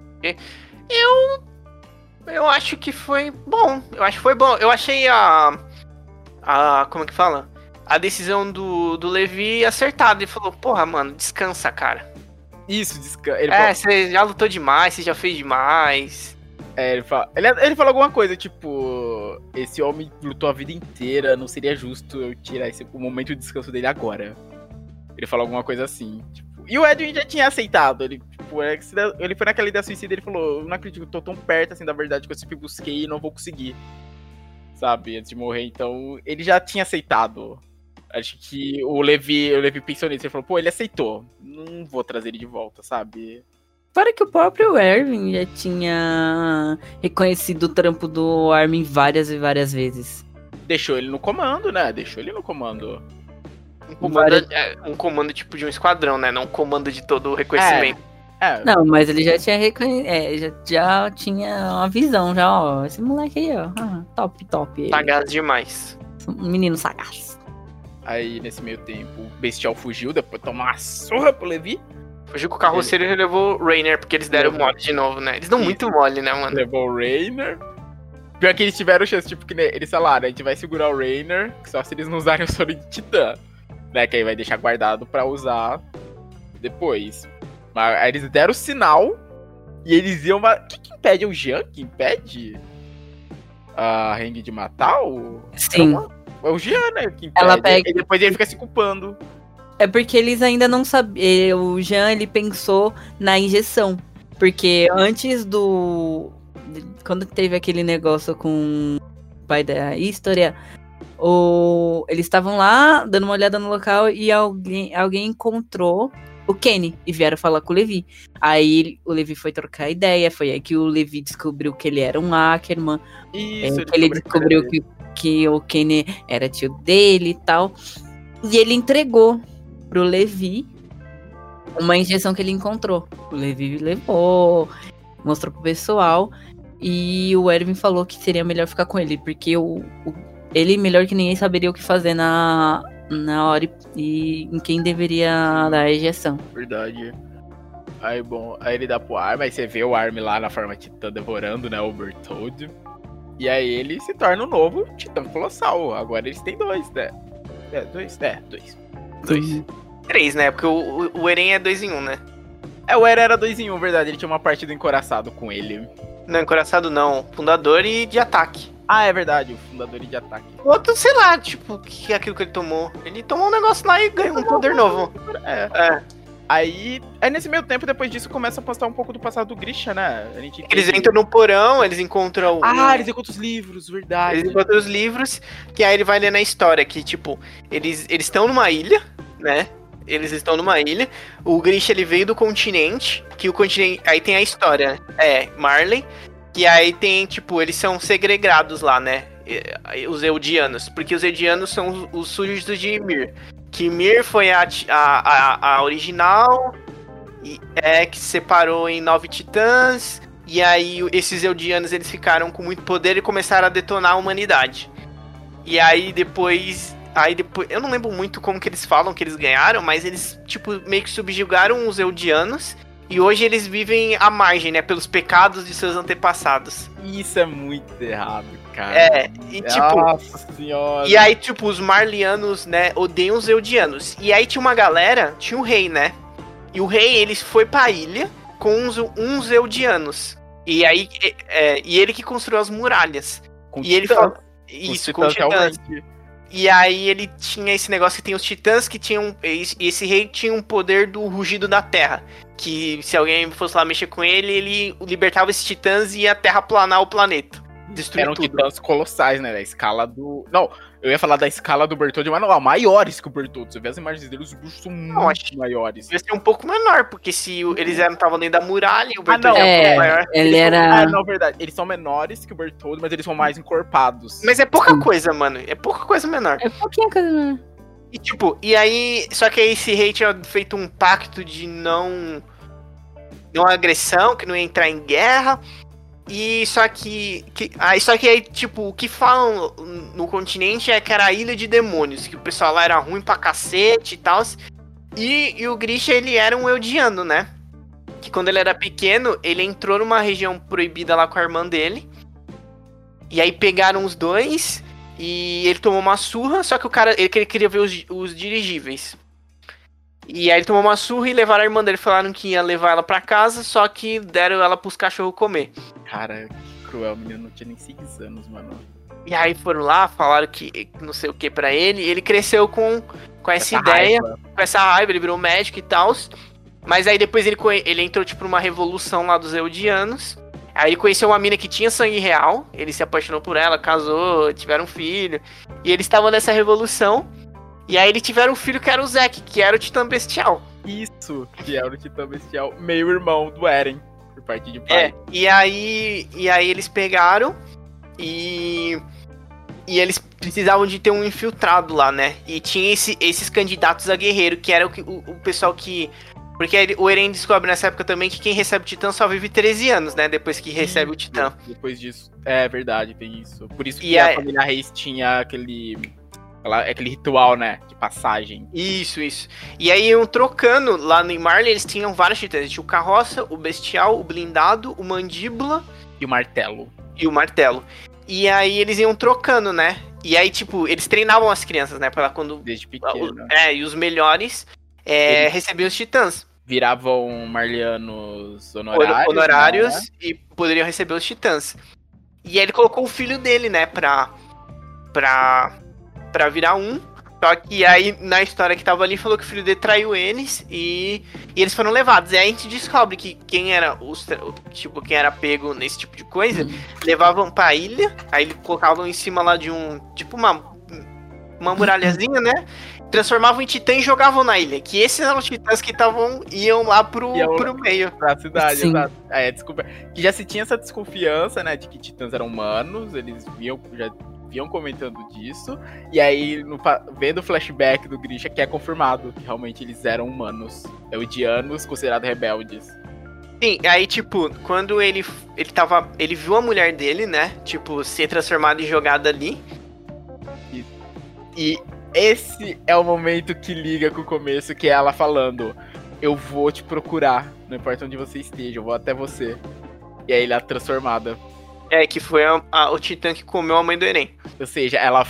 Eu acho que foi bom. Eu acho que foi bom. Eu achei como é que fala? A decisão do Levi acertada. Ele falou, porra, mano, descansa, cara. Isso, descansa. Você já lutou demais, você já fez demais. Ele falou alguma coisa, tipo, esse homem lutou a vida inteira, não seria justo eu tirar o momento de descanso dele agora. Ele falou alguma coisa assim, tipo, e o Edwin já tinha aceitado, ele foi naquela ideia suicida, ele falou, eu não acredito que eu tô tão perto assim da verdade que eu sempre busquei e não vou conseguir, sabe, antes de morrer, então ele já tinha aceitado. Acho que o Levi pensou nisso, ele falou, pô, ele aceitou, não vou trazer ele de volta, sabe. Para que o próprio Erwin já tinha reconhecido o trampo do Armin várias e várias vezes. Deixou ele no comando, né? Um comando tipo de um esquadrão, né? Não um comando de todo o reconhecimento. Não, mas ele já tinha já tinha uma visão, já, ó. Esse moleque aí, ó. Top. Sagaz demais. Um menino sagaz. Aí, nesse meio tempo, o Bestial fugiu, depois de tomar uma surra pro Levi. Fugiu com o carroceiro e levou o Rainer, porque eles deram mole de novo, né? Eles dão muito mole, né, mano? Levou o Rainer. Pior que eles tiveram chance, tipo, que eles falaram, a gente vai segurar o Rainer, só se eles não usarem o soro de Titã. Né, que aí vai deixar guardado pra usar depois. Mas aí eles deram o sinal e eles iam... O que impede? O Jean que impede a Heng de matar o... Sim. É o Jean, né, que impede. Ela pega... E depois ele fica se culpando. É porque eles ainda não sabiam. O Jean, ele pensou na injeção. Porque antes quando teve aquele negócio com o pai da História, eles estavam lá dando uma olhada no local e alguém encontrou o Kenny e vieram falar com o Levi. Aí o Levi foi trocar ideia. Foi aí que o Levi descobriu que ele era um Ackerman. Isso, ele descobriu que o Kenny era tio dele e tal. E ele entregou pro Levi uma injeção que ele encontrou. O Levi levou, mostrou pro pessoal. E o Erwin falou que seria melhor ficar com ele, porque ele, melhor que ninguém, saberia o que fazer na hora e em quem deveria dar a injeção. Verdade. Aí ele dá pro Armin, aí você vê o Armin lá na forma Titã devorando, né, o Bertholdt. E aí ele se torna o novo Titã Colossal. Agora eles têm 2, né? 2. 3, né? Porque o Eren é 2 em 1, né? O Eren era 2 em 1, verdade. Ele tinha uma parte do encoraçado com ele. Não, encoraçado não. Fundador e de ataque. Ah, é verdade. O fundador e de ataque. Outro, sei lá, tipo, o que é aquilo que ele tomou? Ele tomou um negócio lá e ganhou um poder novo. Aí nesse meio tempo, depois disso, começa a postar um pouco do passado do Grisha, né? Eles entram no porão, eles encontram... eles encontram os livros, verdade. Eles encontram os livros, que aí ele vai ler na história, que, tipo, eles estão numa ilha, né? Eles estão numa ilha. O Grisha, ele veio do continente, que o continente... Aí tem a história, Marley, que aí tem, tipo, eles são segregados lá, né? Os Eldianos, porque os Eldianos são os súditos de Ymir. Que Ymir foi a original, que se separou em 9 titãs, e aí esses Eldianos, eles ficaram com muito poder e começaram a detonar a humanidade. E aí depois, eu não lembro muito como que eles falam que eles ganharam, mas eles, tipo, meio que subjugaram os Eldianos, e hoje eles vivem à margem, né, pelos pecados de seus antepassados. Isso é muito errado, cara. E tipo... Nossa senhora. E aí, tipo, os Marlianos, né, odeiam os Eldianos. E aí tinha uma galera, tinha o rei, né? E o rei, ele foi pra ilha com uns Eldianos. E aí, e ele que construiu as muralhas. Com e ele falou... Isso, com titãs. E aí ele tinha esse negócio que tem os titãs que tinham... Esse rei tinha um poder do rugido da terra. que se alguém fosse lá mexer com ele libertava esses titãs e ia terraplanar o planeta. Destruir Eram tudo. titãs colossais, né? Da escala do... Não, eu ia falar da escala do Bertoldi, mas não, maiores que o Bertoldi. Você vê as imagens dele, os bichos são muito maiores. Devia ser um pouco menor, porque se eles estavam dentro da muralha, o Bertoldi não, era um pouco maior. Ele era... Não, verdade. Eles são menores que o Bertoldi, mas eles são mais encorpados. Mas é pouca coisa, mano. É pouca coisa menor. É pouquinha coisa, né? E tipo, e aí... Só que aí esse rei tinha feito um pacto de não agressão, que não ia entrar em guerra. E só que aí, tipo, o que falam no continente é que era a Ilha de Demônios, que o pessoal lá era ruim pra cacete e tal. E o Grisha, ele era um Eldiano, né? Que quando ele era pequeno, ele entrou numa região proibida lá com a irmã dele. E aí pegaram os dois e ele tomou uma surra, só que o cara, ele queria ver os dirigíveis. E aí ele tomou uma surra e levaram a irmã dele, falaram que ia levar ela pra casa, só que deram ela pros cachorros comer. Cara, que cruel, o menino não tinha nem 6 anos, mano. E aí foram lá, falaram que não sei o que pra ele, e ele cresceu com essa ideia, com essa raiva, ele virou médico e tal. Mas aí depois ele entrou tipo numa revolução lá dos Eldianos. Aí ele conheceu uma mina que tinha sangue real, ele se apaixonou por ela, casou, tiveram um filho. E eles estavam nessa revolução. E aí eles tiveram um filho que era o Zek, que era o Titã Bestial. Isso, que era o Titã Bestial, meio irmão do Eren, por parte de pai. E aí eles pegaram e eles precisavam de ter um infiltrado lá, né? E tinha esses candidatos a guerreiro, que era o pessoal que... Porque o Eren descobre nessa época também que quem recebe o Titã só vive 13 anos, né? Depois que recebe o Titã. Depois disso, é verdade, tem isso. Por isso que E a família Reis tinha aquele ritual, né, de passagem. Isso. E aí iam trocando, lá no Marley eles tinham vários titãs. Tinha o Carroça, o Bestial, o Blindado, o Mandíbula... E o Martelo. E o Martelo. E aí eles iam trocando, né? E aí, tipo, eles treinavam as crianças, né? Pra quando... Desde pequeno. E os melhores recebiam os titãs. Viravam marlianos honorários, né? E poderiam receber os titãs. E aí ele colocou o filho dele, né? Pra virar um. Só que aí, na história que tava ali, falou que o filho dele traiu eles e eles foram levados. E aí a gente descobre que quem era quem era pego nesse tipo de coisa, levavam pra ilha, aí eles colocavam em cima lá de tipo uma muralhazinha, né? Transformavam em titã e jogavam na ilha. Que esses eram os titãs que iam lá pro meio. Pra cidade, Sim. exato. Desculpa. Que já se tinha essa desconfiança, né, de que titãs eram humanos, eles já vinham comentando disso, e aí, vendo o flashback do Grisha, que é confirmado que realmente eles eram humanos, eldianos, considerados rebeldes. Sim, aí, tipo, quando ele viu a mulher dele, né, tipo, ser transformada e jogada ali. E esse é o momento que liga com o começo, que é ela falando, eu vou te procurar, não importa onde você esteja, eu vou até você. E aí ele é transformada. Que foi o titã que comeu a mãe do Eren. Ou seja, ela...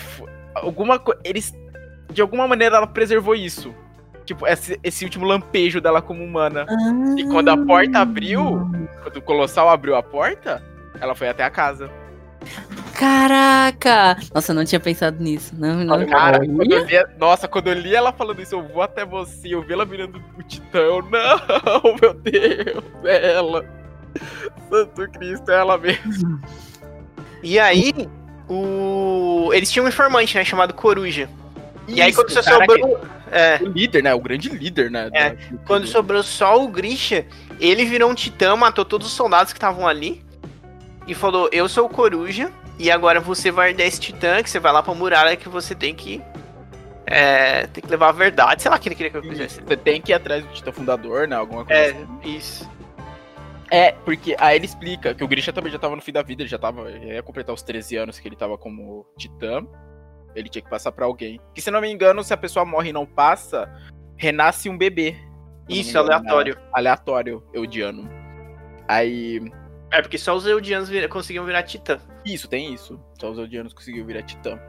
de alguma maneira, ela preservou isso. Tipo, esse último lampejo dela como humana. E quando a porta abriu, quando o Colossal abriu a porta, ela foi até a casa. Caraca! Nossa, eu não tinha pensado nisso. Não. Cara, quando eu li ela falando isso, eu vou até você, eu vi ela virando o titã, não, meu Deus, é ela. Santo Cristo, é ela mesmo. E aí, eles tinham um informante, né, chamado Coruja. E aí quando sobrou... O líder, né, o grande líder, né. Quando sobrou só o Grisha, ele virou um titã, matou todos os soldados que estavam ali. E falou, eu sou o Coruja, e agora você vai herdar esse titã, que você vai lá pra muralha, que você tem que levar a verdade. Sei lá o que ele queria que eu fizesse. Você tem que ir atrás do titã fundador, né, alguma coisa assim. Isso. Porque aí ele explica que o Grisha também já tava no fim da vida, ele já ia completar os 13 anos que ele tava como titã. Ele tinha que passar pra alguém. Que se não me engano, se a pessoa morre e não passa, renasce um bebê. Isso, aleatório. Aleatório, Eldiano. Aí... porque só os Eldianos conseguiam virar titã. Isso, tem isso. Só os Eldianos conseguiram virar titã.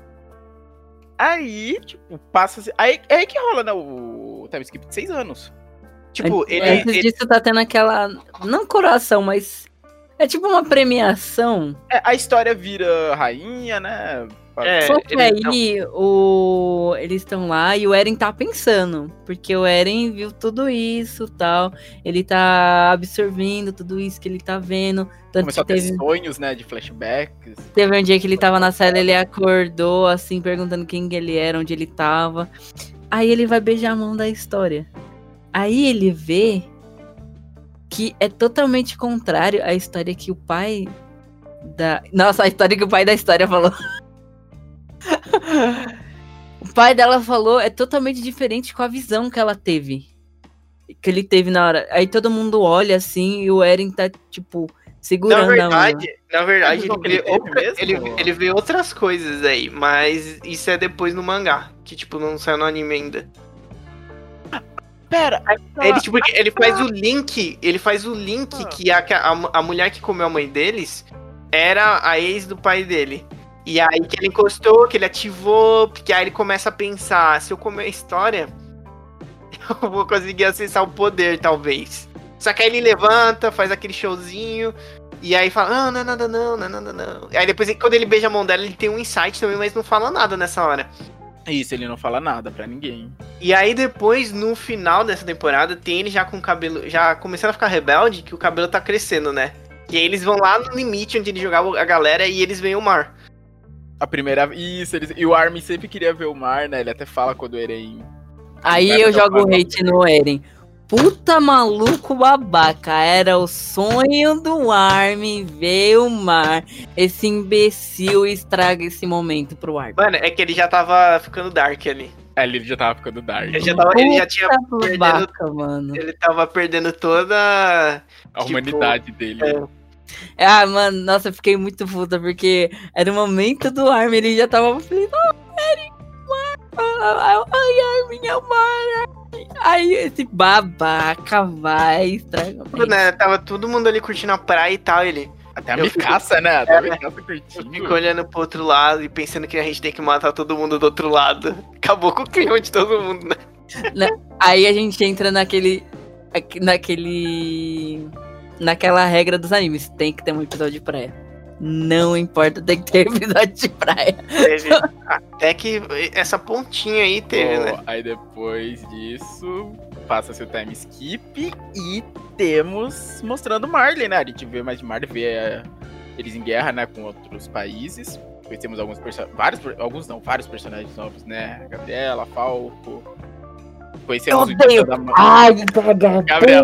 Aí, tipo, passa... Aí que rola, né, o time skip de 6 anos. Tipo, Antes disso tá tendo aquela... Não coração, mas... É tipo uma premiação. A história vira rainha, né? fase. É, Só que eles- aí eles estão lá e o Eren tá pensando. Porque o Eren viu tudo isso e tal. Ele tá absorvendo tudo isso que ele tá vendo. Tanto Começou a que ter teve, sonhos, né, de flashbacks. teve um dia que ele tava na cela, ele acordou, assim, perguntando quem ele era, onde ele tava. Aí ele vai beijar a mão da história. Aí ele vê que é totalmente contrário à história que o pai da... Nossa, a história que o pai da história falou. O pai dela falou é totalmente diferente com a visão que ela teve. Que ele teve na hora. Aí todo mundo olha assim e o Eren tá, tipo, segurando a mão. na verdade, Ele ele, teve mesmo? ele vê outras coisas aí, mas isso é depois no mangá, que tipo, não saiu no anime ainda. Pera, Ele, tipo, ele faz o link que a mulher que comeu a mãe deles era a ex do pai dele. E aí que ele encostou, que ele ativou, porque aí ele começa a pensar, se eu comer a história, eu vou conseguir acessar o poder, talvez. Só que aí ele levanta, faz aquele showzinho, e aí fala, não. Aí depois, quando ele beija a mão dela, ele tem um insight também, mas não fala nada nessa hora. isso, ele não fala nada pra ninguém. E aí depois, no final dessa temporada, tem ele já com o cabelo, já começando a ficar rebelde, que o cabelo tá crescendo, né? E aí eles vão lá no limite onde ele jogava a galera e eles veem o mar. A primeira... Isso, e o Armin sempre queria ver o mar, né? Ele até fala quando o Eren... Aí eu jogo o hate no Eren. Puta maluco babaca. Era o sonho do Armin ver o mar. Esse imbecil estraga esse momento pro Armin. Mano, é que ele já tava ficando dark ali. Ele já tava ficando dark. Ele já tinha Puta babaca, mano. Ele tava perdendo toda A humanidade dele. Ah, mano, nossa, eu fiquei muito puta, porque era o momento do Armin, ele já tava falando, Eren, mar, ai, Armin, é o mar. Aí esse babaca vai, estraga. né? Tava todo mundo ali curtindo a praia e tal, ele... Até a Eu Mikasa, né? Até a Mikasa curtindo. Fica olhando pro outro lado e pensando que a gente tem que matar todo mundo do outro lado. Acabou com o clima de todo mundo, né? Aí a gente entra naquela regra dos animes, tem que ter um episódio de praia. Não importa, tem que ter episódio de praia. Até que essa pontinha aí teve, né? Aí depois disso, passa-se o time skip e temos mostrando Marley, né? A gente vê mais de Marley, vê eles em guerra, né, com outros países. Conhecemos vários personagens novos, né? A Gabriela, a Falco. Conhecemos Eu odeio. Ai, Gabriel.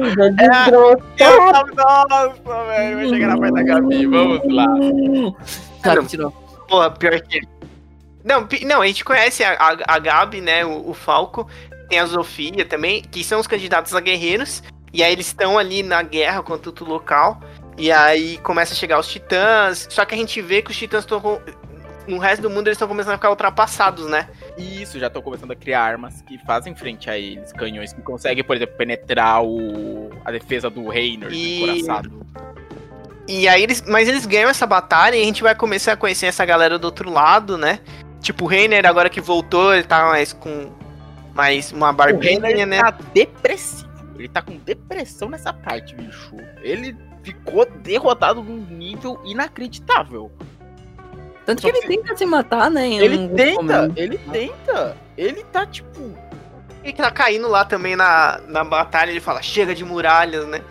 Nossa, velho, vai chegar na parte da Gabi, vamos lá. Tá, Não. continua. Porra, pior que... Não, a gente conhece a Gabi, né, o Falco, tem a Zofia também, que são os candidatos a guerreiros, e aí eles estão ali na guerra contra o local, e aí começa a chegar os titãs, só que a gente vê que os titãs estão... No resto do mundo eles estão começando a ficar ultrapassados, né? Isso, já estão começando a criar armas que fazem frente a eles, canhões que conseguem, por exemplo, penetrar a defesa do Reiner, do encoraçado. E aí eles ganham essa batalha e a gente vai começar a conhecer essa galera do outro lado, né? Tipo, o Reiner agora que voltou, ele tá mais com uma barbinha, né? Tá depressivo. Ele tá com depressão nessa parte, bicho. Ele ficou derrotado num nível inacreditável. Tanto que ele tenta se matar, né? Ele tenta. Ele tá tipo... Ele tá caindo lá também na batalha, ele fala, chega de muralhas, né?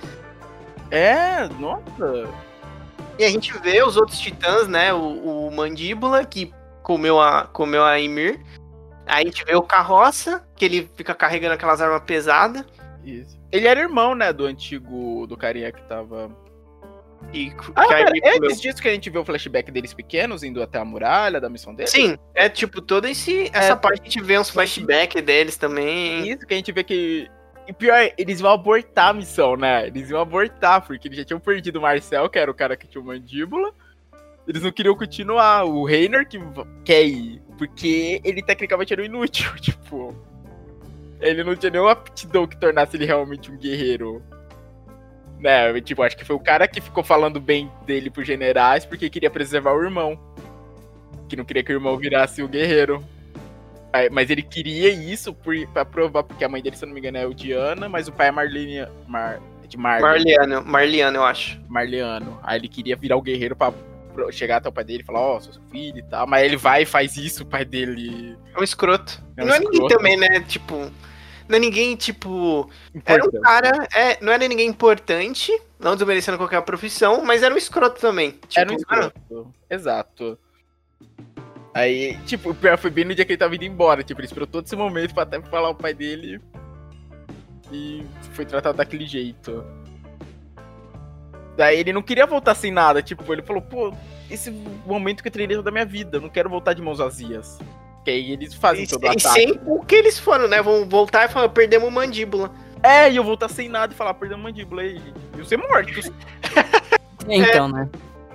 Nossa. E a gente vê os outros titãs, né? O Mandíbula, que comeu a Ymir. Aí a gente vê o Carroça, que ele fica carregando aquelas armas pesadas. Isso. Ele era irmão, né, do carinha que tava... Comeu. Antes disso que a gente vê o flashback deles pequenos, indo até a muralha da missão deles? Sim, é tipo, toda essa parte a gente vê uns flashbacks deles também. Isso, que a gente vê que... E pior, eles vão abortar a missão, né? Eles iam abortar, porque eles já tinham perdido o Marcel, que era o cara que tinha o mandíbula. Eles não queriam continuar. O Reiner que quer ir, porque ele tecnicamente era um inútil, tipo... Ele não tinha nenhuma aptidão que tornasse ele realmente um guerreiro. Né, tipo, acho que foi o cara que ficou falando bem dele pros generais porque queria preservar o irmão. Que não queria que o irmão virasse o guerreiro. Aí, mas ele queria isso pra provar, porque a mãe dele, se eu não me engano, é o Diana, mas o pai é Marliano, eu acho. Marliano. Aí ele queria virar o guerreiro pra chegar até o pai dele e falar, ó, sou seu filho e tal. Mas ele vai e faz isso, o pai dele... É um escroto. É um não é ninguém escroto. também, né? Tipo... Não é ninguém, tipo... Era um cara... não era ninguém importante, não desmerecendo qualquer profissão, mas era um escroto também. Tipo, Era um escroto. Exato. Aí, tipo, o pior foi bem no dia que ele tava indo embora. Tipo, ele esperou todo esse momento pra até falar o pai dele. E foi tratado daquele jeito. Daí ele não queria voltar sem nada. Tipo, ele falou, pô, esse momento que eu treinei toda a minha vida. Eu não quero voltar de mãos vazias. Que aí eles fazem todo o E ataque. sem o que eles foram, né? Vão voltar e falar, perdemos mandíbula. É, e eu voltar sem nada e falar, perdemos mandíbula aí. E eu ser mortos. Então, né?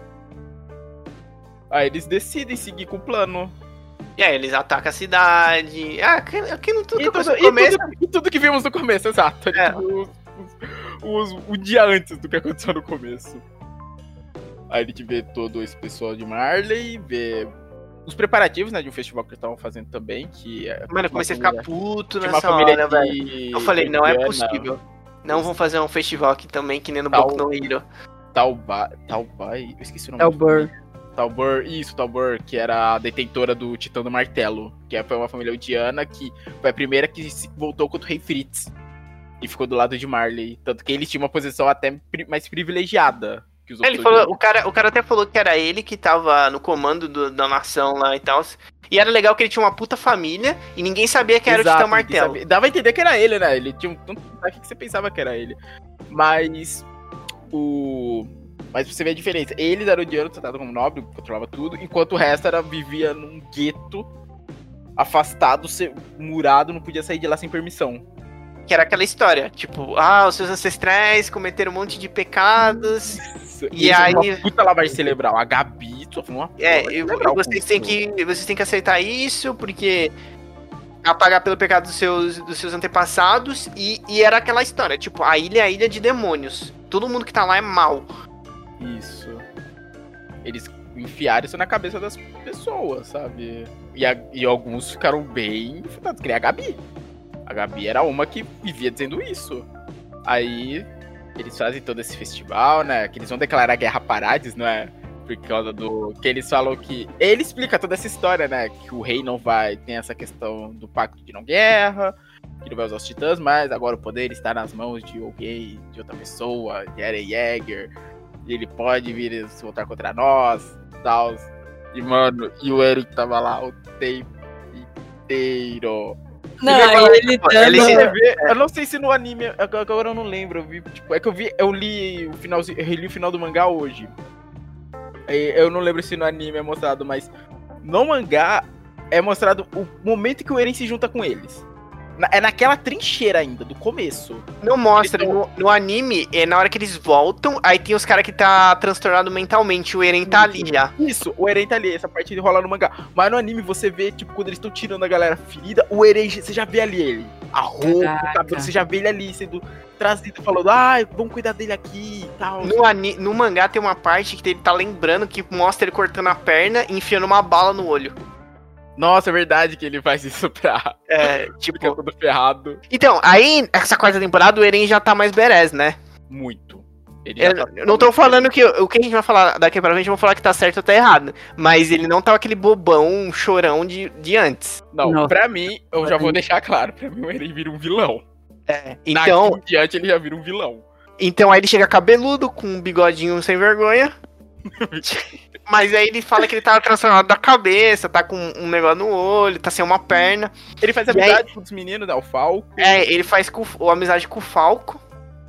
Aí eles decidem seguir com o plano. E aí eles atacam a cidade. Ah, aquilo tudo que E aconteceu tudo, no começo. e tudo que vimos no começo, exato. É. Tipo, o dia antes do que aconteceu no começo. Aí a gente vê todo esse pessoal de Marley, vê os preparativos, né, de um festival que eles estavam fazendo também, que é... Mano, eu comecei a ficar puto tinha uma nessa família hora, velho. que... Eu falei, não é indiana, possível. Não vão fazer um festival aqui também, que nem no Tal- Boku no Hero. Talbai, eu esqueci o nome. Elbur. Talbur, que era a detentora do Titã do Martelo, que foi uma família indiana que foi a primeira que se voltou contra o Rei Fritz e ficou do lado de Marley, tanto que ele tinha uma posição até mais privilegiada que os outros. Ele falou, o cara até falou que era ele que tava no comando da nação lá e tal. E era legal que ele tinha uma puta família e ninguém sabia que era Exato, o Titã Martelo. dava a entender que era ele, né? Ele tinha um tanto de ataque que você pensava que era ele. Mas você vê a diferença. Ele era o indiano tratado como nobre, controlava tudo, enquanto o resto vivia num gueto, afastado, murado, não podia sair de lá sem permissão. Que era aquela história, tipo, os seus ancestrais cometeram um monte de pecados. E aí- Uma puta lavagem cerebral. A Gabi sofreu uma lavagem cerebral com Vocês isso. têm que aceitar isso, porque apagar pelo pecado dos seus antepassados. E era aquela história, tipo, a ilha é a ilha de demônios. Todo mundo que tá lá é mal. Isso. Eles enfiaram isso na cabeça das pessoas, sabe? E alguns ficaram bem infectados, que nem a Gabi. A Gabi era uma que vivia dizendo isso. Aí eles fazem todo esse festival, né? Que eles vão declarar guerra a Parades, não é? Por causa do... Que eles falam que... Ele explica toda essa história, né? Que o rei não vai... Tem essa questão do pacto de não guerra, que não vai usar os titãs, mas agora o poder está nas mãos de alguém, de outra pessoa, de Eren Yeager. E ele pode vir se voltar contra nós, tal. E, mano, e o Eric tava lá o tempo inteiro. Não, Ele aí fala, ele tipo, dando... ele- Você vê, eu não sei se no anime, agora eu não lembro, eu li o finalzinho, eu reli o final do mangá hoje. Eu não lembro se no anime é mostrado, mas no mangá é mostrado o momento que o Eren se junta com eles. É naquela trincheira ainda, do começo. Não mostra. No anime, é na hora que eles voltam, aí tem os caras que tá transtornado mentalmente. O Eren tá ali já. Isso, o Eren tá ali, essa parte de rolar no mangá. Mas no anime você vê, tipo, quando eles estão tirando a galera ferida, o Eren, você já vê ali ele. A roupa, o Caraca. cabelo, você já vê ele ali sendo trazido, falando, vamos cuidar dele aqui e tal. No mangá tem uma parte que ele tá lembrando que mostra ele cortando a perna e enfiando uma bala no olho. Nossa, é verdade que ele faz isso pra Tipo. ficar todo ferrado. Então, aí, essa quarta temporada, o Eren já tá mais badass, né? Muito. Ele já tá Eu não tô falando que o que a gente vai falar daqui pra frente, vamos falar que tá certo ou tá errado. Mas ele não tá aquele bobão, chorão de antes. Não, Não. pra mim, eu já Pra vou mim- deixar claro, pra mim o Eren vira um vilão. Então, Daqui em diante ele já vira um vilão. então aí ele chega cabeludo, com um bigodinho sem vergonha. Mas aí ele fala que ele tava transformado da cabeça, tá com um negócio no olho, tá sem uma perna. Ele faz E aí- amizade com os meninos, né, o Falco. Ele faz amizade com o Falco.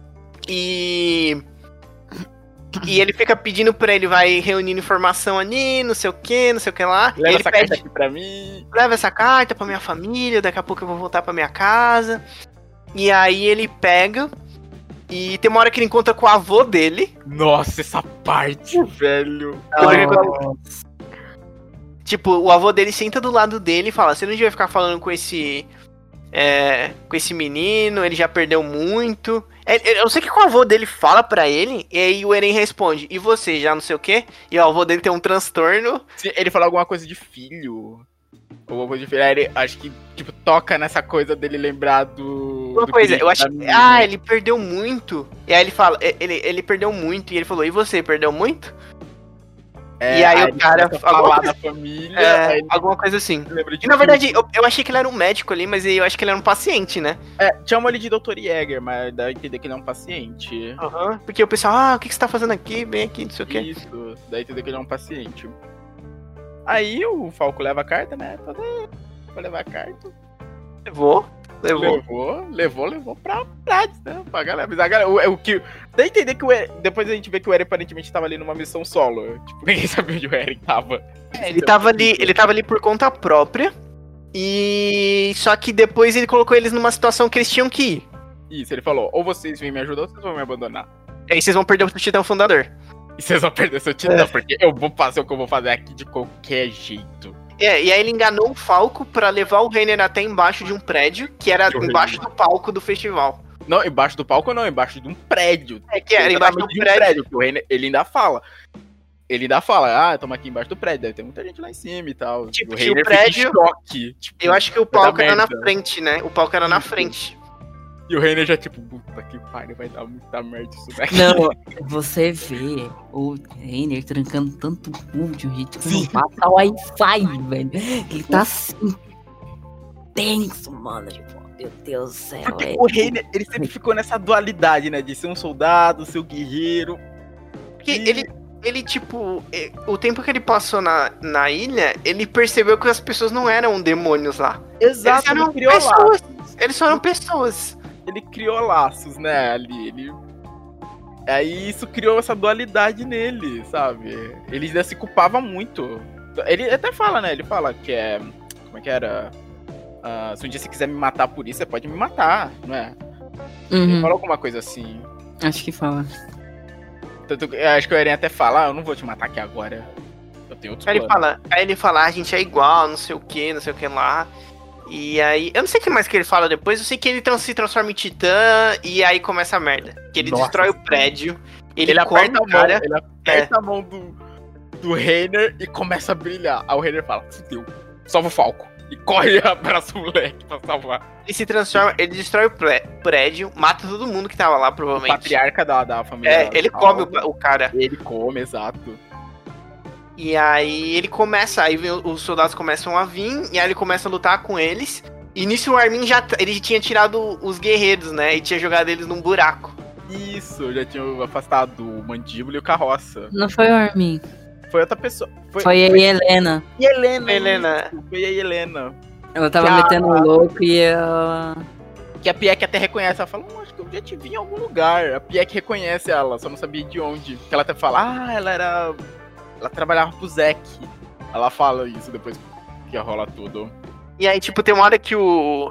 E ele fica pedindo pra ele, vai reunindo informação ali, não sei o que lá. Leva Ele essa pede, carta aqui pra mim. leva essa carta pra minha família, daqui a pouco eu vou voltar pra minha casa. E aí ele pega e tem uma hora que ele encontra com o avô dele. Nossa, essa parte, velho. A hora que- Tipo, o avô dele senta do lado dele e fala, você não devia ficar falando com esse menino, ele já perdeu muito. Eu sei que o avô dele fala pra ele, e aí o Eren responde, e você, já não sei o quê? E o avô dele tem um transtorno. Se ele falar alguma coisa de filho. Alguma coisa de filho. Aí ele, acho que, tipo, toca nessa coisa dele lembrar do. Uma do coisa, perigo eu acho da que. menina. Ele perdeu muito. E aí ele fala, ele perdeu muito, e ele falou, e você, perdeu muito? E aí o cara começa a falar da família. Aí ele alguma coisa assim. lembra de E na verdade, tudo. eu achei que ele era um médico ali, mas eu acho que ele era um paciente, né? Chamam ele de Dr. Jäger, mas dá a entender que ele é um paciente. Porque o pessoal, o que você tá fazendo aqui? Vem aqui, não sei o quê. Isso, dá a entender que ele é um paciente. Aí o Falco leva a carta, né? Vou levar a carta. Levou. Levou pra Hades, né? Pra galera. Mas a galera, o que. Dá a entender que o Eren. Depois a gente vê que o Eren aparentemente tava ali numa missão solo. Tipo, ninguém sabia onde o Eren tava. Ele tava ali por conta própria. E. Só que depois ele colocou eles numa situação que eles tinham que ir. Isso, ele falou: ou vocês vêm me ajudar ou vocês vão me abandonar. E aí vocês vão perder o titã fundador. E vocês vão perder seu titã, porque eu vou fazer o que eu vou fazer aqui de qualquer jeito. E aí ele enganou o Falco pra levar o Reiner até embaixo de um prédio, que era embaixo do palco do festival. Não, embaixo do palco não, embaixo de um prédio. Que era embaixo do de um prédio. Que o Reiner, ele ainda fala, estamos aqui embaixo do prédio, deve ter muita gente lá em cima e tal. Tipo, o que o Reiner prédio- fica em choque. Tipo, Eu acho que o vai dar palco era na merda. frente, né? O palco era na Isso. frente. E o Reiner já tipo, puta que pariu, vai dar muita merda isso daqui. Não, você vê o Reiner trancando tanto cu de um jeito que não Sim. passa Wi-Fi, velho. Ele tá assim, tenso, mano. Tipo, meu Deus do céu, Porque velho. o Reiner, ele sempre ficou nessa dualidade, né? De ser um soldado, ser um guerreiro. Porque E- ele, tipo, o tempo que ele passou na ilha, ele percebeu que as pessoas não eram demônios lá. Exato, Eles eram ele criou laços. pessoas. Eles só eram pessoas. Ele criou laços, né? Ali, Aí isso criou essa dualidade nele, sabe? Ele ainda se culpava muito. Ele até fala, né? Ele fala que é. Como é que era? Se um dia você quiser me matar por isso, você pode me matar, não é? Ele Uhum, falou alguma coisa assim. acho que fala. Tanto que eu acho que o Eren até fala, eu não vou te matar aqui agora. Eu tenho outros planos. Aí ele fala, a gente é igual, não sei o que lá. E aí, eu não sei o que mais que ele fala depois, eu sei que ele se transforma em titã e aí começa a merda. Que ele Nossa, destrói o sim. prédio, ele aperta come a o mão, cara. ele aperta a mão do Reiner e começa a brilhar. Aí o Reiner fala, fudeu, salva o Falco. E corre e abraça o moleque pra salvar. Ele se transforma, ele destrói o prédio, mata todo mundo que tava lá, O provavelmente. patriarca da família. Ele come o cara. Ele come, exato. E aí ele começa, os soldados começam a vir, e aí ele começa a lutar com eles. E nisso o Armin ele tinha tirado os guerreiros, né? E tinha jogado eles num buraco. Isso, já tinha afastado o Mandíbula e o Carroça. Não foi o Armin, Foi outra pessoa. foi a Helena. E Helena. Foi a Helena. isso, Foi a Helena. Ela tava Que a- metendo um louco e ela... Que a Pieck até reconhece. Ela fala, acho que eu já te vi em algum lugar. A Pieck reconhece ela, só não sabia de onde. Que ela até fala, ela trabalhava pro Zack. Ela fala isso depois que rola tudo. E aí, tipo, tem uma hora que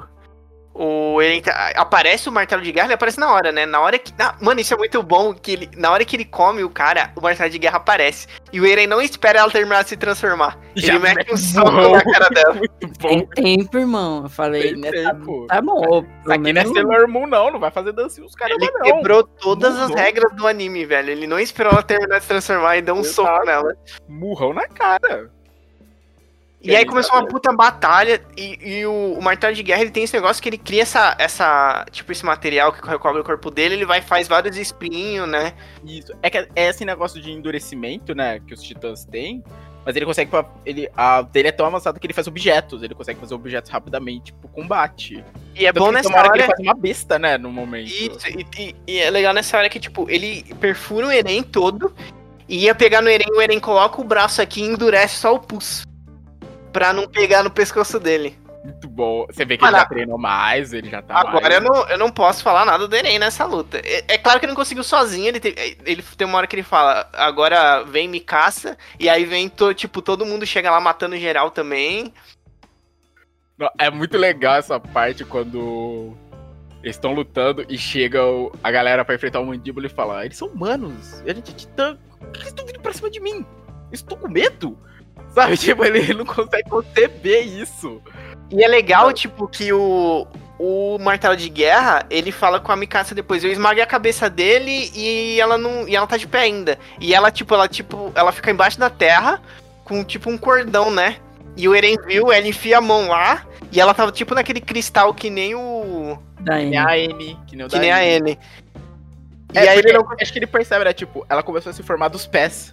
aparece o martelo de guerra, ele aparece na hora, né? Na hora que. Mano, isso é muito bom, que na hora que ele come o cara, o martelo de guerra aparece. E o Eren não espera ela terminar de se transformar. Já Ele mete mete um soco bom. na cara dela. Muito Tem bom. tempo, irmão. Eu falei, Tem né? tempo. Tá bom. Isso aqui não é Sailor Moon, não vai fazer dancinha os caras, Ele não. quebrou todas as Murrão. regras do anime, velho. Ele não esperou ela terminar de se transformar e deu um Exato. soco nela. Murrão na cara. E aí Ele começou uma sabe. puta batalha. E o martelo de guerra, ele tem esse negócio que ele cria tipo, esse material que recobre o corpo dele. Ele vai e faz vários espinhos, né? Isso. É que é esse negócio de endurecimento, né, que os titãs têm, mas ele consegue, dele é tão avançado que ele faz objetos, ele consegue fazer objetos rapidamente pro combate. E é Tanto bom que nessa tem uma hora que hora. ele faz uma besta, né, no momento. Isso, e é legal nessa hora que, tipo, ele perfura o Eren todo e ia pegar no Eren, o Eren coloca o braço aqui e endurece só o pulso. Pra não pegar no pescoço dele. Muito bom. Você vê que ele Olha, já treinou mais, ele já tá Agora mais. eu não posso falar nada do Eren nessa luta. É claro que ele não conseguiu sozinho, ele tem uma hora que ele fala, agora vem me caça, e aí vem, todo mundo chega lá matando geral também. Não, é muito legal essa parte quando eles estão lutando e chega a galera pra enfrentar o Mandíbula e fala, eles são humanos, e a gente é titã, por que eles estão vindo pra cima de mim? Eu estou com medo? Sabe, tipo, ele não consegue conceber isso. E é legal, tipo, que o martelo de guerra, ele fala com a Mikasa depois, eu esmaguei a cabeça dele e ela tá de pé ainda. E ela fica embaixo da terra com, tipo, um cordão, né? E o Eren viu, ela enfia a mão lá e ela tava, tipo, naquele cristal que nem o... Da Que nem a N, que nem o Que da nem a N. N. E É, aí ele porque não... acho que ele percebe, né? Tipo, ela começou a se formar dos pés.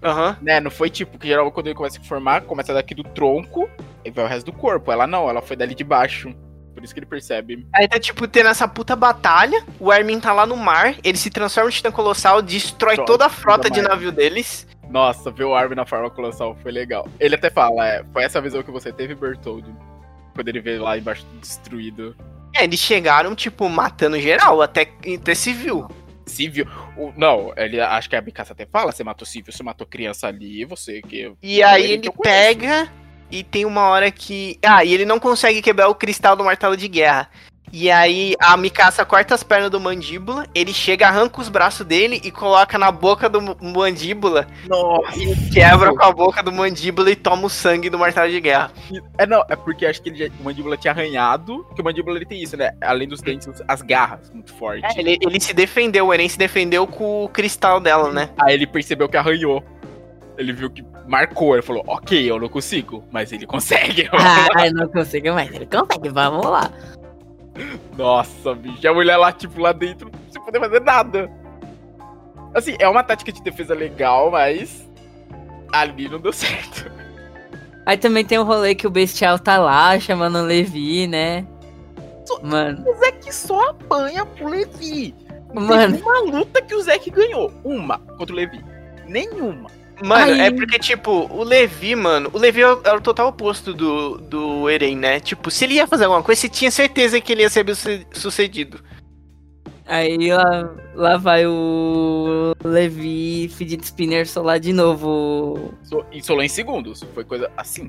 Aham. Né, não foi tipo, que geralmente quando ele começa a se formar, começa daqui do tronco e vai o resto do corpo. Ela não, ela foi dali de baixo. Por isso que ele percebe. Aí tá, tipo, tendo essa puta batalha, o Armin tá lá no mar, ele se transforma em Titã Colossal, destrói toda a frota de navio deles. Nossa, ver o Armin na forma colossal foi legal. Ele até fala, foi essa visão que você teve, Bertoldo? Quando ele vê lá embaixo tudo destruído. Eles chegaram, tipo, matando geral, até civil. Civil. Não, ele acho que a Mikasa até fala, você matou civil, você matou criança ali, você que. E aí ele pega e tem uma hora que. E ele não consegue quebrar o cristal do martelo de guerra. E aí a Mikasa corta as pernas do Mandíbula, ele chega, arranca os braços dele e coloca na boca do Mandíbula. Nossa. E quebra com a boca do Mandíbula e toma o sangue do martelo de guerra. É porque acho que o Mandíbula tinha arranhado, porque o Mandíbula ele tem isso, né? Além dos dentes, as garras muito fortes. Ele se defendeu, o Eren se defendeu com o cristal dela, né? Aí ele percebeu que arranhou. Ele viu que marcou, ele falou, ok, eu não consigo, mas ele consegue. Eu não consigo, mas ele consegue, vamos lá. Nossa, bicho, a mulher lá, tipo, lá dentro, sem poder fazer nada. Assim, é uma tática de defesa legal, mas ali não deu certo. Aí também tem o rolê que o Bestial tá lá, chamando o Levi, né? Mano. O Zeke só apanha pro Levi. Mano. Teve uma luta que o Zeke ganhou. Uma contra o Levi. Nenhuma. Mano, Ai. é porque, tipo, o Levi, mano, o Levi era o total oposto do Eren, né? Tipo, se ele ia fazer alguma coisa, você tinha certeza que ele ia ser bem sucedido. Aí lá vai o Levi Fidget Spinner solar de novo. E solou em segundos. Foi coisa assim.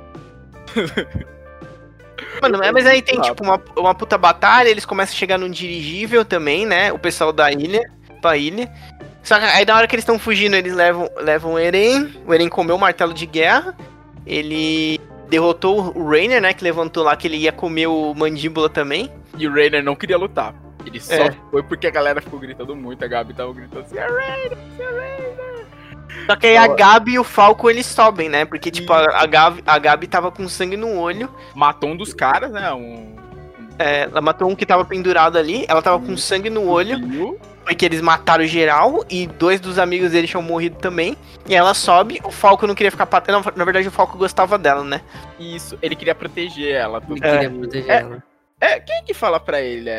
Mano, mas aí tem, tipo, uma puta batalha, eles começam a chegar num dirigível também, né? O pessoal da ilha, pra ilha. Só que aí na hora que eles estão fugindo, eles levam o Eren comeu o martelo de guerra, ele derrotou o Reiner, né, que levantou lá que ele ia comer o Mandíbula também. E o Reiner não queria lutar. Ele só foi porque a galera ficou gritando muito, a Gabi tava gritando assim, é Reiner, é Reiner. Só que aí a Gabi e o Falco, eles sobem, né, porque tipo, a Gabi tava com sangue no olho. Matou um dos caras, né, ela matou um que tava pendurado ali, ela tava com sangue no olho. Porque eles mataram geral e 2 dos amigos dele tinham morrido também. E ela sobe, o Falco não queria ficar patendo. Na verdade, o Falco gostava dela, né? Isso, ele queria proteger ela. Ele queria proteger ela. Quem que fala pra ele?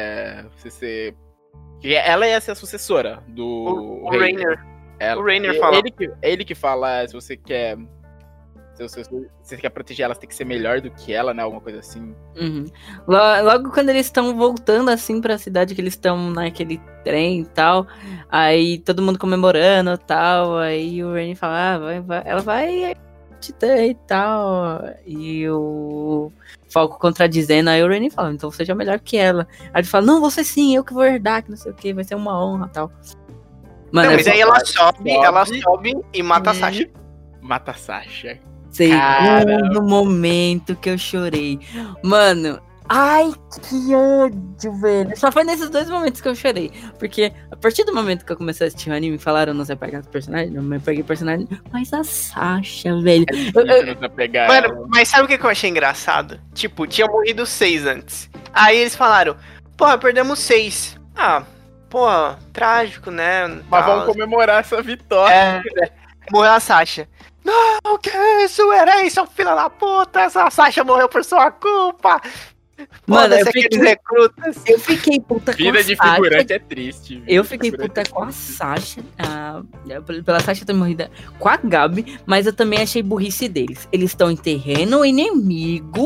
Que ela ia ser a sucessora do o Reiner. O Reiner fala. Ele que fala, se você quer. Se você quer proteger ela, você tem que ser melhor do que ela, né? Alguma coisa assim. Uhum. Logo quando eles estão voltando assim pra cidade, que eles estão naquele trem e tal, aí todo mundo comemorando e tal, aí o Rainy fala, ela vai Titã e tal, e o Falco contradizendo, aí o Rainy fala, então seja melhor que ela. Aí ele fala, não, você sim, eu que vou herdar, que não sei o que, vai ser uma honra e tal. Mano, não, mas aí ela sobe e mata a Sasha. Mata a Sasha. Segundo momento que eu chorei. Mano, ai, que ódio, velho. Só foi nesses 2 momentos que eu chorei. Porque a partir do momento que eu comecei a assistir o anime, falaram não sei pegar os personagens, não me peguei personagem, mas a Sasha, velho. Mano, mas sabe o que eu achei engraçado? Tipo, tinha morrido 6 antes. Aí eles falaram, porra, perdemos 6. Porra, trágico, né? Mas vamos comemorar essa vitória. Morreu a Sasha. Não, que isso, Eren, seu filho da puta, essa Sasha morreu por sua culpa. Mano, eu fiquei puta com a Sasha. Vida de figurante é triste. Eu fiquei puta com a Sasha, pela Sasha ter morrido com a Gabi, mas eu também achei burrice deles. Eles estão em terreno inimigo,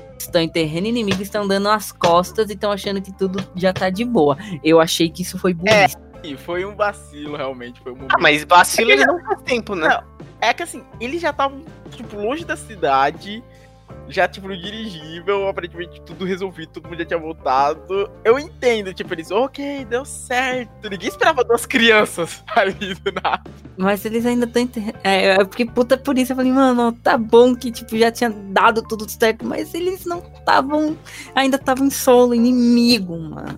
estão dando as costas e estão achando que tudo já tá de boa. Eu achei que isso foi burrice. Foi um vacilo, realmente. Foi um momento. Mas vacilo ele não faz tempo, né? Não, é que assim, eles já estavam, tipo, longe da cidade, já, tipo, no dirigível, aparentemente tudo resolvido, todo mundo já tinha voltado. Eu entendo, tipo, eles, ok, deu certo. Ninguém esperava 2 crianças ali do nada. Mas eles ainda estão... eu fiquei puta por isso. Eu falei, mano, tá bom que, tipo, já tinha dado tudo certo, mas eles não estavam... Ainda estavam em solo, inimigo, mano.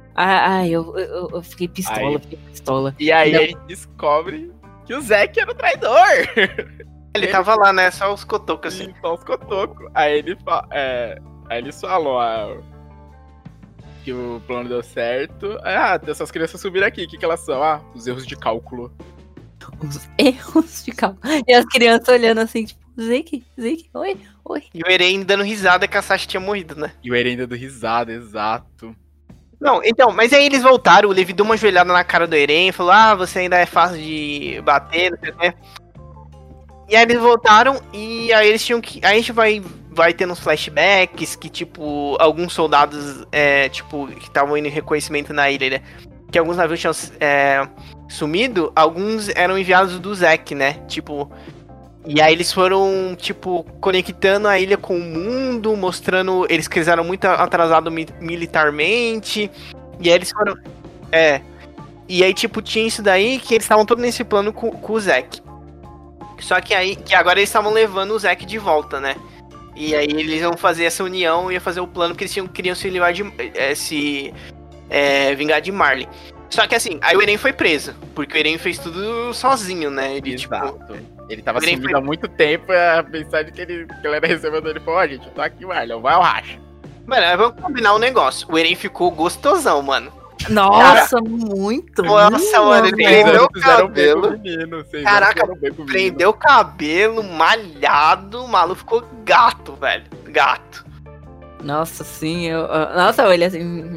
Eu fiquei pistola, E aí a gente descobre que o Zeke era o traidor. Ele tava lá, né? Só os cotocos, assim. Só os cotocos. Aí eles falam que o plano deu certo. Essas crianças subiram aqui. O que elas são? Os erros de cálculo. Os erros de cálculo. E as crianças olhando assim, tipo, Zeke, oi. E o Eren dando risada que a Sasha tinha morrido, né? E o Eren dando risada, exato. Não, então, mas aí eles voltaram, o Levi deu uma joelhada na cara do Eren e falou, você ainda é fácil de bater, não sei o quê. E aí eles voltaram e aí eles tinham que... Aí a gente vai tendo uns flashbacks que, tipo, alguns soldados, tipo, que estavam indo em reconhecimento na ilha, né? Que alguns navios tinham sumido, alguns eram enviados do Zack, né? Tipo... E aí eles foram, tipo, conectando a ilha com o mundo, mostrando... Eles que eles eram muito atrasados militarmente. E aí eles foram... E aí, tipo, tinha isso daí que eles estavam todos nesse plano com o Zack. Só que aí... Que agora eles estavam levando o Zack de volta, né? E aí eles iam fazer essa união, ia fazer o plano porque eles queriam se livrar de... vingar de Marley. Só que assim, aí o Eren foi preso. Porque o Eren fez tudo sozinho, né? Ele, Exato. tipo... Ele tava sumido há muito tempo, a mensagem que ele era recebendo, ele falou, gente, eu tô aqui, Marlon, vai ao racha. Mano, vamos combinar um negócio. O Eren ficou gostosão, mano. Nossa, muito. Nossa, mano, ele prendeu o cabelo. Caraca, prendeu prendeu o cabelo, malhado, o maluco ficou gato, velho. Gato. Nossa, sim, Nossa, eu olhei assim...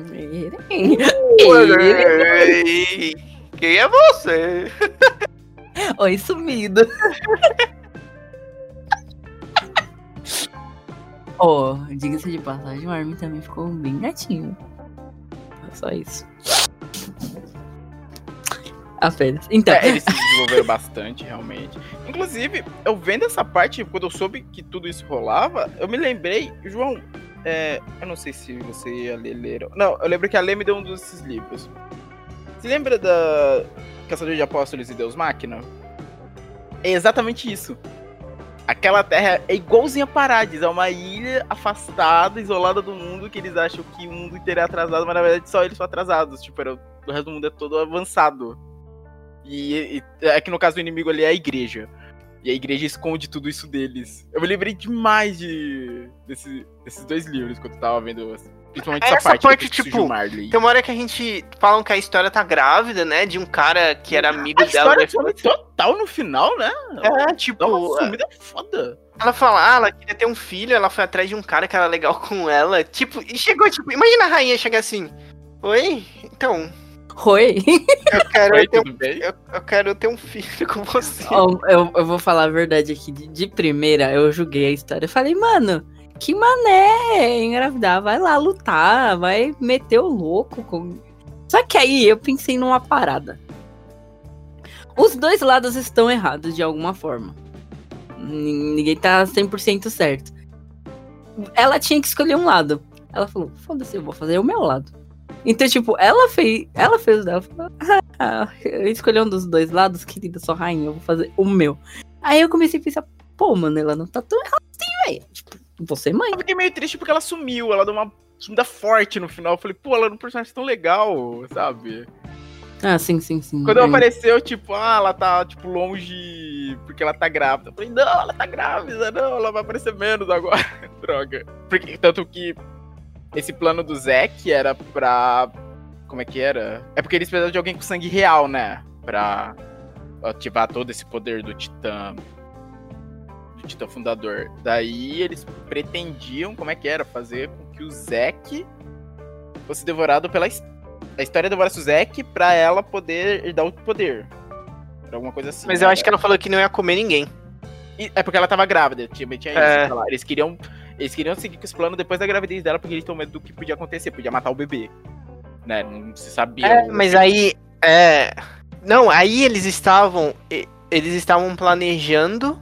Quem é você? Oi, sumido. Diga-se de passagem, o Armin também ficou bem gatinho. Só isso. Apenas. Então. Eles se desenvolveram bastante, realmente. Inclusive, eu vendo essa parte, quando eu soube que tudo isso rolava, eu me lembrei, João, eu não sei se você ia ler. Não, eu lembro que a Lê me deu um desses livros. Você lembra da Caçador de Apóstolos e Deus Máquina? É exatamente isso. Aquela terra é igualzinha a Paradis, é uma ilha afastada, isolada do mundo, que eles acham que o mundo inteiro é atrasado, mas na verdade só eles são atrasados. Tipo, o resto do mundo é todo avançado. E é que no caso o inimigo ali é a igreja. E a igreja esconde tudo isso deles. Eu me lembrei demais desses dois livros quando eu tava vendo, principalmente essa parte tipo, tem uma hora que a gente falam que a história tá grávida, né? De um cara que era amigo dela. A história foi total no final, né? Tipo... Dá uma sumida foda. Ela fala, ela queria ter um filho, ela foi atrás de um cara que era legal com ela. Tipo, e chegou, tipo, imagina a rainha chegar assim. Oi? Então... Oi? Eu quero ter um filho com você. Eu vou falar a verdade aqui. De primeira, eu julguei a história. Eu falei, mano... Que mané engravidar, vai lá lutar, vai meter o louco. Só que aí eu pensei numa parada. Os dois lados estão errados de alguma forma. Ninguém tá 100% certo. Ela tinha que escolher um lado. Ela falou, foda-se, eu vou fazer o meu lado. Então, tipo, ela fez o dela. Falou, eu escolhi um dos dois lados, querida, sua rainha, eu vou fazer o meu. Aí eu comecei a pensar, pô, mano, ela não tá tão errada assim, velho. Tipo, você, mãe. Eu fiquei meio triste porque ela sumiu, ela deu uma sumida forte no final. Eu falei, pô, ela era um personagem tão legal, sabe? Ah, sim. Quando ela apareceu, tipo, ela tá, tipo, longe porque ela tá grávida. Eu falei, não, ela tá grávida, não, ela vai aparecer menos agora. Droga. Porque, tanto que esse plano do Zack era pra... Como é que era? É porque eles precisavam de alguém com sangue real, né? Pra ativar todo esse poder do Titã fundador. Daí eles pretendiam, como é que era? Fazer com que o Zack fosse devorado pela... A história devorasse o Zack pra ela poder dar o poder. Pra alguma coisa assim. Mas eu acho que ela falou que não ia comer ninguém. É porque ela tava grávida, tinha isso. Eles queriam seguir com esse plano depois da gravidez dela, porque eles tinham medo do que podia acontecer, podia matar o bebê. Né? Não se sabia. Mas aí... Não, aí eles estavam planejando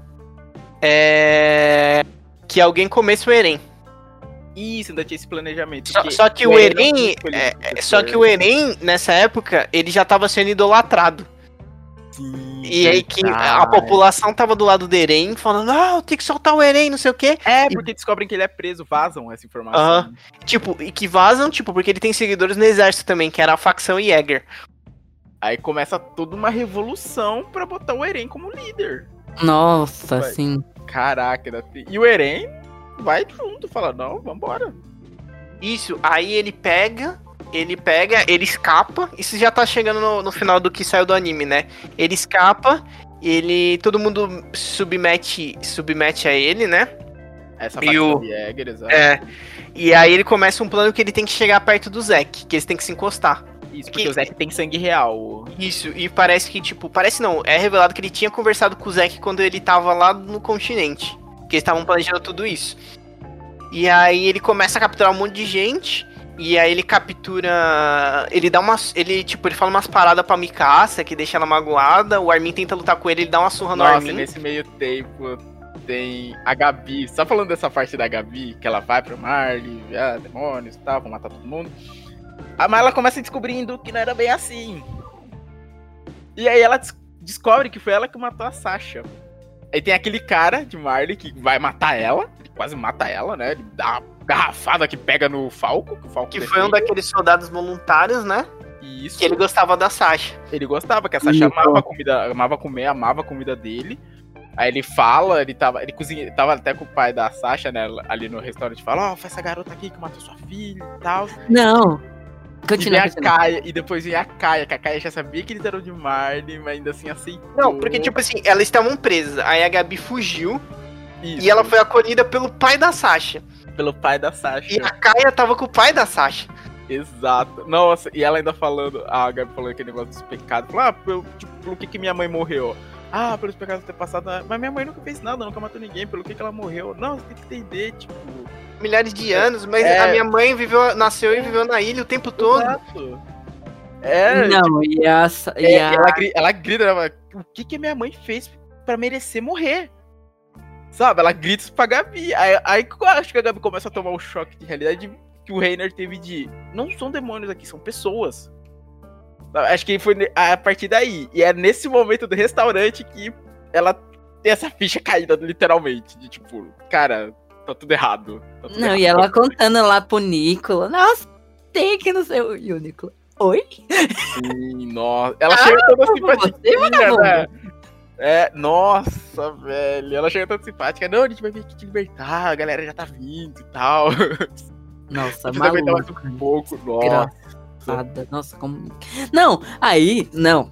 que alguém comesse o Eren. Isso, ainda tinha esse planejamento. Só que o Eren, nessa época, ele já tava sendo idolatrado. Sim, e aí que a população tava do lado do Eren, falando, tem que soltar o Eren, não sei o quê. Porque descobrem que ele é preso, vazam essa informação. Tipo, e que vazam, tipo, porque ele tem seguidores no exército também, que era a facção Jäger. Aí começa toda uma revolução pra botar o Eren como líder. Nossa, sim. Caraca, e o Eren vai junto, fala, não, vambora. Isso, aí ele escapa, isso já tá chegando no final do que saiu do anime, né? Ele escapa todo mundo submete a ele, né? Essa E parte o- do Jäger, exato. E aí ele começa um plano que ele tem que chegar perto do Zack, que eles têm que se encostar. Isso, porque o Zack tem sangue real. Isso, e parece que, tipo, parece não, é revelado que ele tinha conversado com o Zack quando ele tava lá no continente. Que eles estavam planejando tudo isso. E aí ele começa a capturar um monte de gente. E aí ele captura. Ele dá umas. Ele fala umas paradas pra Mikasa, que deixa ela magoada. O Armin tenta lutar com ele dá uma surra no Nossa, Armin. nesse meio tempo tem a Gabi. Só falando dessa parte da Gabi, que ela vai pro Marley, demônios e tal, vou matar todo mundo. Mas ela começa descobrindo que não era bem assim. E aí ela descobre que foi ela que matou a Sasha. Aí tem aquele cara de Marley que vai matar ela. Ele quase mata ela, né? Ele dá uma garrafada que pega no Falco. Que, o Falco Que foi um defende. daqueles soldados voluntários, né? Isso. Que ele gostava da Sasha. Ele gostava, que a Sasha amava a comida dele. Aí ele fala, ele tava até com o pai da Sasha, né, ali no restaurante, fala, foi essa garota aqui que matou sua filha e tal. Não. E Continua. vem a Kaia, e depois vem a Kaia, que a Kaia já sabia que eles eram de Marley, mas ainda assim aceitou. Não, porque, tipo assim, elas estavam presas. Aí a Gabi fugiu Isso, e ela foi acolhida pelo pai da Sasha. pelo pai da Sasha. E a Kaia tava com o pai da Sasha. Exato. Nossa, e ela ainda falando, a Gabi falando aquele negócio dos pecados, falou, pelo que minha mãe morreu? Pelos pecados do ter passado, mas minha mãe nunca fez nada, nunca matou ninguém, pelo que ela morreu? Não, você tem que entender, tipo... Milhares de anos, mas É. a minha mãe nasceu e viveu na ilha o tempo todo. Exato. Não, Ela grita, o que a minha mãe fez pra merecer morrer? Sabe, ela grita isso pra Gabi. Aí eu acho que a Gabi começa a tomar um choque de realidade que o Reiner teve de... Não são demônios aqui, são pessoas. Sabe, acho que foi a partir daí. E é nesse momento do restaurante que ela tem essa ficha caída, literalmente. De tipo, cara, tá tudo errado. Tá tudo Não, errado. e ela contando lá pro Nicola. Nossa, tem que não sei. E o Nicola. Oi? Sim, nossa. Ela chega toda simpatia, vagabundo. né? Nossa, velho. Ela chega toda simpática. Não, a gente vai vir aqui te libertar, a galera já tá vindo e tal. Nossa, A gente vai aguentar mais maluco. um pouco. Nossa. Engraçada. Nossa, como. Não, aí, não.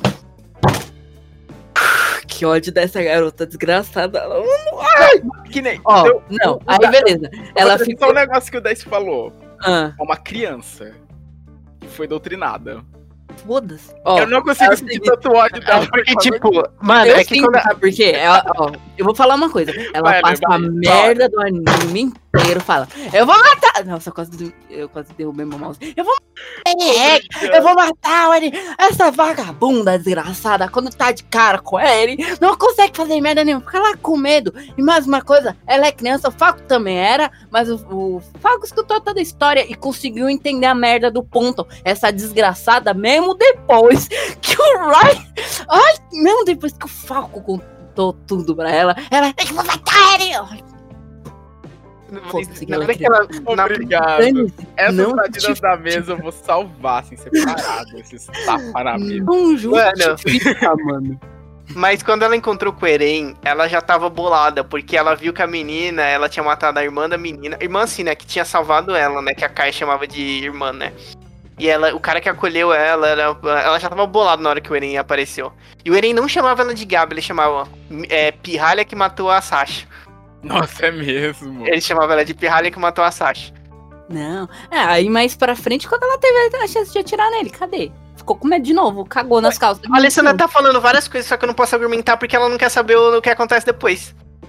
Que ódio dessa garota desgraçada. Ela- Que nem. Ó, então, não, o aí da- beleza. Ela Só ficou. um negócio que o Dice falou. Ah, É uma criança que foi doutrinada. foda-se. Ó, Eu não consigo é o sentir seguinte, tanto ódio dela. Porque, tipo, mano, eu é que sinto, quando. sabe por quê? Ó, eu vou falar uma coisa. Ela Vai, passa vai, a merda do anime inteiro, fala, eu vou matar. Nossa, eu quase derrubei meu mouse. Eu vou matar o Eren. Essa vagabunda desgraçada, quando tá de cara com ele, não consegue fazer merda nenhuma, fica lá com medo. E mais uma coisa, ela é criança, o Falco também era, mas o Falco escutou toda a história e conseguiu entender a merda do ponto. Essa desgraçada, mesmo depois que o Ryan. Ai, mesmo depois que o Falco contou tudo pra ela, eu vou matar ele. Ai, foda-se que Na ela hora é que ela. Obrigado. dane-se, Essas não batidas da mesa eu vou salvar, assim, separado. Esses tapas na mesa. Não justifica, mano. Mas quando ela encontrou com o Eren, ela já tava bolada, porque ela viu que a menina, ela tinha matado a irmã da menina. Irmã, assim, né? Que tinha salvado ela, né? Que a Kai chamava de irmã, né? E ela, o cara que acolheu ela, ela já tava bolada na hora que o Eren apareceu. E o Eren não chamava ela de Gabi, ele chamava Pirralha que matou a Sasha. Nossa, é mesmo. Ele chamava ela de Pirralha que matou a Sasha. Não. Aí mais pra frente, quando ela teve a chance de atirar nele, cadê? Ficou com medo de novo, cagou nas calças. A Alessandra tá falando várias coisas, só que eu não posso argumentar porque ela não quer saber o que acontece depois.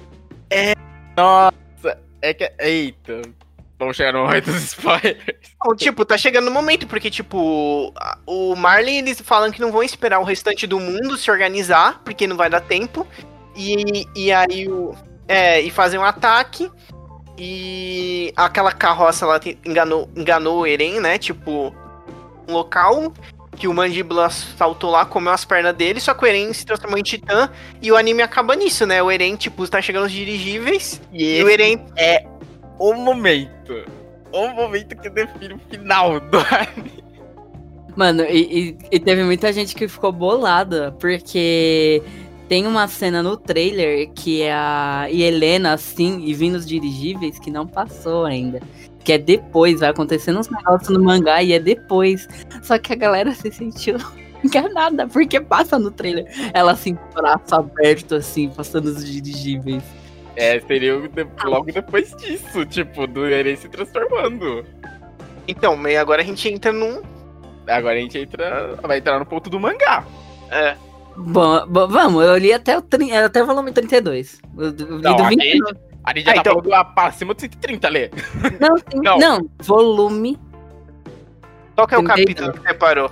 Nossa, é que. Eita. Vamos chegar no momento dos spoilers. Não, tipo, tá chegando o momento, porque, tipo, o Marley, eles falam que não vão esperar o restante do mundo se organizar, porque não vai dar tempo. E aí e fazer um ataque. E aquela carroça lá enganou o Eren, né? Tipo, um local que o Mandíbula saltou lá, comeu as pernas dele, só que o Eren se transformou em titã. E o anime acaba nisso, né? O Eren, tipo, tá chegando os dirigíveis. E o Eren O momento que define o final do anime. Mano, e teve muita gente que ficou bolada, porque tem uma cena no trailer que é a Helena, assim, e vindo os dirigíveis, que não passou ainda. Que é depois, vai acontecendo uns negócios no mangá e é depois. Só que a galera se sentiu enganada, porque passa no trailer. Ela assim, braço aberto, assim, passando os dirigíveis. Seria logo depois disso, tipo, do Eren se transformando. Então, mas agora a gente entra num... Agora a gente vai entrar no ponto do mangá. Bom, vamos, eu li até o volume 32. Eu li Não, do a 29. gente já tá então- falando acima de 130, Lê. Não, sim, Não. não, volume Qual que é o 32. capítulo que você parou?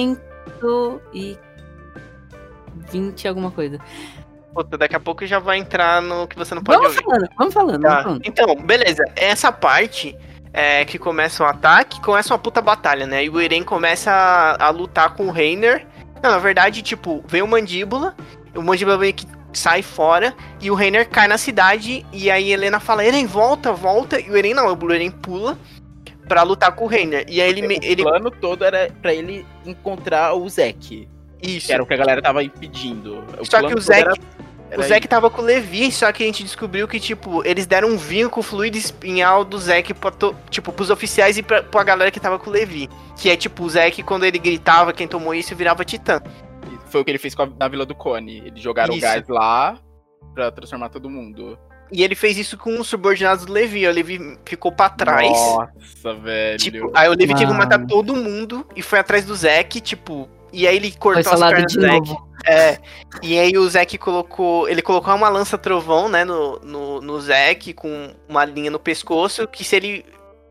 120 alguma coisa. Puta, daqui a pouco já vai entrar no que você não pode Vamos ouvir. falando. Tá. Então, beleza. Essa parte que começa o ataque, começa uma puta batalha, né? E o Eren começa a lutar com o Reiner. Não, na verdade, tipo, vem o Mandíbula meio que sai fora, e o Reiner cai na cidade, e aí Helena fala, Eren, volta, e o Eren não, o Eren pula pra lutar com o Reiner. E aí ele O plano todo era pra ele encontrar o Zeke. Isso. Que era o que a galera tava impedindo. Só plano que o todo Zeke... era O Zeke tava com o Levi, só que a gente descobriu que, tipo, eles deram um vinho com fluido espinhal do Zeke pros oficiais e pra galera que tava com o Levi. Que é, tipo, o Zeke, quando ele gritava, quem tomou isso virava Titã. Foi o que ele fez na Vila do Cone. Eles jogaram o Isso. gás lá pra transformar todo mundo. E ele fez isso com os subordinados do Levi. O Levi ficou pra trás. Nossa, velho. Tipo, aí o Levi teve que Mano. matar todo mundo e foi atrás do Zeke, tipo... E aí ele Foi cortou as falado pernas de do Zeke. novo. E aí o Zeke colocou uma lança trovão, né, no Zeke, com uma linha no pescoço, que se ele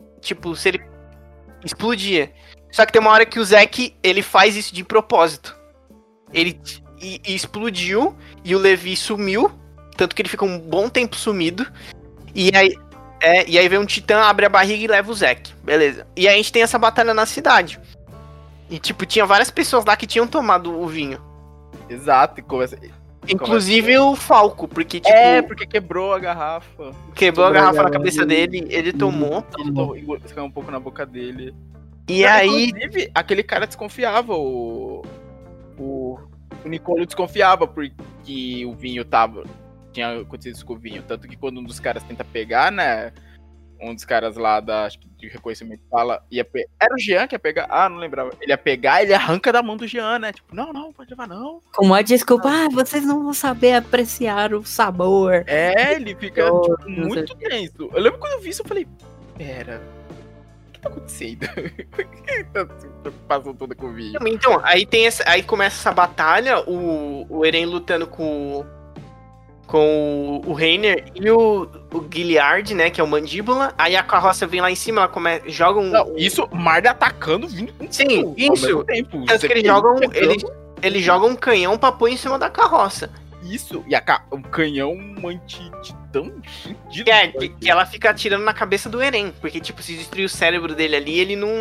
explodia. Só que tem uma hora que o Zeke, ele faz isso de propósito. Ele e explodiu, e o Levi sumiu, tanto que ele fica um bom tempo sumido. E aí vem um titã, abre a barriga e leva o Zeke, beleza. E aí a gente tem essa batalha na cidade. E tipo, tinha várias pessoas lá que tinham tomado o vinho. Exato, e começa... Inclusive o Falco, porque, tipo, porque quebrou a garrafa. quebrou a quebrou garrafa a na garrafa cabeça dele, ele tomou. Caiu um pouco na boca dele. E aí, Inclusive, aquele cara desconfiava, o Nicolo desconfiava porque o vinho tinha acontecido isso com o vinho. Tanto que quando um dos caras tenta pegar, né? Um dos caras lá acho que de reconhecimento fala. Era o Jean que ia pegar? Ah, não lembrava. Ele ia pegar, ele arranca da mão do Jean, né? Tipo, não, pode levar não. Com uma desculpa, vocês não vão saber apreciar o sabor. Ele fica Oh, tipo, não muito tenso. Eu lembro quando eu vi isso, eu falei, pera, o que tá acontecendo? Por que tá se preocupação toda com o vinho? então, aí começa essa batalha, o Eren lutando com o Reiner e o Gilliard, né, que é o Mandíbula. Aí a carroça vem lá em cima, ela joga um... Não, isso, Marda atacando vinho. Sim, ao isso. mesmo tempo. Tanto que eles jogam um canhão pra pôr em cima da carroça. Isso, e um canhão anti-titã fudido. Que ela fica atirando na cabeça do Eren. Porque, tipo, se destruir o cérebro dele ali, ele não...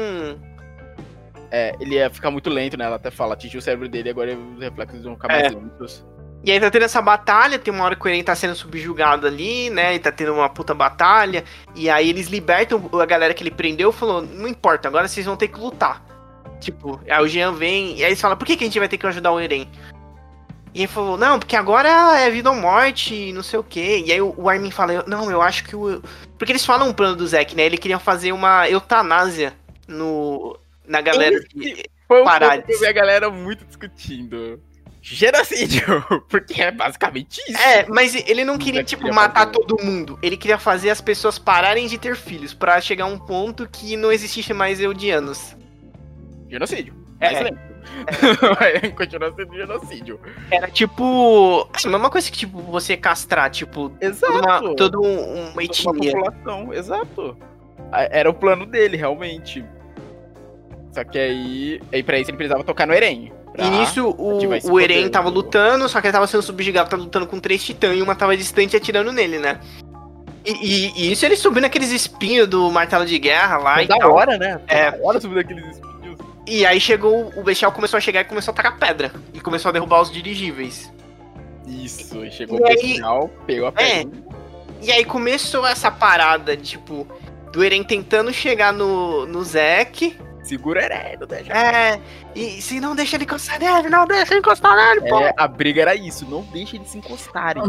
Ele ia ficar muito lento, né? Ela até fala, atingiu o cérebro dele e agora os reflexos vão ficar mais lentos. E aí tá tendo essa batalha, tem uma hora que o Eren tá sendo subjugado ali, né? E tá tendo uma puta batalha. E aí eles libertam a galera que ele prendeu, falou, não importa, agora vocês vão ter que lutar. Tipo, aí o Jean vem, e aí eles falam, por que a gente vai ter que ajudar o Eren? E ele falou, não, porque agora é vida ou morte, não sei o quê. E aí o Armin fala, não, eu acho que o... Porque eles falam um plano do Zeke, né? Ele queria fazer uma eutanásia na galera de Foi um Parades. ponto que eu vi a galera muito discutindo. Genocídio, porque é basicamente isso. Mas ele não queria, Zeke tipo, queria matar fazer- todo mundo. Ele queria fazer as pessoas pararem de ter filhos, pra chegar a um ponto que não existisse mais eudianos. Genocídio. É. Mais lento. Continua sendo genocídio. Era tipo... a mesma coisa que, tipo, você castrar, tipo, Exato. toda uma Uma etnia. população, exato. Era o plano dele, realmente. Só que aí pra isso ele precisava tocar no Eren. E nisso, ativar esse o Eren poder tava do- lutando, só que ele tava sendo subjugado, tava lutando com 3 titãs e uma tava distante atirando nele, né? E isso ele subiu naqueles espinhos do martelo de guerra lá Foi e da tal. hora, né? É. Da hora subir daqueles espinhos. E aí chegou, o Bestial começou a chegar e começou a tacar pedra. E começou a derrubar os dirigíveis. Isso, e chegou E o aí- Bestial, pegou a pedra. E aí começou essa parada, tipo, do Eren tentando chegar no Zeke. Segura o Eren, não deixa. E se não deixa ele encostar nele, não deixa ele encostar nele, pô. A briga era isso, não deixa eles se encostarem.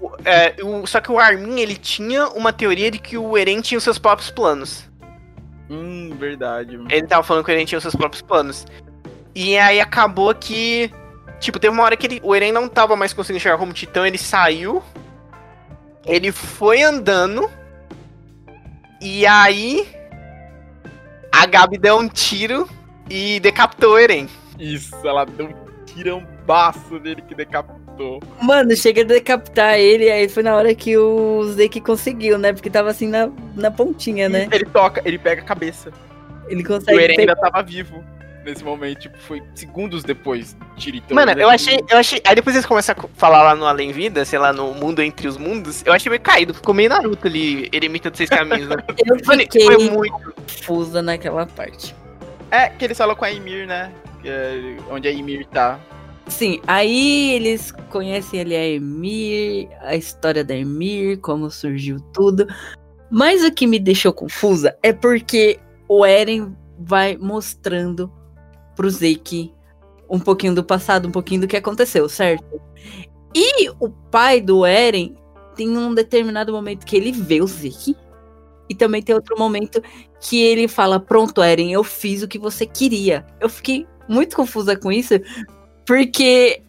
Só que o Armin, ele tinha uma teoria de que o Eren tinha os seus próprios planos. Verdade. Ele tava falando que o Eren tinha os seus próprios planos. E aí acabou que... Tipo, teve uma hora que o Eren não tava mais conseguindo enxergar como titã, ele saiu. Ele foi andando. E aí... A Gabi deu um tiro e decapitou o Eren. Isso, ela deu um tirambaço nele que decapitou. Mano, chega a decapitar ele, aí foi na hora que o Zeke conseguiu, né? Porque tava assim na pontinha, né? Ele toca, ele pega a cabeça. Ele O consegue Eren pegar. ainda tava vivo nesse momento, tipo, foi segundos depois do tiro. Então, Mano, ele- eu achei... Aí depois eles começam a falar lá no Além Vida, sei lá, no Mundo Entre os Mundos. Eu achei meio caído, ficou meio Naruto ali, Eremita dos Seis Caminhos, né? Eu Mano, fiquei foi muito... confusa naquela parte. É, que eles falam com a Ymir, né? Onde a Ymir tá. Sim, aí eles conhecem ali a Ymir, a história da Ymir, como surgiu tudo. Mas o que me deixou confusa é porque o Eren vai mostrando pro Zeke um pouquinho do passado, um pouquinho do que aconteceu, certo? E o pai do Eren tem um determinado momento que ele vê o Zeke. E também tem outro momento que ele fala, pronto, Eren, eu fiz o que você queria. Eu fiquei muito confusa com isso, porque...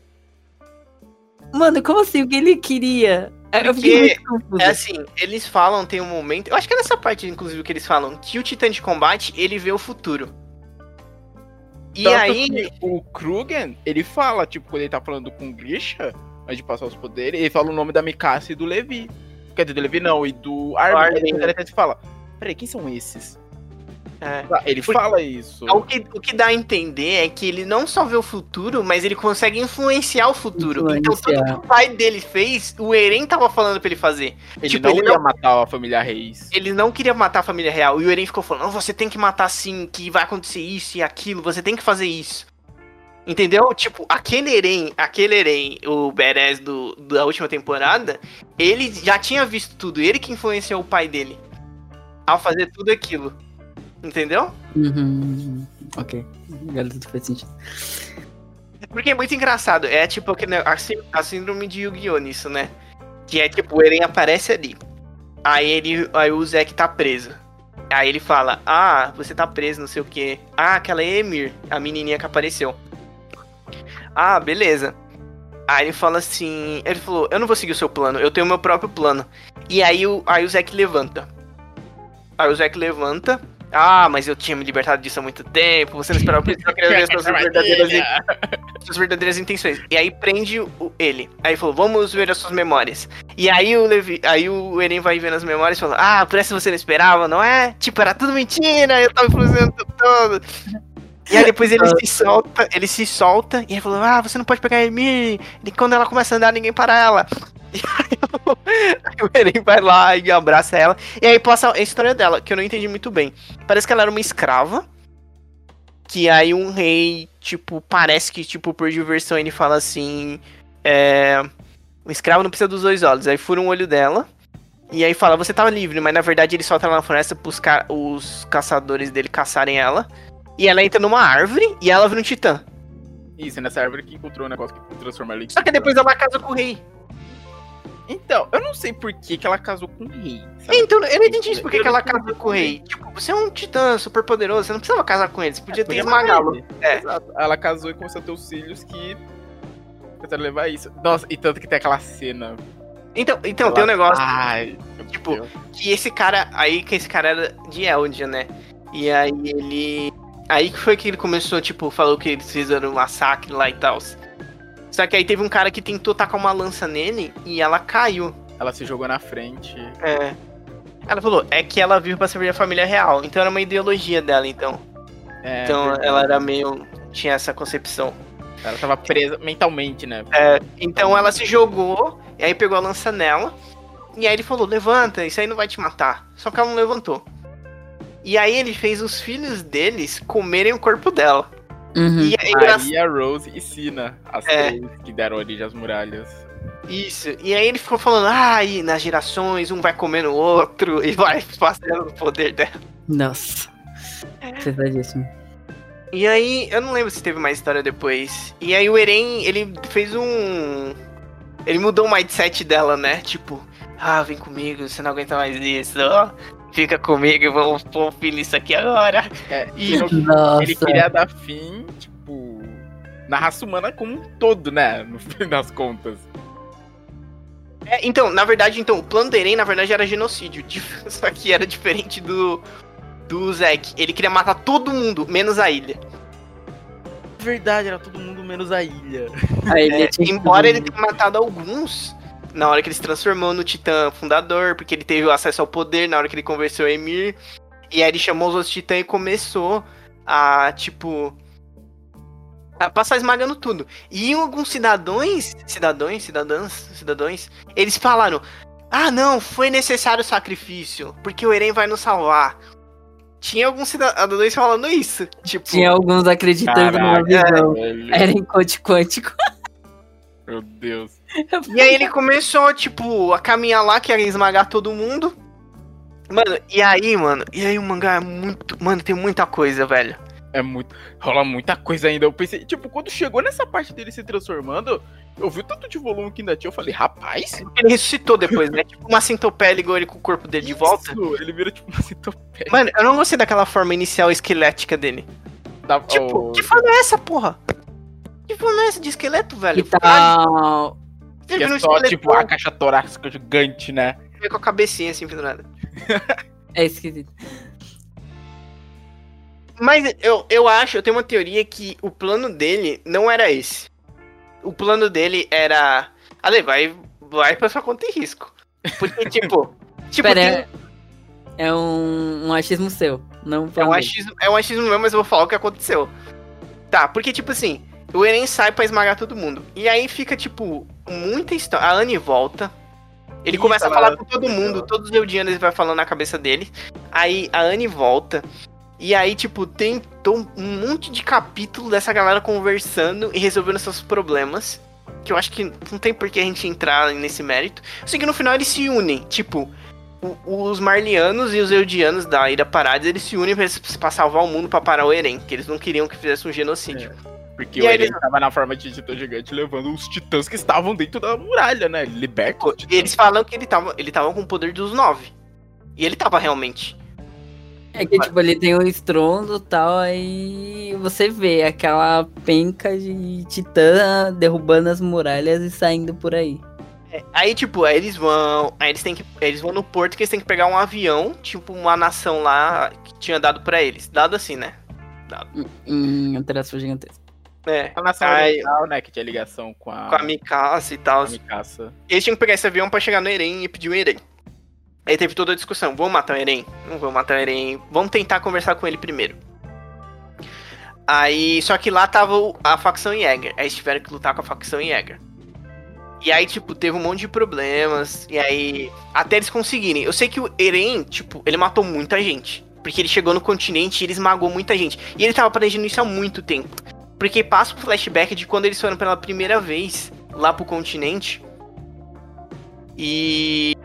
Mano, como assim? O que ele queria? Eu fiquei muito confusa. É assim, eles falam, tem um momento... Eu acho que é nessa parte, inclusive, que eles falam que o Titã de Combate, ele vê o futuro. E Tanto aí... que o Krugen, ele fala, tipo, quando ele tá falando com o Grisha, antes de passar os poderes, ele fala o nome da Mikasa e do Levi. Quer dizer, do Levi não, e do Armin. Armin. Ele até fala, peraí, quem são esses? É. Ele fala isso. O que dá a entender é que ele não só vê o futuro, mas ele consegue influenciar o futuro. Então tudo que o pai dele fez, o Eren tava falando pra ele fazer. Ele tipo, não ele ia não- matar a família Reis. Ele não queria matar a família real. E o Eren ficou falando, não, você tem que matar sim, que vai acontecer isso e aquilo, você tem que fazer isso. Entendeu? Tipo, aquele Eren, o badass da última temporada, ele já tinha visto tudo. Ele que influenciou o pai dele ao fazer tudo aquilo. Entendeu? Uhum. Ok, agora tudo faz sentido. Porque é muito engraçado. É tipo a síndrome de Yu-Gi-Oh! Nisso, né? Que é tipo, o Eren aparece ali. Aí o Zack tá preso. Aí ele fala, ah, você tá preso, não sei o quê. Ah, aquela é Ymir, a menininha que apareceu. Ah, beleza. Aí ele fala assim, ele falou, eu não vou seguir o seu plano, eu tenho o meu próprio plano. E aí o Zack levanta. Ah, mas eu tinha me libertado disso há muito tempo, você não esperava por isso, eu queria ver suas verdadeiras intenções. E aí prende ele. Aí falou, vamos ver as suas memórias. E aí o Eren vai vendo as memórias e fala, ah, por essa você não esperava, não é? Tipo, era tudo mentira, eu tava influenciando tudo todo. E aí depois ele se solta e ele falou, ah, você não pode pegar a Ymir, e quando ela começa a andar, ninguém para ela. E aí o Eren vai lá e abraça ela. E aí passa a história dela, que eu não entendi muito bem. Parece que ela era uma escrava. Que aí um rei, tipo, parece que, tipo, por diversão ele fala assim... O escravo não precisa dos dois olhos. Aí fura um olho dela. E aí fala, você tava livre. Mas na verdade ele solta ela na floresta pros os caçadores dele caçarem ela. E ela entra numa árvore e ela vira um titã. Isso, é nessa árvore que encontrou um negócio que transforma ela em Só que depois ela casa com o rei. Então, eu não sei por que ela casou com o rei. Sabe? Então, eu não entendi isso, por que ela casou com o rei. Tipo, você é um titã super poderoso, você não precisava casar com ele, você podia ter esmagá-lo. É. Exato. Ela casou e começou a ter os filhos que tentaram levar isso. Nossa, e tanto que tem aquela cena. Então tem um negócio, Ai, meu tipo, Deus. que esse cara era de Eldia, né? E aí ele... Aí que foi que ele começou, tipo, falou que eles fizeram um massacre lá e tal. Só que aí teve um cara que tentou tacar uma lança nele e ela caiu. Ela se jogou na frente. É. Ela falou, é que ela vive pra servir a família real. Então era uma ideologia dela, então. Então verdade. ela era meio... Tinha essa concepção. Ela tava presa mentalmente, né? Então ela se jogou, e aí pegou a lança nela. E aí ele falou, levanta, isso aí não vai te matar. Só que ela não levantou. E aí ele fez os filhos deles comerem o corpo dela. Uhum. E é engraçado. Maria, Rose e Sina. As três que deram origem às muralhas. Isso. E aí ele ficou falando, e nas gerações, um vai comendo o outro e vai passando o poder dela. Nossa. Pesadíssimo. E aí, eu não lembro se teve mais história depois. E aí o Eren, ele fez ele mudou o mindset dela, né? Tipo, vem comigo, você não aguenta mais isso, ó. Fica comigo, vamos pôr um fim nisso aqui agora. E Nossa. ele queria dar fim, tipo, na raça humana como um todo, né? No fim das contas. Então, na verdade, o plano do Eren, na verdade, era genocídio. Só que era diferente do Zack. Ele queria matar todo mundo, menos a ilha. Verdade, era todo mundo menos a ilha. Embora ele tenha matado alguns na hora que ele se transformou no Titã Fundador, porque ele teve o acesso ao poder na hora que ele conversou a Ymir. E aí ele chamou os outros Titãs e começou a, tipo... a passar esmagando tudo. E alguns cidadãos, eles falaram: ah, não, foi necessário o sacrifício, porque o Eren vai nos salvar. Tinha alguns cidadãos falando isso. Tipo, tinha alguns acreditando numa visão. Eren quântico. Meu Deus. E aí ele começou, tipo, a caminhar lá, que ia esmagar todo mundo. Mano, e aí o mangá é muito... Mano, tem muita coisa, velho. Rola muita coisa ainda. Eu pensei, tipo, quando chegou nessa parte dele se transformando, eu vi o tanto de volume que ainda tinha. Eu falei, rapaz. Ele ressuscitou depois, né? Tipo uma centopeia, ligou ele com o corpo dele de volta. Ele vira tipo uma centopeia. Mano, eu não gostei daquela forma inicial esquelética dele. Tipo, que forma é essa, porra? Que forma é essa de esqueleto, velho? E tal. E é só, tipo, a caixa torácica gigante, né? Com a cabecinha assim, pendurada. É esquisito. Mas eu tenho uma teoria que o plano dele não era esse. O plano dele era... Ale, vai pra sua conta e risco. Porque, tipo... Pera, é um achismo seu, não é um achismo meu, mas eu vou falar o que aconteceu. Tá, porque, tipo assim, o Eren sai pra esmagar todo mundo. E aí fica, tipo, muita história. A Anne volta. Ele começa a falar com todo mundo, todos os Eldianos ele vai falando na cabeça dele. Aí a Anne volta. E aí, tipo, tem um monte de capítulo dessa galera conversando e resolvendo seus problemas. Que eu acho que não tem por que a gente entrar nesse mérito. Eu sei que no final eles se unem. Tipo, os Marlianos e os Eldianos da Ilha Parades, eles se unem pra salvar o mundo, pra parar o Eren. Que eles não queriam que fizesse um genocídio. Porque o Eren tava na forma de titã gigante levando os titãs que estavam dentro da muralha, né? Liberta os titãs. Eles falam que ele tava com o poder dos 9. E ele tava realmente. É que, tipo, ele tem um estrondo e tal, aí você vê aquela penca de titã derrubando as muralhas e saindo por aí. Aí, tipo, eles vão no porto que eles têm que pegar um avião, tipo, uma nação lá que tinha dado pra eles. Dado assim, né? Em alteração gigantesca. A nação oriental, né, que tinha ligação com a Mikasa e tal. Eles tinham que pegar esse avião pra chegar no Eren e pedir o Eren. Aí teve toda a discussão, vamos matar o Eren? Não vamos matar o Eren, vamos tentar conversar com ele primeiro. Aí, só que lá tava a facção Jäger, aí eles tiveram que lutar com a facção Jäger. E aí, tipo, teve um monte de problemas, e aí, até eles conseguirem. Eu sei que o Eren, tipo, ele matou muita gente, porque ele chegou no continente e ele esmagou muita gente. E ele tava planejando isso há muito tempo, porque passa o flashback de quando eles foram pela primeira vez lá pro continente. E...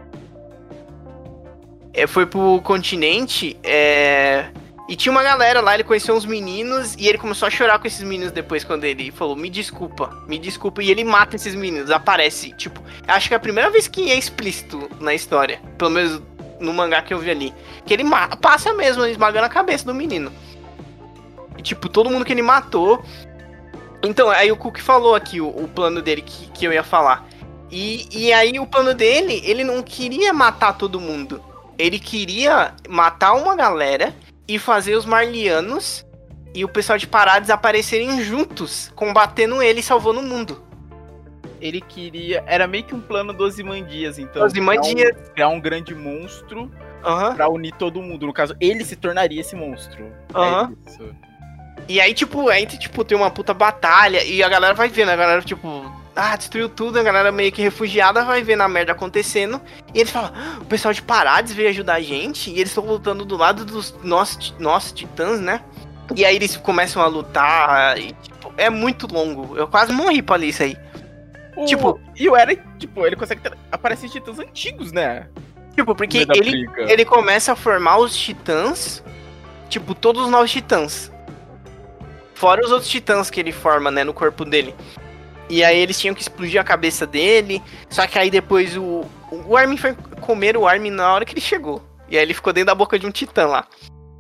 foi pro continente, e tinha uma galera lá, ele conheceu uns meninos, e ele começou a chorar com esses meninos depois, quando ele falou, me desculpa, e ele mata esses meninos, aparece, tipo, acho que é a primeira vez que é explícito na história, pelo menos no mangá que eu vi ali, que ele passa mesmo, esmagando a cabeça do menino, e tipo, todo mundo que ele matou. Então, aí o Cook falou aqui, o plano dele, que eu ia falar, e aí o plano dele, ele não queria matar todo mundo. Ele queria matar uma galera e fazer os Marlianos e o pessoal de Parades aparecerem juntos, combatendo ele e salvando o mundo. Ele queria... Era meio que um plano do Ozymandias, então. Ozymandias. Criar um grande monstro pra unir todo mundo. No caso, ele se tornaria esse monstro. É isso. E aí, tipo, tem uma puta batalha e a galera vai vendo, a galera, tipo... destruiu tudo, a galera meio que refugiada vai vendo a merda acontecendo. E eles falam, o pessoal de Parades veio ajudar a gente. E eles estão lutando do lado dos nossos titãs, né? E aí eles começam a lutar. E, tipo, é muito longo. Eu quase morri pra ler isso aí. E o Eren, tipo, ele consegue aparecer titãs antigos, né? Tipo, porque ele começa a formar os titãs. Tipo, todos os novos titãs. Fora os outros titãs que ele forma, né, no corpo dele. E aí eles tinham que explodir a cabeça dele. Só que aí depois o Armin foi comer o Armin na hora que ele chegou. E aí ele ficou dentro da boca de um titã lá.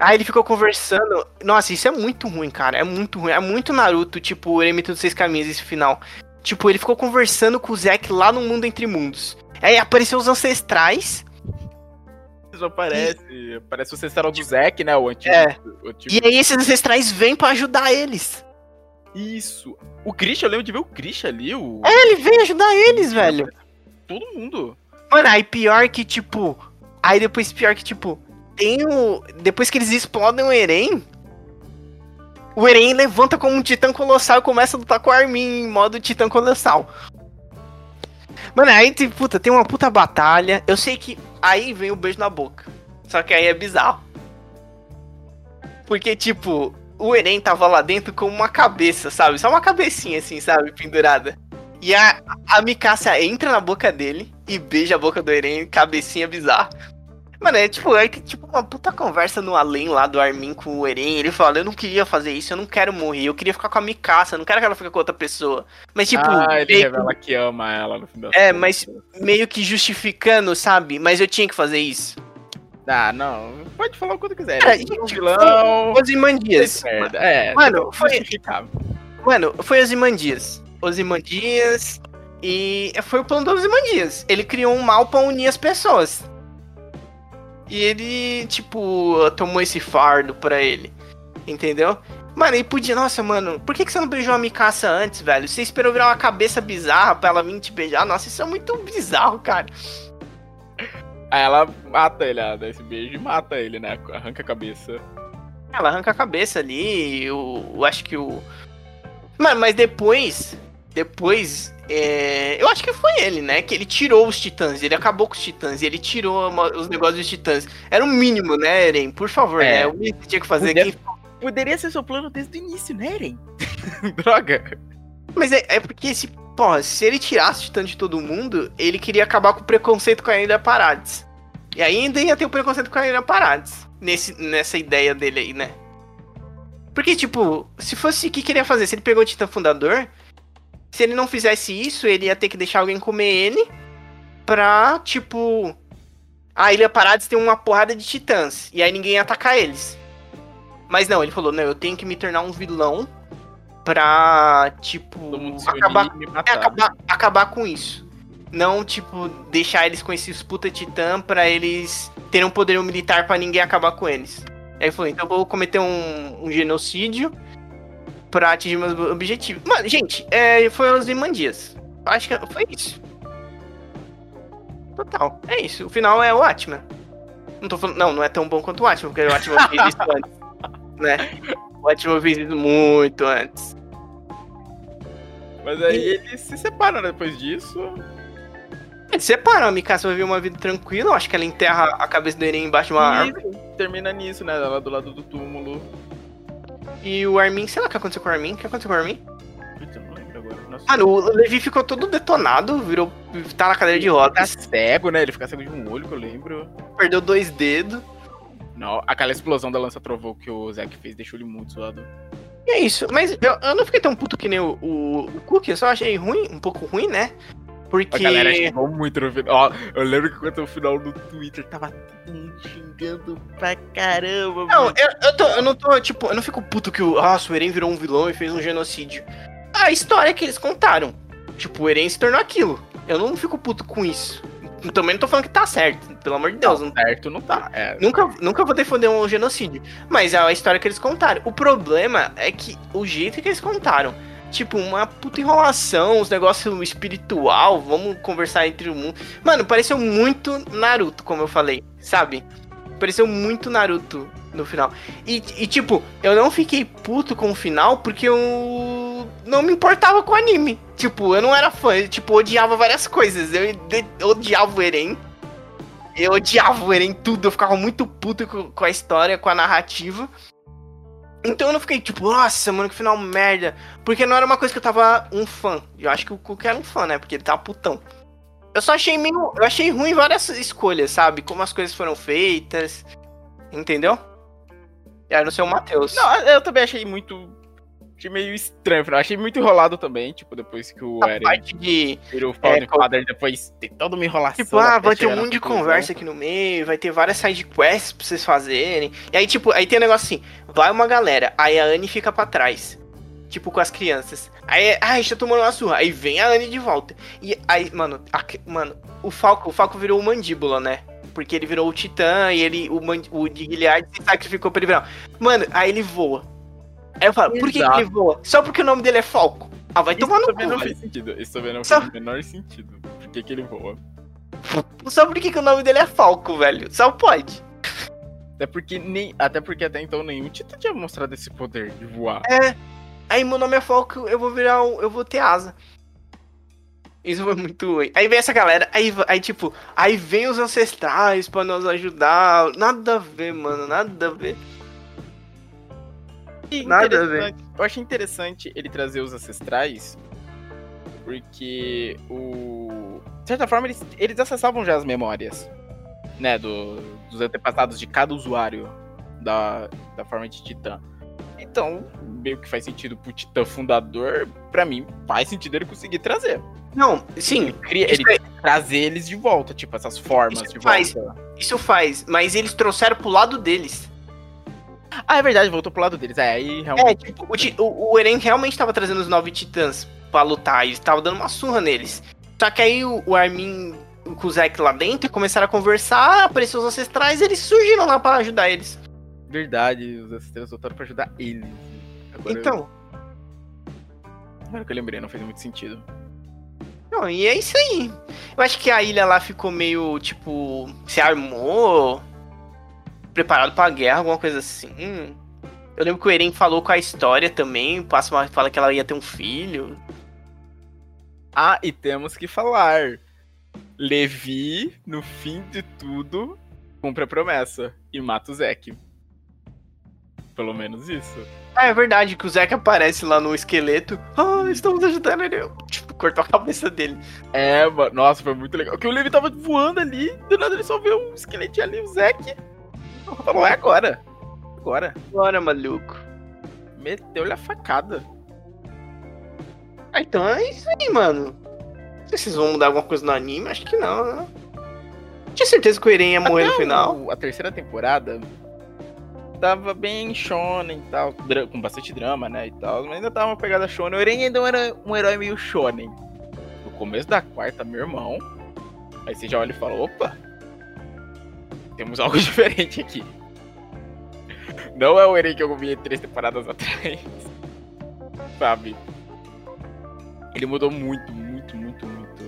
Aí ele ficou conversando. Nossa, isso é muito ruim, cara. É muito ruim. É muito Naruto, tipo, o Eremito dos Seis Caminhos, esse final. Tipo, ele ficou conversando com o Zack lá no mundo entre mundos. Aí apareceu os ancestrais. Isso aparece. Parece o ancestral do Zack, né? O antigo. É. O antigo. E aí esses ancestrais vêm pra ajudar eles. Isso. O Grisha, eu lembro de ver o Grisha ali. Ele vem ajudar eles, velho. Todo mundo. Mano, aí pior que, tipo... Aí depois pior que, tipo... Tem o... Depois que eles explodem o Eren... O Eren levanta como um titã colossal e começa a lutar com o Armin em modo titã colossal. Mano, aí puta, tem uma puta batalha. Eu sei que aí vem o beijo na boca. Só que aí é bizarro. Porque, tipo... O Eren tava lá dentro com uma cabeça, sabe? Só uma cabecinha assim, sabe? Pendurada. E a Mikasa entra na boca dele e beija a boca do Eren, cabecinha bizarra. Mano, é tipo uma puta conversa no além lá do Armin com o Eren. Ele fala, eu não queria fazer isso, eu não quero morrer, eu queria ficar com a Mikasa, eu não quero que ela fique com outra pessoa. Mas tipo... ele revela que ama ela no final. Mas meio que justificando, sabe? Mas eu tinha que fazer isso. Ah, não. Pode falar o quanto quiser. Cara, Um vilão... Ozymandias. Mano, foi Ozymandias. Ozymandias. E foi o plano do Ozymandias. Ele criou um mal pra unir as pessoas. E ele, tipo, tomou esse fardo pra ele. Entendeu? Mano, ele podia... Nossa, mano, por que você não beijou a Mikasa antes, velho? Você esperou virar uma cabeça bizarra pra ela vir te beijar? Nossa, isso é muito bizarro, cara. Aí ela mata ele, ela dá esse beijo e mata ele, né? Arranca a cabeça. Ela arranca a cabeça ali, eu acho que o... Mano, mas depois, eu acho que foi ele, né? Que ele tirou os titãs, ele acabou com os titãs, e ele tirou os negócios dos titãs. Era o mínimo, né, Eren? Por favor, né? O mínimo que tinha que fazer aqui. Poderia ser seu plano desde o início, né, Eren? Droga. Mas é porque, se ele tirasse o titã de todo mundo, ele queria acabar com o preconceito com a Ilha Parades. E ainda ia ter o preconceito com a Ilha Parades. Nessa ideia dele aí, né? Porque, tipo, se fosse o que queria fazer, se ele pegou o titã fundador, se ele não fizesse isso, ele ia ter que deixar alguém comer ele pra, tipo... A Ilha Parades tem uma porrada de titãs, e aí ninguém ia atacar eles. Mas não, ele falou, não, eu tenho que me tornar um vilão pra, tipo, acabar com isso. Não, tipo, deixar eles com esses puta titã pra eles terem um poder militar pra ninguém acabar com eles. Aí ele falou, então eu vou cometer um genocídio pra atingir meus objetivos. Mano, gente, foi os Ozymandias. Acho que foi isso. Total, é isso. O final é o Watchmen. Não tô falando, não é tão bom quanto o Watchmen, porque o Watchmen fez isso antes, né? O Watchmen fez isso muito antes. Mas aí eles se separam, né, depois disso. Eles separam, a Mikasa vai viver uma vida tranquila, eu acho que ela enterra a cabeça do Eren embaixo de uma árvore. Termina nisso, né, ela do lado do túmulo. E o Armin, sei lá o que aconteceu com o Armin. O que aconteceu com o Armin? Puta, eu não lembro agora. Nossa. Mano, o Levi ficou todo detonado, tá na cadeira de rodas. Tá cego, né, ele fica cego de um olho, que eu lembro. Perdeu 2 dedos. Não, aquela explosão da lança-trovão que o Zack fez deixou ele muito zoado. E é isso, mas eu não fiquei tão puto que nem o Cookie, eu só achei ruim, um pouco ruim, né? Porque... A galera xingou muito no final. Ó, eu lembro que quando o final no Twitter tava todo mundo xingando pra caramba. Não, eu não tô, tipo, eu não fico puto que o Eren virou um vilão e fez um genocídio. A história que eles contaram. Tipo, o Eren se tornou aquilo. Eu não fico puto com isso. Também não tô falando que tá certo, pelo amor de Deus. Não, certo não tá. Nunca vou defender um genocídio. Mas é a história que eles contaram. O problema é que o jeito que eles contaram, tipo, uma puta enrolação, uns negócios espiritual, vamos conversar entre o mundo. Mano, pareceu muito Naruto, como eu falei, sabe? Pareceu muito Naruto no final. E tipo, eu não fiquei puto com o final porque eu não me importava com o anime. Tipo, eu não era fã, eu, tipo, odiava várias coisas. Eu odiava o Eren. Eu odiava o Eren tudo, eu ficava muito puto com a história, com a narrativa. Então eu não fiquei tipo, nossa, mano, que final merda. Porque não era uma coisa que eu tava um fã. Eu acho que o Cook era um fã, né? Porque ele tava putão. Eu só achei eu achei ruim várias escolhas, sabe? Como as coisas foram feitas. Entendeu? E aí não sei o Matheus. Não, eu também achei muito achei meio estranho. Eu achei muito enrolado também, tipo, depois que o A Eren parte de. virou o Founding Father, depois tem toda uma enrolação. Tipo, até vai ter chegar um na monte de conclusão. conversa aqui no meio, vai ter várias side quests pra vocês fazerem. E aí, tipo, aí tem um negócio assim, vai uma galera, aí a Anne fica pra trás. Tipo, com as crianças. Aí, a gente tá tomando uma surra. Aí vem a Anne de volta. E aí, mano, o Falco virou o Mandíbula, né? Porque ele virou o Titã e o de Gilead se sacrificou pra ele virar. Mano, aí ele voa. Aí eu falo, por que Exato. ele voa? Só porque o nome dele é Falco. Ah, vai tomar no também cu, não velho. fez sentido. Isso também não Só- fez o menor sentido. Por que ele voa? Só porque o nome dele é Falco, velho. Só pode. Até porque até então nenhum Titã tinha mostrado esse poder de voar. Aí meu nome é Falco, eu vou ter asa. Isso foi muito ruim. Aí vem essa galera, aí vem os ancestrais pra nos ajudar. Nada a ver, mano, nada a ver. E Nada a ver. Eu achei interessante ele trazer os ancestrais, porque de certa forma eles acessavam já as memórias, né, dos antepassados de cada usuário da forma de Titã. Então, meio que faz sentido pro Titã fundador, pra mim, faz sentido ele conseguir trazer. Não, sim, Ele trazer eles de volta, tipo, essas formas Isso de faz. volta. isso faz, mas eles trouxeram pro lado deles. Ah, é verdade, voltou pro lado deles. Aí realmente. Tipo, o Eren realmente tava trazendo os 9 titãs pra lutar, e eles tava dando uma surra neles. Só que aí o Armin com o Zack lá dentro começaram a conversar, apareceram os ancestrais, eles surgiram lá pra ajudar eles. Verdade, os ancestrais voltaram pra ajudar eles. Então, Agora que eu lembrei, não fez muito sentido. não, e é isso aí. Eu acho que a ilha lá ficou meio, tipo, se armou, preparado pra guerra, alguma coisa assim. Eu lembro que o Eren falou com a história também, o Pássaro fala que ela ia ter um filho. Ah, e temos que falar. Levi, no fim de tudo, cumpre a promessa e mata o Zack. Pelo menos isso. Ah, é verdade, que o Zack aparece lá no esqueleto. Ah, estamos ajudando ele. Tipo, cortou a cabeça dele. É, mano, nossa, foi muito legal. Porque o Levi tava voando ali, do nada ele só vê um esqueletinho ali, o Zack. Falou, é agora. Agora. Bora, maluco. Meteu-lhe a facada. Ah, então é isso aí, mano. Não sei se vocês vão mudar alguma coisa no anime, acho que não, né? Tinha certeza que o Eren ia morrer no final. A terceira temporada tava bem shonen e tal, com bastante drama, né, e tal, mas ainda tava uma pegada shonen. O Eren ainda era um herói meio shonen. No começo da quarta, meu irmão, aí você já olha e fala, opa, temos algo diferente aqui. Não é o Eren que eu vi 3 temporadas atrás, sabe? Ele mudou muito, muito, muito, muito.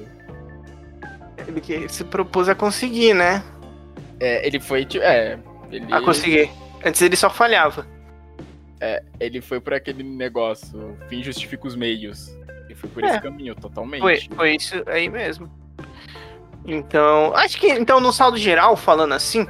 Ele que se propôs a conseguir, né? Ele foi, ele... A conseguir. Antes ele só falhava. Ele foi por aquele negócio, o fim justifica os meios. Ele foi por esse caminho, totalmente. Foi isso aí mesmo. Então, acho que então no saldo geral, falando assim,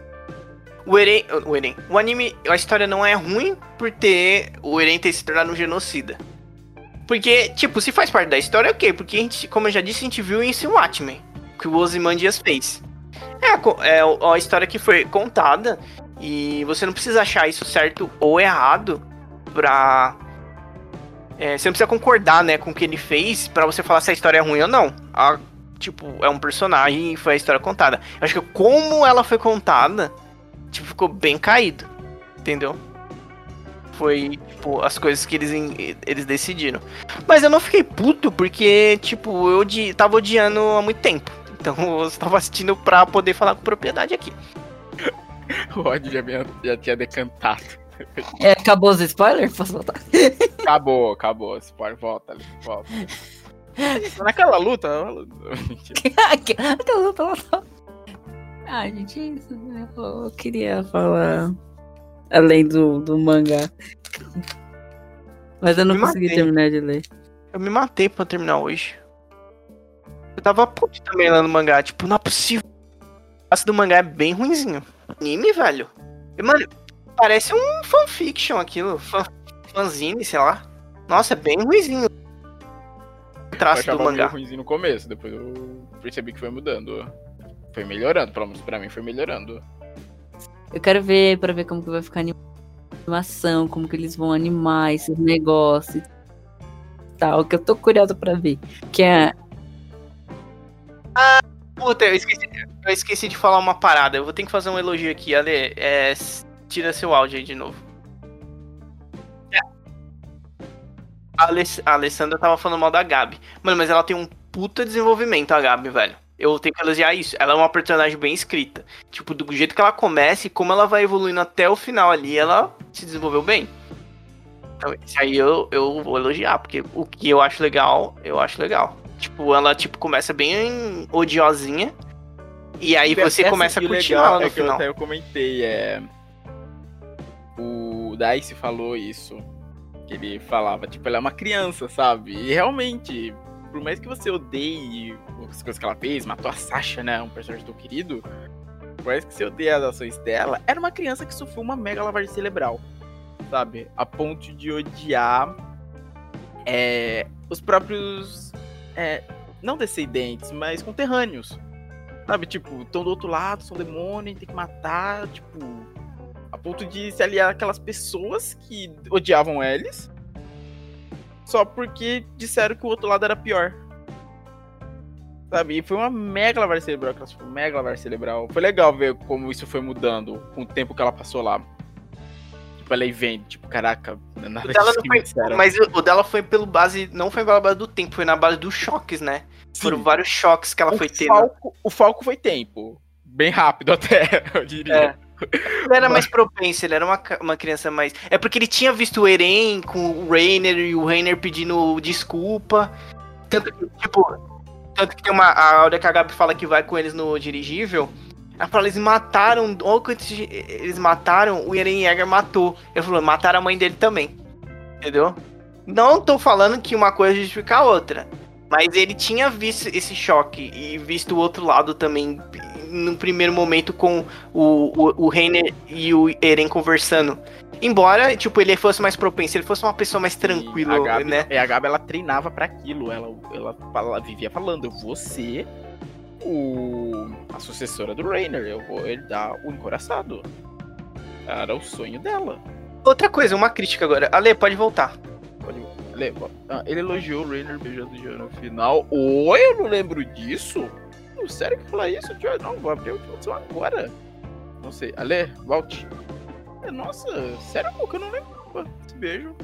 o anime, a história não é ruim por o Eren ter se tornado um genocida. Porque, tipo, se faz parte da história, ok. Porque, como eu já disse, a gente viu isso em Watchmen, que o Ozymandias fez. É a história que foi contada, e você não precisa achar isso certo ou errado pra... você não precisa concordar, né, com o que ele fez pra você falar se a história é ruim ou não. Tipo, é um personagem e foi a história contada. Eu acho que como ela foi contada, tipo, ficou bem caído, entendeu? Foi, tipo, as coisas que eles decidiram. Mas eu não fiquei puto porque, tipo, eu tava odiando há muito tempo. Então eu tava assistindo pra poder falar com propriedade aqui. O Rod já tinha decantado. Acabou os spoilers? Posso voltar? Acabou. Spoiler, volta. Naquela luta... Aquela luta lá tá... Ah, gente, é isso, né? Eu queria falar além do mangá. Mas eu não consegui terminar de ler. Eu me matei pra terminar hoje. Eu tava puto também lá no mangá. Tipo, não é possível. O passo do mangá é bem ruinzinho. Anime, velho. E, mano, parece um fanfiction aquilo. Fanzine, sei lá. Nossa, é bem ruinzinho. O traço do mangá. Foi ruimzinho no começo, depois eu percebi que foi mudando. Foi melhorando, pelo menos pra mim foi melhorando. Eu quero ver pra ver como que vai ficar animado. animação, como que eles vão animar esses negócios e tal, que eu tô curiosa pra ver. Que é... Puta, eu esqueci de falar uma parada. Eu vou ter que fazer um elogio aqui, Ale. Tira seu áudio aí de novo. A Alessandra tava falando mal da Gabi. Mano, mas ela tem um puta desenvolvimento, a Gabi, velho. Eu tenho que elogiar isso. Ela é uma personagem bem escrita. Tipo, do jeito que ela começa e como ela vai evoluindo até o final ali, ela se desenvolveu bem. Então, isso aí eu vou elogiar, porque o que eu acho legal, eu acho legal. Tipo, ela começa bem odiosinha. E aí você começa a curtir ela no final. Eu comentei, o Dice falou isso. Que ele falava, tipo, ela é uma criança, sabe? E realmente, por mais que você odeie as coisas que ela fez, matou a Sasha, né? Um personagem tão querido. Por mais que você odeie as ações dela, era uma criança que sofreu uma mega lavagem cerebral, sabe? A ponto de odiar os próprios, não descendentes, mas conterrâneos. Sabe? Tipo, estão do outro lado, são demônios, tem que matar, tipo... A ponto de se aliar àquelas pessoas que odiavam eles só porque disseram que o outro lado era pior. Sabe? E foi uma mega lavagem cerebral. Foi legal ver como isso foi mudando com o tempo que ela passou lá. Tipo, ela vendo, tipo, caraca, nada disso. Mas o dela foi pela base, não foi pela base do tempo, foi na base dos choques, né? Sim. Foram vários choques que ela foi tendo. O foco foi tempo. Bem rápido até, eu diria. Ele era mais propenso, ele era uma criança mais... É porque ele tinha visto o Eren com o Reiner e o Reiner pedindo desculpa. Tanto que tem a hora que a Gabi fala que vai com eles no dirigível. Ela fala, eles mataram... Olha quanto eles mataram, o Eren Yeager matou. Ele falou, mataram a mãe dele também. Entendeu? Não tô falando que uma coisa justifica a outra. Mas ele tinha visto esse choque e visto o outro lado também... No primeiro momento com o Reiner e o Eren conversando. Embora, tipo, ele fosse mais propenso, ele fosse uma pessoa mais tranquila, né? A Gabi, ela treinava pra aquilo. Ela vivia falando, eu vou ser a sucessora do Reiner. Eu vou herdar o encoraçado. Era o sonho dela. Outra coisa, uma crítica agora. Ale, pode voltar. Ele elogiou o Reiner beijando o Jean no final. Oi, eu não lembro disso? Sério que falar isso? Não, vou abrir o último agora. Não sei. Ale, volte. Nossa, sério que eu não lembro esse beijo.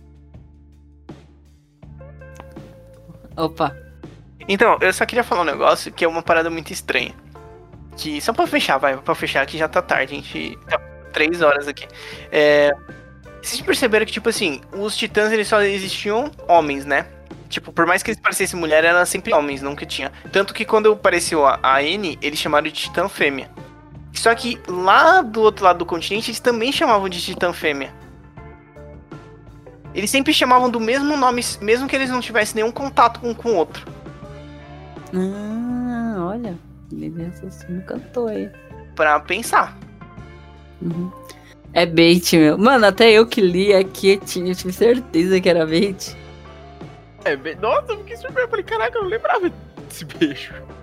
Opa. Então, eu só queria falar um negócio que é uma parada muito estranha. Que, só pra fechar, que já tá tarde, a gente tá 3 horas aqui. Vocês perceberam que, tipo assim, os titãs, eles só existiam homens, né? Tipo, por mais que eles parecessem mulher, eram sempre homens, nunca tinha. Tanto que quando apareceu a Anne, eles chamaram de Titã Fêmea. Só que lá do outro lado do continente, eles também chamavam de Titã Fêmea. Eles sempre chamavam do mesmo nome, mesmo que eles não tivessem nenhum contato um com o outro. Ah, olha. Ele raciocínio cantou aí. Pra pensar. Uhum. É bait, meu. Mano, até eu que li aqui, eu tive certeza que era bait. Nossa, eu fiquei surpreso. Eu falei, caraca, eu não lembrava desse beijo.